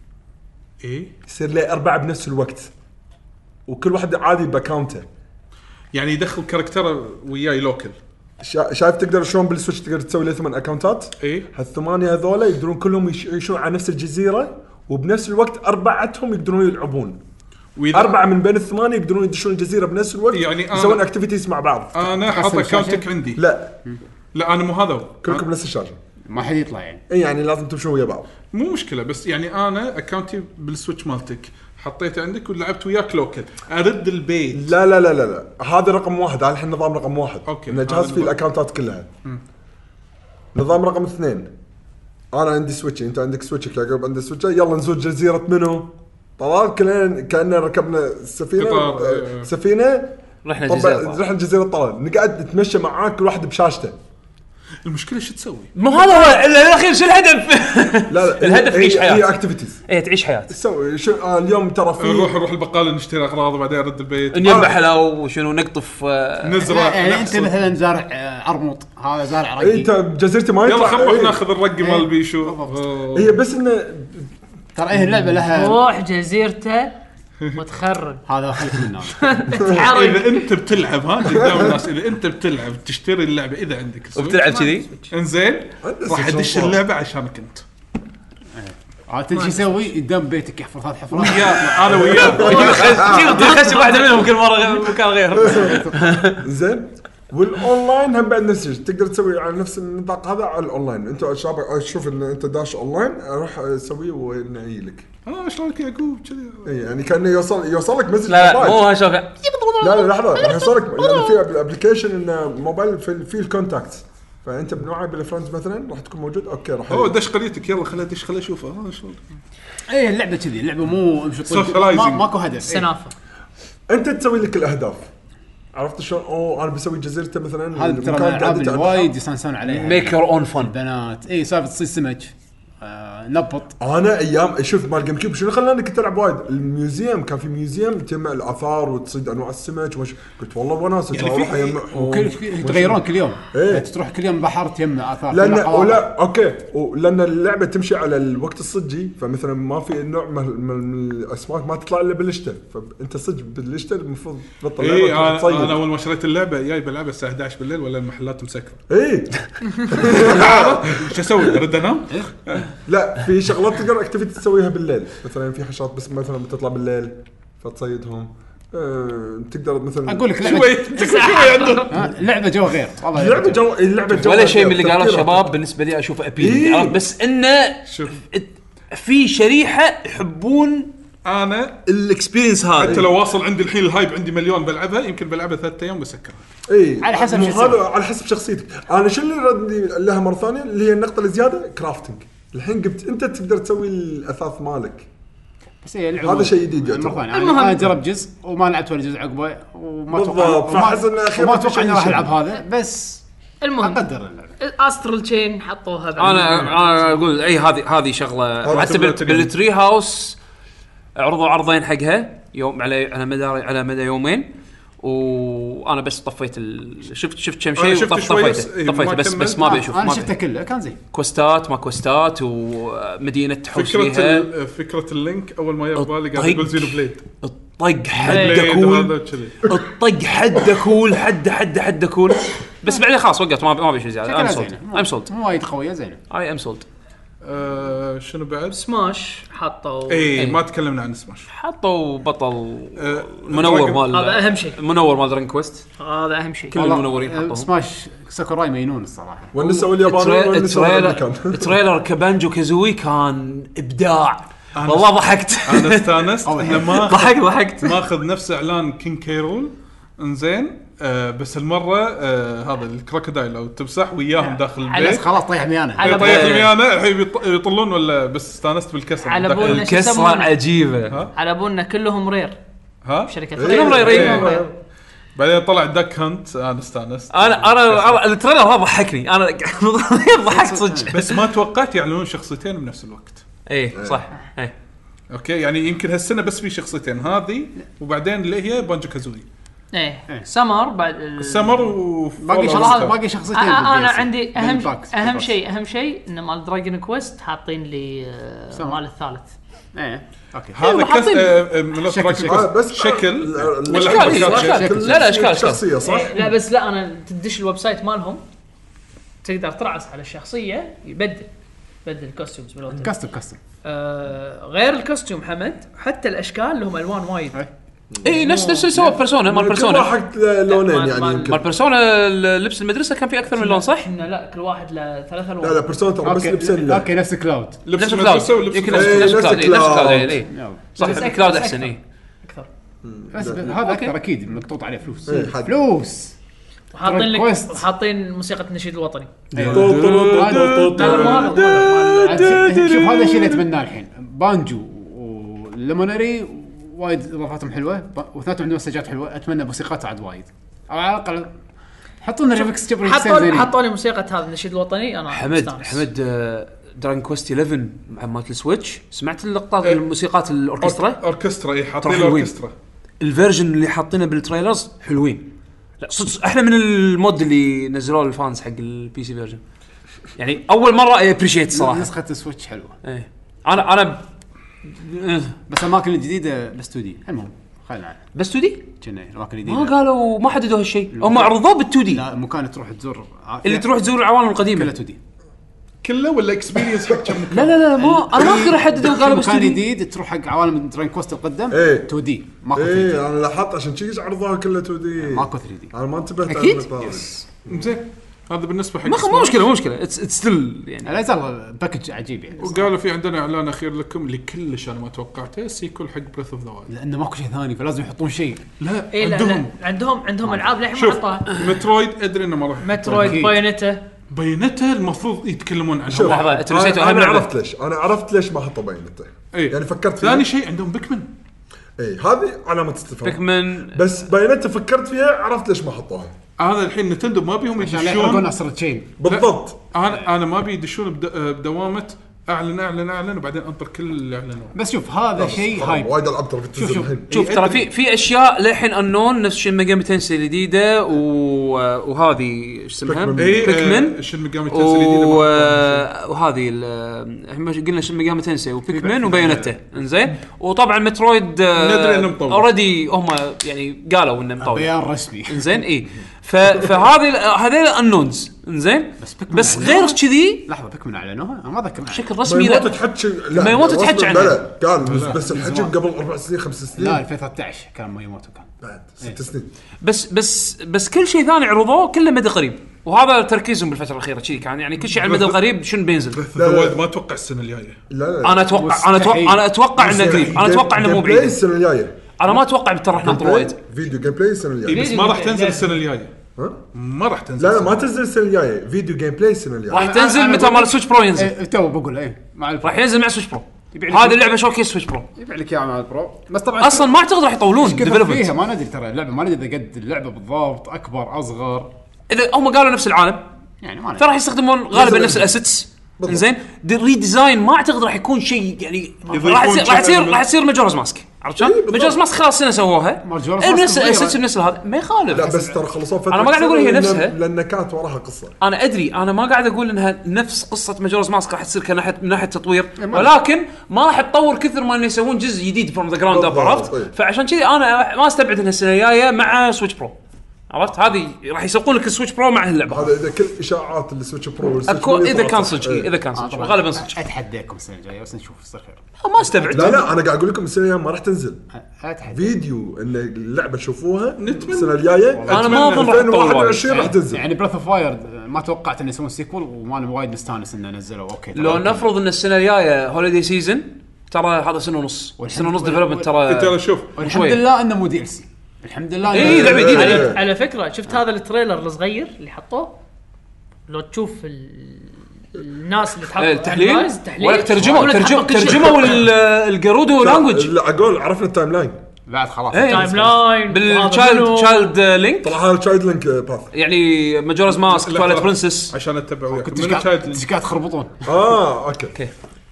يصير له 4 بنفس الوقت وكل واحد عادي باكاونته يعني يدخل كاركتر وياي لوكل. شايف تقدر شلون بالسويتش تقدر تسوي له 8 اكاونتات. هالثمانيه هذول يقدرون كلهم يعيشون على نفس الجزيره وبنفس الوقت 4 يقدرون يلعبون 4 من بين ال8 يقدرون يدشون الجزيره بنفس الوقت يعني يسوون اكتيفيتيز مع بعض. انا حاط اكاونتك عندي لا انا مو هذا كلكم نفس الشاشه ما حد يطلع يعني يعني لازم تمشون ويا بعض مو مشكله بس يعني انا اكاونتي بالسويتش مالتك حطيته عندك ولعبت وياك لوكل ارد البيت. لا هذا رقم 1 على الحين نظام رقم 1 أوكي. ان الجهاز فيه الاكاونتات كلها. نظام رقم 2 انا عندي سويتش انت عندك سويتش يعقوب عنده سويتش يلا نزور جزيره منو طلال كلنا ركبنا سفينه رحنا جزيره طلال نقعد نتمشى معاك كل واحد بشاشته. المشكله شو تسوي مو هذا هو الاخير شو الهدف لا الهدف عيش حياه هي اكتيفيتيز تعيش حياه تسوي شو اليوم ترى في نروح البقاله نشتري اغراض وبعدين نرد البيت نذبح حلاوه وشنو نقطف نزرع يعني انت مثلا زارع عرموط هذا زارع رقي انت بجزيرتي ما يلا خلينا نروح ناخذ الرق مال بيشو. هي بس انه ترى اللعبه لها روح جزيرته وتخرب هذا خليك منه. اذا انت بتلعب قدام الناس اذا انت بتلعب تشتري اللعبه اذا عندك وبتلعب كذي انزين راح ادش اللعبه عشانك انت. عاد شو يسوي قدام بيتك يحفر 3 حفرات انا وياه خش واحده منهم كل مره مكان غير. زين والاونلاين هم بعد نفس الشيء تقدر تسوي على نفس النطاق هذا على الاونلاين. انت شباب شوف ان انت داش اونلاين اروح اسويه ونعي لك شلونك يا يعقوب كذي يعني كانه يوصل لك مسج لا مو هالشوف لا لحظه راح يوصلك يعني في الابلكيشن انه موبايل في الكونتاكت فانت بنوعه بالفرندز مثلا راح تكون موجود اوكي راح دش قريتك يلا خليها دش خليها اشوفها شلون. اللعبه كذي اللعبه مو ماكو هدف سنافه انت تسوي لك الاهداف عرفت شلون انا بسوي جزيرته مثلا هذا ترى العاب وايد يستانسون عليها ميك يور اون فن بنات سالفه تصيد سمك نبط. انا ايام شوف مال جيم كيوب شنو خلاني كنت العب وايد الميوزيوم كان في ميوزيوم تجمع الاثار وتصيد انواع السمك قلت والله وناسه يعني اروح اجمع يتغيرون كل يوم تروح كل يوم بحر تجمع اثار لا اوكي لان اللعبه تمشي على الوقت الصجي فمثلا ما في نوع من الاسماك ما تطلع الا بالشتاء فانت صج بالشتاء المفروض تبطل لعبه تصيد. انا اول ما شريت اللعبه جاي بلعبها الساعه 11 بالليل ولا المحلات مسكره شو اسوي ارد انام لا في شغلات تقدر اكتيفيتي تسويها بالليل مثلا في حشرات بس مثلا بتطلع بالليل فتصيدهم تقدر مثلا اقول لك شوي لعبه جو غير والله اللعبه جو ولا شيء من اللي قاله الشباب بالنسبه لي اشوفه ابيل بس انه شوف في شريحه يحبون انا الاكسبيرينس هذا حتى لو واصل عندي الحين الهايب عندي مليون بلعبها يمكن بلعبها 3 ايام بسكرها على حسب هذا على حسب شخصيتك. انا شو اللي ردني لها مره ثانيه اللي هي النقطه الزياده كرافتنج الحين قلت انت تقدر تسوي الاثاث مالك بس هذا شيء جديد انا جربت جزء وما لعبت ولا جزء عقبه وما اتوقع اني راح العب هذا بس المهم اقدر استرال تشين حطوها انا اقول اي هذه شغله حتى بالتري هاوس عرضوا عرضين حقها يوم على مدى يومين وانا بس طفيت شفت كم شيء طفيته بس ما بشوف انا شفته كله كان زين كوستات ما كوستات ومدينه تحوش فيها فكره اللينك اول ما يبالي قاعد يقول زينو بليد الطق حد كول الطق حد كول حد كول بس بعدين خلاص وقفت ما ابي شيء زياده. ام سولد مو وايد قويه زينه. اي ام سولد. شنو بعد؟ سماش حطوا اي ما تكلمنا عن سماش. حطوا بطل منور مال هذا اهم شيء. منور مال درين كويست هذا اهم شيء. كل المنورين حطوا. سماش ساكوراي مينون الصراحه. والنساء اليابانيين التريلر كابانجو كازوي كان ابداع والله. ضحكت انا استانست لما ضحكت ماخذ نفس اعلان كين كيرول انزين. بس المره هذا الكروكودايل او التمساح وياهم داخل البيت خلاص طيح ميانه طيح ميانه الحين يطلون ولا بس استانست بالكسر. الكسره عجيبه على بالنا كلهم رير. ها شركه كلهم رير. بعدين طلع داك هانت. انا استانست. انا التريلر هذا ضحكني. انا ضحكت صدق. بس ما توقعت يعلنون شخصيتين بنفس الوقت. ايه صح. ايه اوكي يعني يمكن هالسنه بس في شخصيتين هذه وبعدين اللي هي بانجو كازوي. ايه سمر بعد السمر باقي شخصيتين. انا عندي اهم شيء ان مال دراجون كويست حاطين لي مال الثالث. ايه اوكي هذا كاس بس شكل ولا اشكال. لا اشكال شخصيه صح. لا بس لا انا تدش الويب سايت مالهم تقدر ترعس على الشخصيه يبدل الكوستيومز بالوقت كاستم. غير الكوستيوم حمد حتى الاشكال لهم الوان وايد. اي نفس سوى بيرسونا مال بيرسونا واحد لونين يعني مال بيرسونا. لبس المدرسه كان في اكثر من لون صح؟ لا كل واحد له 3 الوان. لا بيرسونا ترى بس لبسين. اوكي نفس كلاود. لبس المدرسه ولبس كلاود. اي صح كلاود احسن. اي اكثر. بس هذا اكثر اكيد مقطوط عليه فلوس. وحاطين لك حاطين موسيقى النشيد الوطني. شوف هذا الشيء اللي اتمناه الحين. بانجو وليمونري وايد اضافاتهم حلوه واثنيناتهم عندهم مسجات حلوه. اتمنى موسيقاتها عاد وايد او على الاقل حطوا لنا ريمكس جبري. حطوا لي موسيقى هذا النشيد الوطني. انا حمد دراجون كويست 11 مع مالت السويتش سمعت اللقطات الموسيقات الاوركسترا. اي حاطين الاوركسترا. الفيرجن اللي حاطينه بالتريلرز حلوين. لا صدق احلى من المود اللي نزلوه الفانز حق البي سي فيرجن. يعني اول مره ابريشيت صراحه. نسخه السويتش حلوه. ايه انا بس الاماكن الجديده بس 2 دي. المهم خلينا عنها بس 2 دي. كنا الاماكن الجديده ما قالوا ما حددوا هالشيء. هم عرضوه بال2 دي. لا مكان تروح تزور اللي تروح تزور العوالم القديمه كلها 2 دي كله ولا اكسبيرينس حق كم. لا ما انا ما اقدر احدد. قالوا بس 2 مكان دي جديد تروح حق عوالم درين كوست القدم 2 دي ماكو 3 دي. انا لاحظت عشان شيء عرضوها كلها 2 دي ماكو 3 دي. انا ما انتبهت اكيد. زين هذا بالنسبه حق مو مشكله اتس ستيل يعني لا زال باكج عجيب يعني. وقالوا في عندنا اعلان اخير لكم اللي كلش انا ما توقعته سيكول حق بريث اوف ذا وايلد. لانه ماكو شيء ثاني فلازم يحطون شيء. لا عندهم العاب للحين ما حطوها. مترويد ادري انه ما راح. مترويد بايونيتا المفروض يتكلمون عنها. لحظه انت نسيتوا اهم لعبه. انا عرفت ليش ما حطوا بايونيتا. يعني فكرت ثاني شيء عندهم بيكمن. هذه علامه استفهام. بيكمن بس بايونيتا فكرت فيها عرفت ليش ما حطوها. هذا الحين نتندو ما بيهم يدشون اصلا تشين بالضبط. انا ما بيدشون بدوامه اعلن وبعدين انطر كل اللي اعلنوه. بس شوف هذا شيء هايب وايد العاب ترى بتنزل الحين. شوف ترى في اشياء للحين انون نفس شين ميجامي تنسي الجديده وهذه ايش اسمها بيكمن شين ميجامي تنسي الجديده وهذه احنا قلنا شين ميجامي تنسي وبيكمن وبايونيتا انزين. وطبعا مترويد ندري انه مطول اوريدي هم يعني قالوا انه مطول بيان رسمي انزين. اي فهذه هذول انونز انزين. بس غير كذي لحظه بيكمن اعلنوها انا ما اذكر بشكل رسمي. لا تحكي ما يموت تحكي عنه. قال بس الحكي قبل 4 سنين 5 سنين. لا 2013 كان ما يموت كان بعد 6 سنين. بس كل شيء ثاني عرضوه كله مدى قريب. وهذا تركيزهم بالفتره الاخيره شيء كان يعني كل شيء على المدى القريب شنو بينزل. ما اتوقع السنه الجايه. لا انا اتوقع انه قريب. انا اتوقع انه مو بعيد السنه الجايه. انا ما اتوقع ترى راح ننطر وايد فيديو جيم بلاي السنه الجايه. بس ما راح تنزل السنه الجايه. ما راح تنزل. لا ما تنزل السنه الجايه. فيديو جيم بلاي السنه الجايه راح تنزل متى مال سويتش برو ينزل. تو بقول راح ينزل مع سويتش برو. هذه اللعبه شوكيس سويتش برو يبيع لك اياها مع البرو. بس طبعا اصلا ما اعتقد راح يطولون ديفلوبمنت فيها. ما ندري ترى اللعبه ما ندري اذا قد اللعبه بالضبط اكبر اصغر. اذا هم قالوا نفس العالم يعني ما فراح يستخدمون غالبا نفس الاسيتس. زين الريديزاين ما اعتقد راح يكون شيء يعني راح تصير ماجورز ماسك. عرفت شلون؟ ماجورز ماسك خلاص سنه سووها نفس الاسيتس نفس هذا ما يخالف. لا بس ترى خلصوا فتره. انا ما قاعد اقول هي نفسها لان كانت وراها قصه. انا ادري انا ما قاعد اقول انها نفس قصه ماجورز ماسك راح تصير من ناحيه تطوير ولكن ما راح تطور كثر ما انه يسوون جزء جديد فروم ذا جراوند اب. عرفت؟ فعشان كذي انا ما استبعد انها السنه الجايه مع سويتش برو. عرفت هذه راح يسوقون لك السويتش برو مع هاللعبه. هذا اذا كل اشاعات السويتش برو اكو اذا كان صدق اذا كان صدق غالبا صدق. اتحداكم السنه الجايه بس نشوف يصير خير. ما استبعد. لا انا قاعد اقول لكم السنه الجايه ما راح تنزل اتحدى فيديو ان اللعبه تشوفوها السنه الجايه. انا ما اظن راح تطول 2021 راح تنزل. يعني براث اوف فاير ما توقعت انه يسوون سيكول وما وايد مستانس انه نزلوا. اوكي لو نفرض ان السنه الجايه هوليدي سيزن ترى هذا سنه ونص ديفلوبمنت ترى شوف الحمد لله انه مو دي ال سي الحمد لله. اي لعبه جديده. على فكره شفت هذا التريلر الصغير اللي حطوه لو تشوف الناس اللي تحط التحليل ولا ترجمه والجرودو لانجوج. لا اقول عرفنا التايم لاين بعد خلاص تايم لاين بالتشايلد لينك طلع هذا تشايلد لينك باث يعني ماجورز ماسك تواليت برنسس عشان اتبع وياك كنت قاعد تخربطون. اوكي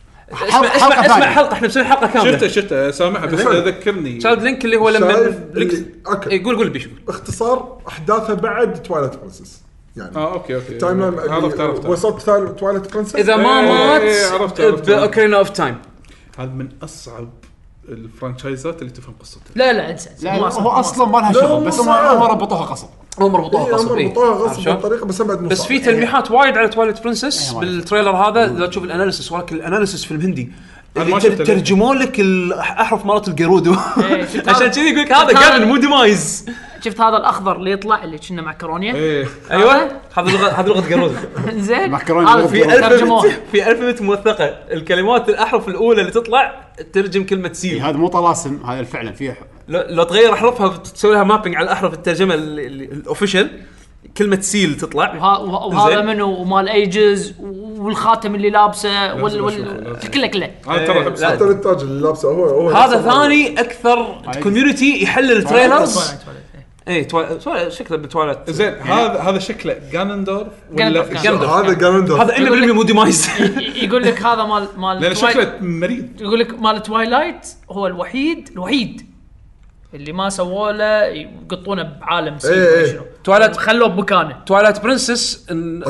اسمع حلقه احنا مسوي حلقه كامله. شفته سامحها بس ذكرني تشايلد لينك اللي هو لما اوكي يقول بيشوف اختصار احداثها بعد تواليت برنسس يعني. اوكي تايم لاين عرفت وصلت تواليت برنسس اذا ما مات عرفت باوكرينا اوف تايم. هذا من اصعب الفرانشايزات اللي تفهم قصتها. لا انسى لا هو اصلا ما لها شغل بس هم ربطوها قصب. هم ربطوها قصب بطريقه بس في تلميحات وايد على تواليت برنسس بالتريلر هذا. لو تشوف الاناليسيس ولكن الاناليسيس فيلم هندي ترجموا لك الاحرف مالت الجرودو عشان كذي يقول لك هذا قابل مو ديمايز. شفت هذا الاخضر اللي يطلع اللي كنا مع كرونيا. ايوه هذا لغه جرودو. زين في الفبت موثقه الكلمات الاحرف الاولى اللي تطلع ترجم كلمه سي. هذا مو طلاسم هذا فعلا فيه لو تغير احرفها تسوي لها مابينج على الاحرف الترجمه الاوفيشال كلمه سيل تطلع. وهذا منه ومال ايجز والخاتم اللي لابسه كله حتى التاج اللي لابسه هو هذا ثاني اكثر كوميونتي يحلل التريلرز. اي شكله بتواليت. زين هذا شكله جانندورف ولا هذا جانندورف هذا 100% مو ديمايز. يقول لك هذا مال لان شكله مريض. يقول لك مال توايلايت هو الوحيد اللي ما سووا له يقطونه بعالم شنو تواليت خلوه بمكانه. تواليت برنسس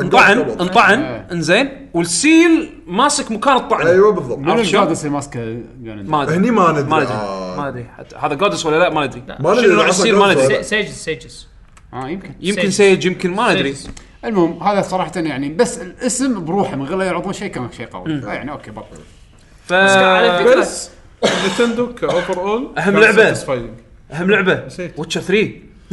انطعن انزين والسيل ماسك مكان الطعن. ايوه بالضبط. من الجادس اللي ماسكه هني ما ندري ما ادري هذا جادس ولا لا ما ندري. شنو نوع السيل ما ندري. سيجز يمكن سيج يمكن ما ندري. المهم هذا صراحه يعني بس الاسم بروحه من غير لا يعرضون شيء كان شيء قوي يعني اوكي بطل. على فكره نينتندو كاوفر اول اهم لعبه ويتشر 3.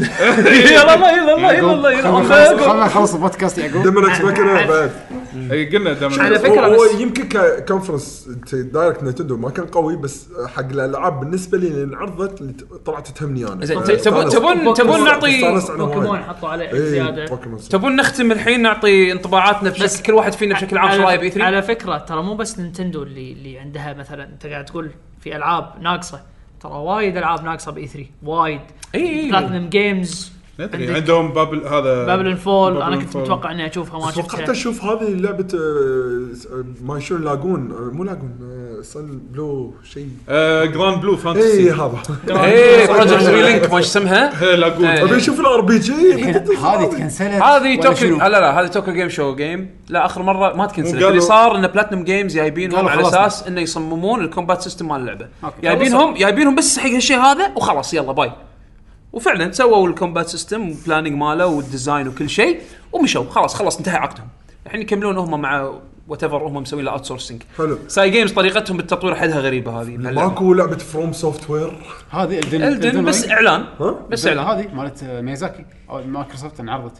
يلا خلنا نخلص البودكاست يعقوب. دمرك ماكينه بعد قلنا دمرك. على فكره هو يمكن كونفرنس دايركت نينتندو ما كان قوي بس حق الالعاب بالنسبه لي اللي انعرضت اللي طلعت تهمني انا. تبون نعطي بوكيمون حطوا عليه زياده. تبون نختم الحين نعطي انطباعاتنا بشكل كل واحد فينا بشكل عام. شرايب اي 3 على فكره ترى مو بس نينتندو اللي عندها مثلا انت قاعد تقول في العاب ناقصه. ترى وايد العاب ناقصه باي 3 وايد. بلاتينم جيمز عندهم بابل فول. انا كنت متوقع اني اشوفها ما شفتها. حتى اشوف هذه لعبه ما يشون لاجون مو لاجون سن بلو شيء جراند بلو فانتسي. هذا بروجكت ريلينك ما اسمها لاجون. ابي اشوف الار بي جي. هذه تكنسلت. هذه توكو لا هذه توكو جيم شو جيم. لا اخر مره ما تكنسلت. اللي صار ان بلاتنم جيمز جايبينهم على اساس انه يصممون الكومبات سيستم مال اللعبه. جايبينهم بس حق هالشيء هذا وخلاص يلا باي. وفعلا سووا الكومبات سيستم وبلانينج ماله والديزاين وكل شيء ومشوا خلاص انتهى عقدهم. الحين يكملون هم مع واتيفر هم مسوين له اوت سورسنج. حلو. ساي جيمز طريقتهم بالتطوير حدها غريبه هذه. ماكو لعبه فروم سوفت وير هذه الدن بس اعلان. بس اعلان هذه مالت ميازاكي او مايكروسوفت انعرضت.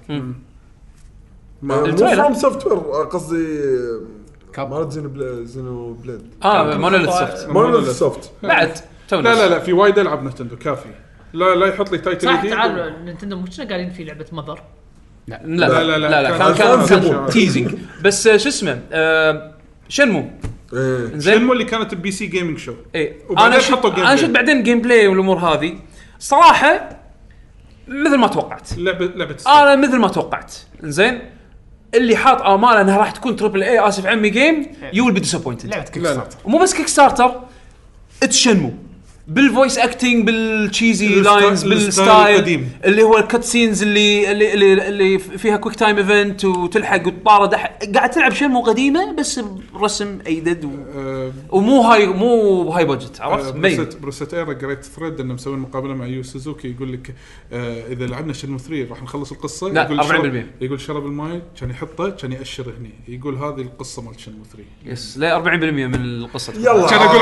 مو فروم سوفت وير قصدي مالت زينو بليد. مونوليث سوفت بعد لا في وايد العاب نينتندو كافي. لا يحط لي تايتل جديد. تعال نينتندو مو كنا قاعدين في لعبه مذر. لا كان تيزنج بس شو اسمه شنمو. شنمو اللي كانت البي سي جيمنج شو. انا شفت بعدين جيم بلاي والامور هذه صراحه مثل ما توقعت. لعبه انا مثل ما توقعت. زين اللي حاط امال انها راح تكون تريبل اي اسف عمي جيم يو ويل بي ديسابوينتد. لعبه كيك ستارتر ومو بس كيك ستارتر اتشنمو بالفويس اكتنج بالتشيزي الستايل- لاينز الستايل بالستايل القديم. اللي هو الكت سينز اللي فيها كويك تايم ايفنت وتلحق وتطارد قاعد تلعب شنمو قديمه بس برسم ايدد ومو هاي بادجت عرفت بروست ايرا قريت ثريد انه مسوين مقابله مع يو سوزوكي يقول لك اذا لعبنا شنمو 3 راح نخلص القصه. لا، يقول 40%. يقول شرب الماي كان يحطه كان ياشر هني يقول هذه القصه مال شنمو 3. يس لا 40% من القصه يلا كان اقول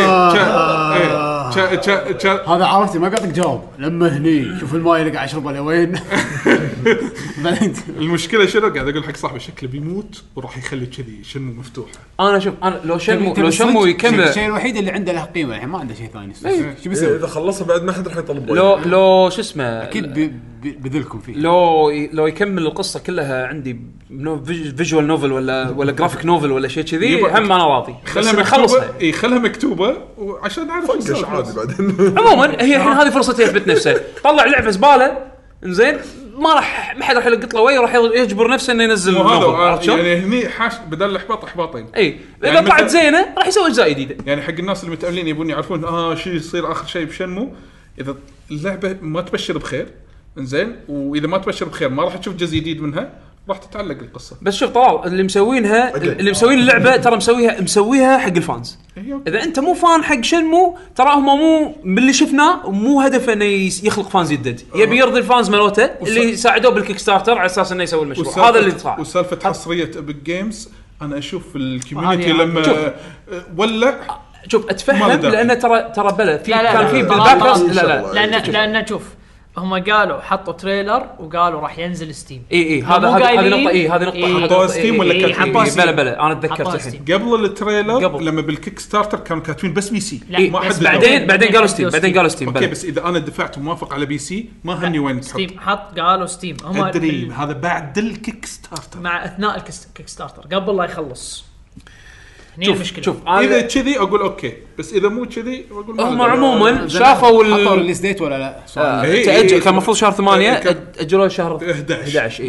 حق هذا عرفتي ما بيعطيك جواب لما هني شوف الماي اللي قاعد يشربه لوين. بعدين المشكله شنو قاعد اقول حق صاحبي شكله بيموت وراح يخلي كذي شنمو مفتوحه. انا شوف انا لو شنمو الشيء يكمل الوحيد اللي عنده له قيمه الحين ما عنده شيء ثاني. شو بيسوي؟ اذا خلصها بعد ما حد راح يطلب لو شو اسمه اكيد بذلكم فيه. لو يكمل القصه كلها عندي فيجوال نوفل ولا جرافيك نوفل ولا شيء كذي هم انا راضي. خلها مكتوبه وعشان اعرف فنقش عادي بعدين. عموما هي الحين هذه فرصته يثبت نفسه. طلع لعبه زباله انزين ما حد راح يلقط له وين راح يجبر نفسه انه ينزل وهذا يعني هني حاش بدل الاحباط احباطين. اي اذا يعني طلعت زينه راح يسوي اجزاء جديده. يعني حق الناس اللي متأملين يبون يعرفون شو يصير اخر شيء بشنمو. اذا اللعبه ما تبشر بخير انزين واذا ما تبشر بخير ما راح تشوف جزء جديد منها راح تتعلق القصه. بس شوف طلال اللي مسوين اللعبه ترى مسويها حق الفانز. اذا انت مو فان حق شنمو ترى هم مو باللي شفناه مو هدفه انه يخلق فانز جدد. يبي يرضي الفانز مالته اللي ساعدوه بالكيك ستارتر على اساس انه يسوي المشروع. هذا اللي صار. وسالفه حصريه ابيك جيمز انا اشوف الكوميونتي لما ولع شوف اتفهم لانه ترى بلا في كان في بالباك لان شوف هم قالوا حطوا تريلر وقالوا راح ينزل ستيم. هذه نقطه هذه نقطه حطوا ستيم ولا كاتبين بلا انا تذكرت الحين قبل التريلر لما بالكيك ستارتر كانوا كاتبين بس بي سي ما حد بعدين قالوا ستيم اوكي بس اذا انا دفعت موافق على بي سي ما همني وين ستيم قالوا ستيم هم هذا بعد الكيك ستارتر مع اثناء الكيك ستارتر قبل لا يخلص. شوف اذا كذي اقول اوكي بس اذا مو كذي اقول هم عموما شافوا حطوا الريليز ديت ولا لا تاجل كان المفروض شهر 8 اجلوه شهر 11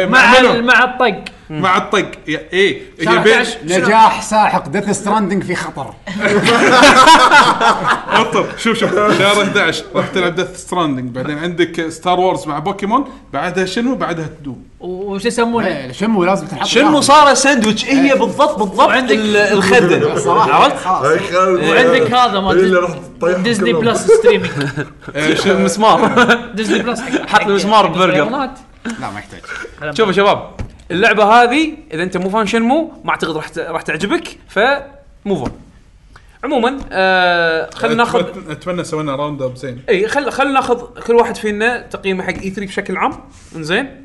مع الطق نجاح ساحق. ديث ستراندنج في خطر. شوف شهر 11 راح تلعب ديث ستراندنج بعدين عندك ستار وورز مع بوكيمون بعدها شنو بعدها تدوم وش يسمونه شنمو لازم تنحط شنمو صار ساندويتش هي بالضبط عندك الخده عرفت. وعندك هذا ما ديزني بلس ستريمينج مسمار ديزني بلس حط مسمار ببرجر. لا ما يحتاج. شوفوا يا شباب اللعبه هذه اذا انت مو فان شنمو ما اعتقد راح تعجبك فموفون. عموما خلينا ناخذ اتمنى سوينا راوند اب زين. اي خلينا ناخذ كل واحد فينا تقييمه حق E3 بشكل عام انزين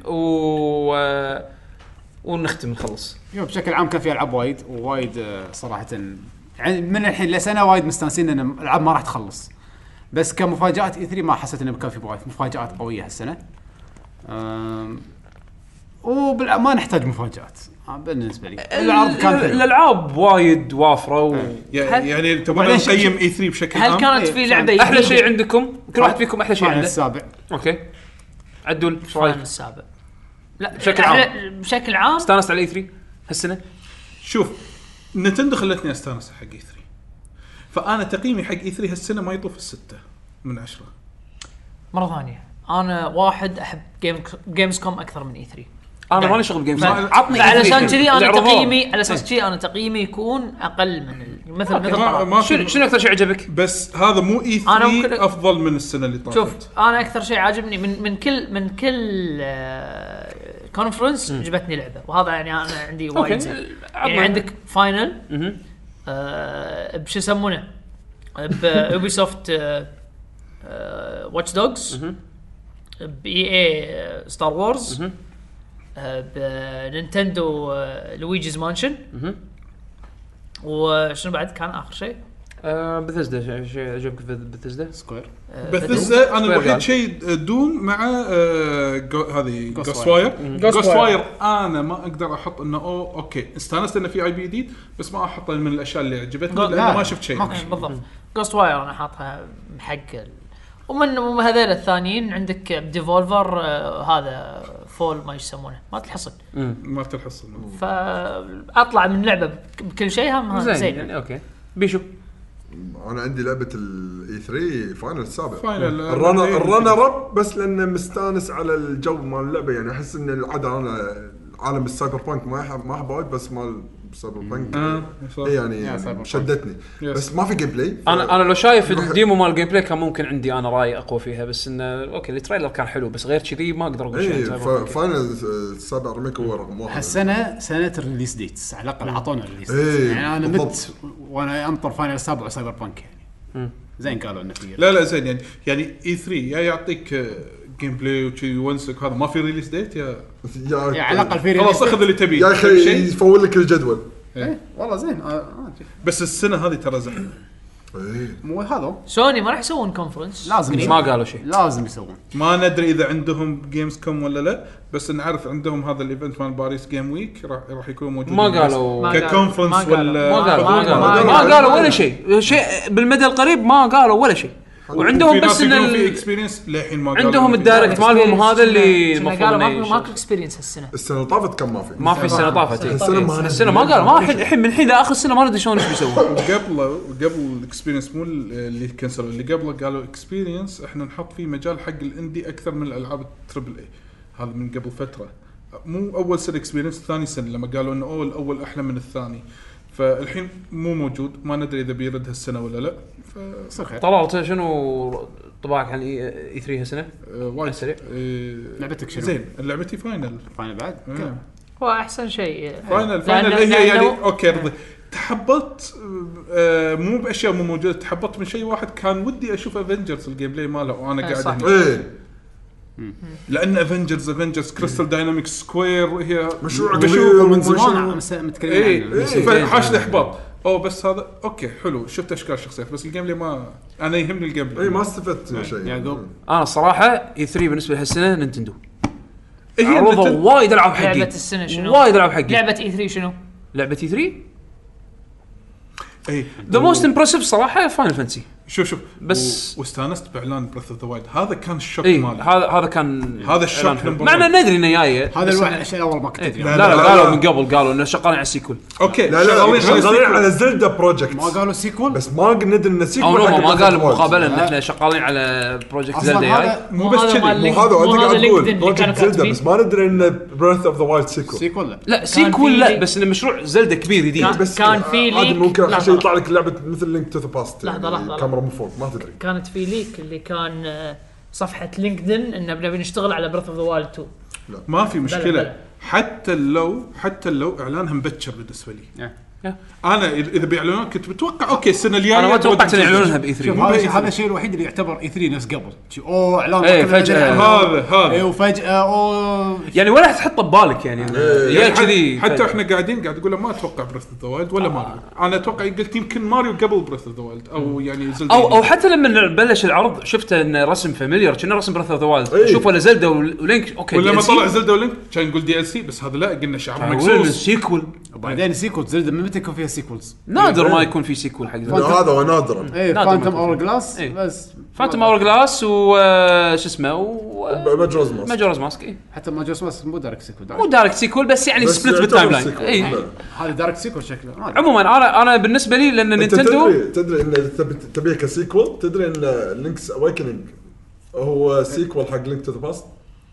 ونختم نخلص. بشكل عام كان في العاب وايد صراحه يعني من الحين لسنه وايد مستانسين ان الالعاب ما راح تخلص. بس كمفاجات E3 ما حسيت انه كان في مفاجات قويه هالسنه. ما نحتاج مفاجات بالنسبه لي. العرض كان الالعاب وايد وافره يعني تبغى نقيم E3 بشكل عام. هل كانت في لعبه احلى شيء عندكم كل واحد فيكم احلى شيء عنده السابع؟ اوكي عدول ايش رايك السابع؟ لا بشكل عام استانست على E3 هالسنه. شوف نتندو خلتني استانس حق E3 فانا تقييمي حق E3 هالسنه ما يطوف 6 من 10. مره ثانيه انا واحد احب جيمز كوم اكثر من E3. انا مالي شغل جيمز عطني علشان كذي انا تقييمي على اساس كذي انا تقييمي يكون اقل من مثل شنو اكثر شيء عجبك؟ بس هذا مو E3 افضل من السنه اللي طافت. شوف انا اكثر شيء عاجبني من كل كونفرنس عجبتني لعبه وهذا يعني انا عندي وايد يعني عندك فاينل بش يسمونه بيوبيسوفت واتش دوجز بي ستار وورز بنينتندو لويجيز مانشن وشنو بعد كان اخر شيء بثزدا شيء عجبك بثزدا سكوير بثزدا انا الوحيد شيء دوم مع هذه جوست واير انا ما اقدر احط انه اوكي استانست انه في اي بي جديد بس ما احط من الاشياء اللي عجبتني لانه ما شفت شيء بالضبط. جوست واير انا حاطها حق ومن هذول الثانيين عندك ديفولفر هذا فول ما يسمونه ما تحصل فاطلع من لعبه بكل شيء هم زين يعني اوكي بيشو انا عندي لعبه الاي 3 فاينل السابع فاينل الرنر اب بس لانه مستانس على الجو مال اللعبه يعني احس ان العاده انا عالم السايبر بانك ما احب وايد بس مال سايبر بانك يعني شدتني بس ما في جيم بلاي انا لو شايف الديمو مال الجيم بلاي كان ممكن عندي انا راي اقوى فيها بس انه اوكي التريلر كان حلو بس غير كذي ما اقدر اقول شيء. فاينل السابع ريميك هو رقم 1 هالسنه سنه الريليس ديتس على الاقل اعطونا الريليس يعني انا مت وانا انطر فاينل السابع وسايبر بانك يعني زين قالوا انه فيه لا زين يعني اي 3 يا يعطيك جيم بلاي وشي ونسك هذا ما في ريليس ديت يا على الاقل في خلاص اخذ اللي تبيه يا اخي يفول لك الجدول والله زين بس السنه هذه ترى زحمه مو هذا سوني ما راح يسوون كونفرنس لازم ما قالوا شيء لازم يسوون ما ندري اذا عندهم جيمز كوم ولا لا بس نعرف عندهم هذا الايفنت مال باريس جيم ويك راح يكون موجود ما قالوا ككونفرنس ولا ما قالوا ولا شيء بالمدى القريب ما قالوا ولا شيء وعندهم بس ان في اكسبيرينس للحين ما عندهم الدايركت مالهم هذا اللي المفروض ماكو اكسبيرينس السنه طافت كم ما في السنه طافت السنه ما قالوا ما الحين من الحين لاخر السنه ما ندري شلون ايش بيسوون قبل الاكسبيرينس مو اللي كنسلوا اللي قبله قالوا اكسبيرينس احنا نحط فيه مجال حق الاندي اكثر من الالعاب التربل اي هذا من قبل فتره مو اول سنه اكسبيرينس ثاني سنه لما قالوا انه الاول احلى من الثاني فالحين مو موجود ما ندري اذا بيرد هالسنه ولا لا طلعت شنو طباعك عن اي 3 هالسنه وايد سريع لعبتك شنو زين لعبتي فاينل بعد هو احسن شيء فاينل هي يعني اوكي رضي تحبطت مو باشياء مو موجوده تحبطت من شيء واحد كان ودي اشوف افنجرز الجيم بلاي ماله وانا قاعد هنا لان افنجرز كريستال داينامكس سكوير وهي مشروع من زمان متكلمين عنه حاش الاحباط بس هذا اوكي حلو شفت اشكال الشخصيات بس الجيم بلاي ما انا يهمني الجيم بلاي ما استفدت شيء يعقوب انا الصراحه اي 3 بالنسبه لهالسنه نينتندو عرضوا وايد العاب حقي لعبه السنه شنو وايد العاب حقي لعبه اي 3 شنو لعبه اي 3 ذا موست امبرسيف صراحه فاينل فانتسي شوف بس واستانست باعلان بريث اوف ذا وايلد هذا كان الشوك مالي هذا كان هذا الشوك معنا ندري انه جاي هذا الواحد الشيء الاول ما كنت ادري لا قالوا من قبل قالوا انه شغالين على السيكول اوكي لا شغالين على زلدا بروجكت ما قالوا سيكول بس ما ندري انه سيكول ما قالوا مقابله ان احنا شغالين على بروجكت زلدا جاي مو بس كذي هذا انت قاعد تقول بروجكت زلدا بس ما ندري انه بريث اوف ذا وايلد سيكول لا سيكول لا بس انه مشروع زلدا كبير جديد بس كان في ليك ممكن شيء يطلع لك لعبه مثل لينك تو ذا باست لحظه كاميرا من فوق ما تدري كانت في ليك اللي كان صفحه لينكدين انه بنبي نشتغل على بريث اوف ذا وايلد 2 ما في مشكله بلا. حتى لو اعلانها مبكر بالنسبه لي انا اذا بيعلنون كنت بتوقع اوكي السنه الجايه انا ما توقعت ان يعلنونها باي 3 هذا الشيء الوحيد اللي يعتبر اي 3 نفس قبل اعلان فجاه هذا وفجاه يعني ولا تحطه ببالك يعني يا كذي حتى احنا قاعد نقول ما اتوقع بريث اوف ذا وايلد ولا ماريو انا اتوقع قلت يمكن ماريو قبل بريث اوف ذا وايلد او يعني زلدا او حتى لما بلش العرض شفت ان رسم فاميليار كنا رسم بريث اوف ذا وايلد شوف ولا زلدا ولينك اوكي ولما طلع زلدا ولينك كان نقول دي ال سي بس هذا لا قلنا شعار مكسوس سيكول وبعدين سيكول زلدا متى يكون فيها سيكولز نادر ما يكون في سيكول حق هذا ونادرا فانتوم اور جلاس بس فانتوم اور جلاس وش اسمه ماجورز ماسك حتى ماجورز ماسك مو دايركت سيكول مو دايركت سيكول بس يعني سبلت بالتايم لاين هذا دايركت سيكول شكله عموما انا بالنسبه لي لان نينتندو تدري ان تبيه كسيكول تدري ان لينكس اويكنينج هو سيكول حق لينك تو ذا باست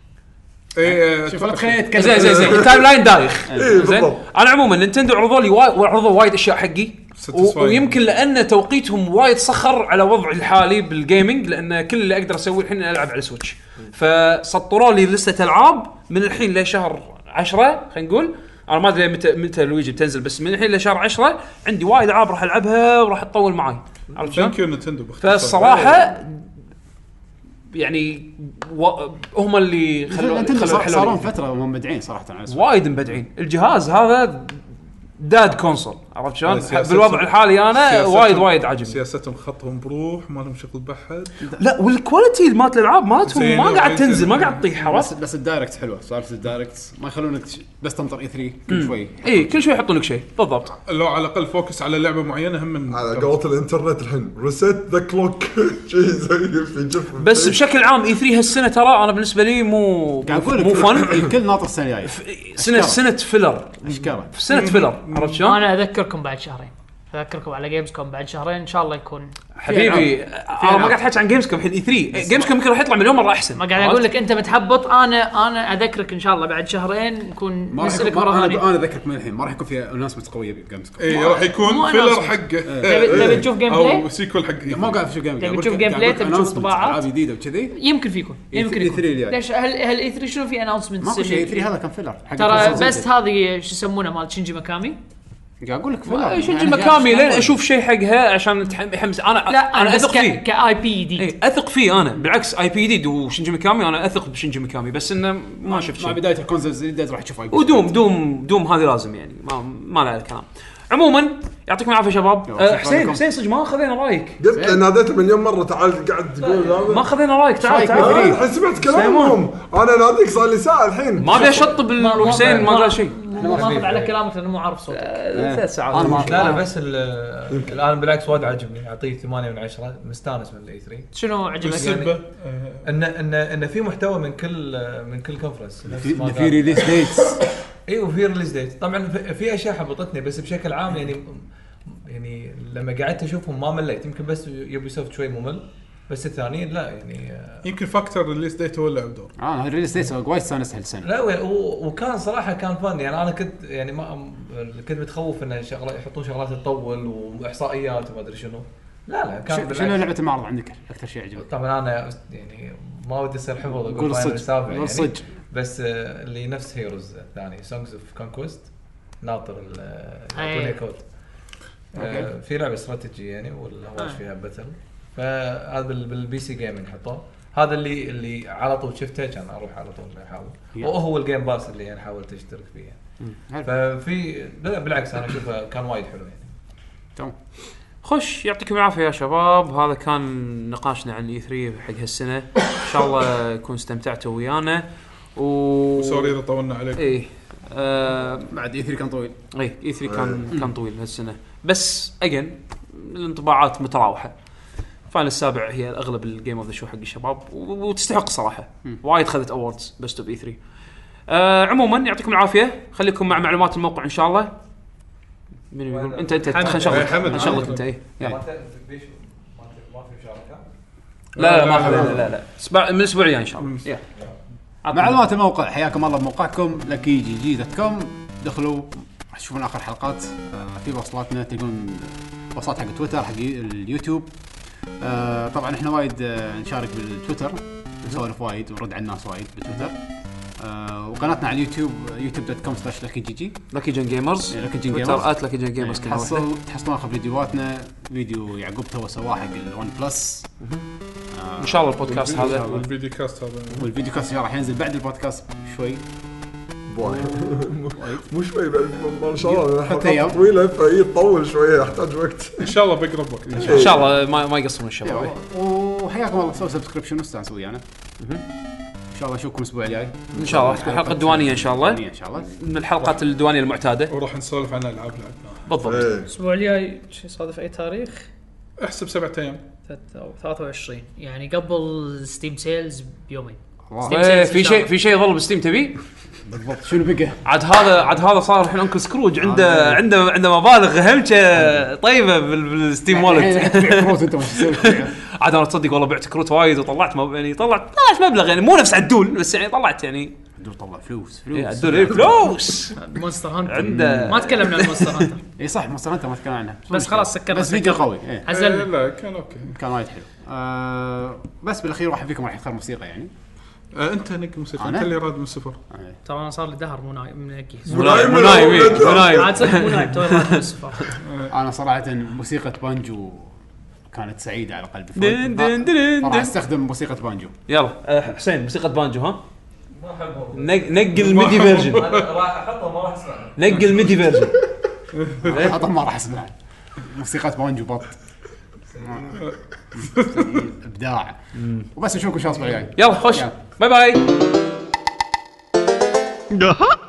شوف لا تخليني اتكلم زين التايم لاين دايخ زين انا عموما نينتندو عرضوا لي وايد اشياء حقي ويمكن لان توقيتهم وايد صخر على وضعي الحالي بالجيمنج لان كل اللي اقدر اسويه الحين العب على سويتش فسطروا لي لسته العاب من الحين لشهر 10 خلينا نقول انا ما ادري متى لويجي بتنزل بس من الحين لشهر 10 عندي وايد العاب راح العبها وراح تطول معي عرفت شلون نينتندو فالصراحه يعني هم اللي صاروا فتره هم مبدعين صراحه وايد مبدعين الجهاز هذا داد كونسول عرفت شلون بالوضع الحالي انا وايد عاجبني سياستهم خطهم بروح ما لهم شغل بحد لا والكواليتي مالت الالعاب مالتهم ما قاعد تنزل ما قاعد تطيح بس الدايركت حلوه صارت الدايركت ما يخلونك بس تنطر اي 3 كل شوي كل شوي يحطون لك شيء بالضبط لو على الاقل فوكس على لعبه معينه هم من على قوه الانترنت الحين ريسيت ذا كلوك شيء زي في جف بس بشكل عام اي 3 هالسنه ترى انا بالنسبه لي مو فن الكل ناطر السنه الجايه سنه فيلر اشكره سنه فيلر عرفت شلون انا اذكركم بعد شهرين اذكركم على جيمز كوم بعد شهرين ان شاء الله يكون. حبيبي انا ما قاعد احكي عن جيمز كوم الحين E3 جيمز كوم يمكن راح يطلع مليون مره احسن. ما قاعد اقول لك انت متحبط. انا اذكرك ان شاء الله بعد شهرين نكون نسالك مره ثانيه. انا اذكرك من الحين ما راح يكون فيها اناونسمنت قويه بجيمز كوم. اي راح يكون فيلر حقه. تبي تشوف جيم بلاي او سيكول حق. ما قاعد اشوف جيم تبي تشوف جيم بلاي تبي تشوف طباعات العاب جديده وكذي. يمكن فيكم ليش هل E3 شنو في اناونسمنت؟ ما في شيء E3 هذا كان فيلر ترى بس هذه شو يسمونه مال شينجي ماكامي. قاعد اقول لك فيلر شنجي مكامي لين اشوف شيء حقها عشان يحمس. انا اثق فيه كاي بي جديد. اثق فيه انا بالعكس اي بي جديد وشنجي مكامي انا اثق بشنجي مكامي بس انه ما شفت شيء. مع بدايه الكونسولز الجديده راح تشوف ودوم هذه لازم يعني ما لها الكلام. عموما يعطيكم العافيه شباب. حسين صدق ما خذينا رايك. قلت ناديته مليون مره تعال قاعد تقول هذا ما خذينا رايك. تعال الحين سمعت كلامهم. انا ناديك صار لي ساعه الحين ما ابي اشطب الحسين ما قال شيء. ما اخذ على كلامك لانه مو عارف صوتك. 3 ساعات لا بس الان بالعكس وايد عجبني. اعطيه 8 من 10 مستانس من الاي 3. شنو عجبك؟ السبه ان في محتوى من كل كونفرنس في ريليس ديتس. ايوه في ريليس ديت. طبعا في اشياء حبطتني بس بشكل عام يعني لما قعدت اشوفهم ما مليت. يمكن بس يوبي سوفت شوي ممل بس الثانيين لا يعني يمكن فاكتور الريليس ديت هو اللي لعب دور. الريليس ديت وايد استانس هالسنه. لا وكان صراحه كان فن يعني. انا كنت يعني ما كنت متخوف ان يحطون شغلات تطول واحصائيات وما ادري شنو. لا كان شنو لعبه المعرض عندك اكثر شيء عجبك؟ طبعا انا يعني ما ودي اصير حفظ اقول الصدق يعني بس اللي نفس هيروز الثاني سونجز اوف كونكويست ناطر يعطوني كود. في لعبه استراتيجي يعني والهواش فيها باتل. فهذا بالبي سي جيمنج حطوه. هذا اللي على طول شفته كان اروح على طول احاول. وهو الجيم باس اللي انا حاولت اشترك فيه يعني. ففي لا بالعكس انا اشوفه كان وايد حلو يعني. تمام خش يعطيكم العافيه يا شباب. هذا كان نقاشنا عن E3 حق هالسنه. ان شاء الله يكون استمتعتوا ويانا سوري اذا طولنا عليكم. ايه بعد E3 كان طويل. اي E3 كان طويل هالسنه بس اجن الانطباعات متراوحه. فاينل السابع هي اغلب الجيم اوف ذا شو حق الشباب وتستحق صراحه. وايد خذت اووردز بس تو E3. عموما يعطيكم العافيه. خليكم مع معلومات الموقع ان شاء الله. من يقول انت خلينا نشغلك انت ايه يعني. ما في مشاركه. لا ما خلينا لا من الاسبوع الجاي ان شاء الله. معلومات الموقع حياكم الله بموقعكم luckygg.com. دخلوا راح تشوفون اخر حلقات. في وصلاتنا تلقون وصلات حق تويتر حق اليوتيوب. طبعا احنا وايد نشارك بالتويتر نسولف وايد ونرد على الناس وايد بالتويتر. وقناتنا على اليوتيوب youtube.com/luckygg luckygengamers تويتر @luckygengamers. تحصلون اخر فيديوهاتنا. فيديو يعقوب تو سواه حق الون بلس. ان شاء الله البودكاست هذا والفيديو كاست راح ينزل بعد البودكاست شوي. مو شوي ما شاء الله حلقات طويله فيطول شويه يحتاج وقت. ان شاء الله بقرب وقت ان شاء الله ما يقصرون الشباب. وحياكم الله سووا سبسكريبشن واستانسوا ويانا. ان شاء الله اشوفكم الاسبوع الجاي ان شاء الله الحلقه الديوانيه ان شاء الله من الحلقات الديوانيه المعتاده وراح نسولف عن العاب لعبناها بالضبط. الاسبوع الجاي شيء صادف اي تاريخ احسب 7 ايام 23 يعني قبل ستيم سيلز بيومين. في شيء يظل بستيم تبي بالضبط. شنو بقى عاد هذا صار الحين انكل سكروج عنده مبالغ همشه طيبه بالستيم والت. عاد انا تصدق والله بعت كروت وايد وطلعت يعني طلعت مبلغ يعني مو نفس عدول بس يعني طلعت يعني عدول طلع فلوس عدول فلوس. مونستر هانتر عنده ما تكلمنا عن مونستر هانتر. اي صح مونستر هانتر ما تكلمنا عنها بس خلاص سكرنا بس فيديو قوي. لا كان اوكي كان وايد حلو. بس بالاخير واحد فيكم راح يختار موسيقى يعني. انت نقي موسيقى انت اللي راد من الصفر. ترى انا صار لي دهر مو نايم عاد صدق مو نايم تو راد من الصفر. انا صراحه موسيقى بانجو كانت سعيده على قلبي. راح استخدم موسيقى بانجو. يلا حسين موسيقى بانجو ها ما احبه. نقل الميدي فيرجن. انا راح احطه ما راح اسمع. نقل الميدي فيرجن. حطه ما راح اسمع. موسيقى بانجو بط ابداع. وبس نشوفكم ان شاء الله الاسبوع الجاي. يلا خش باي باي.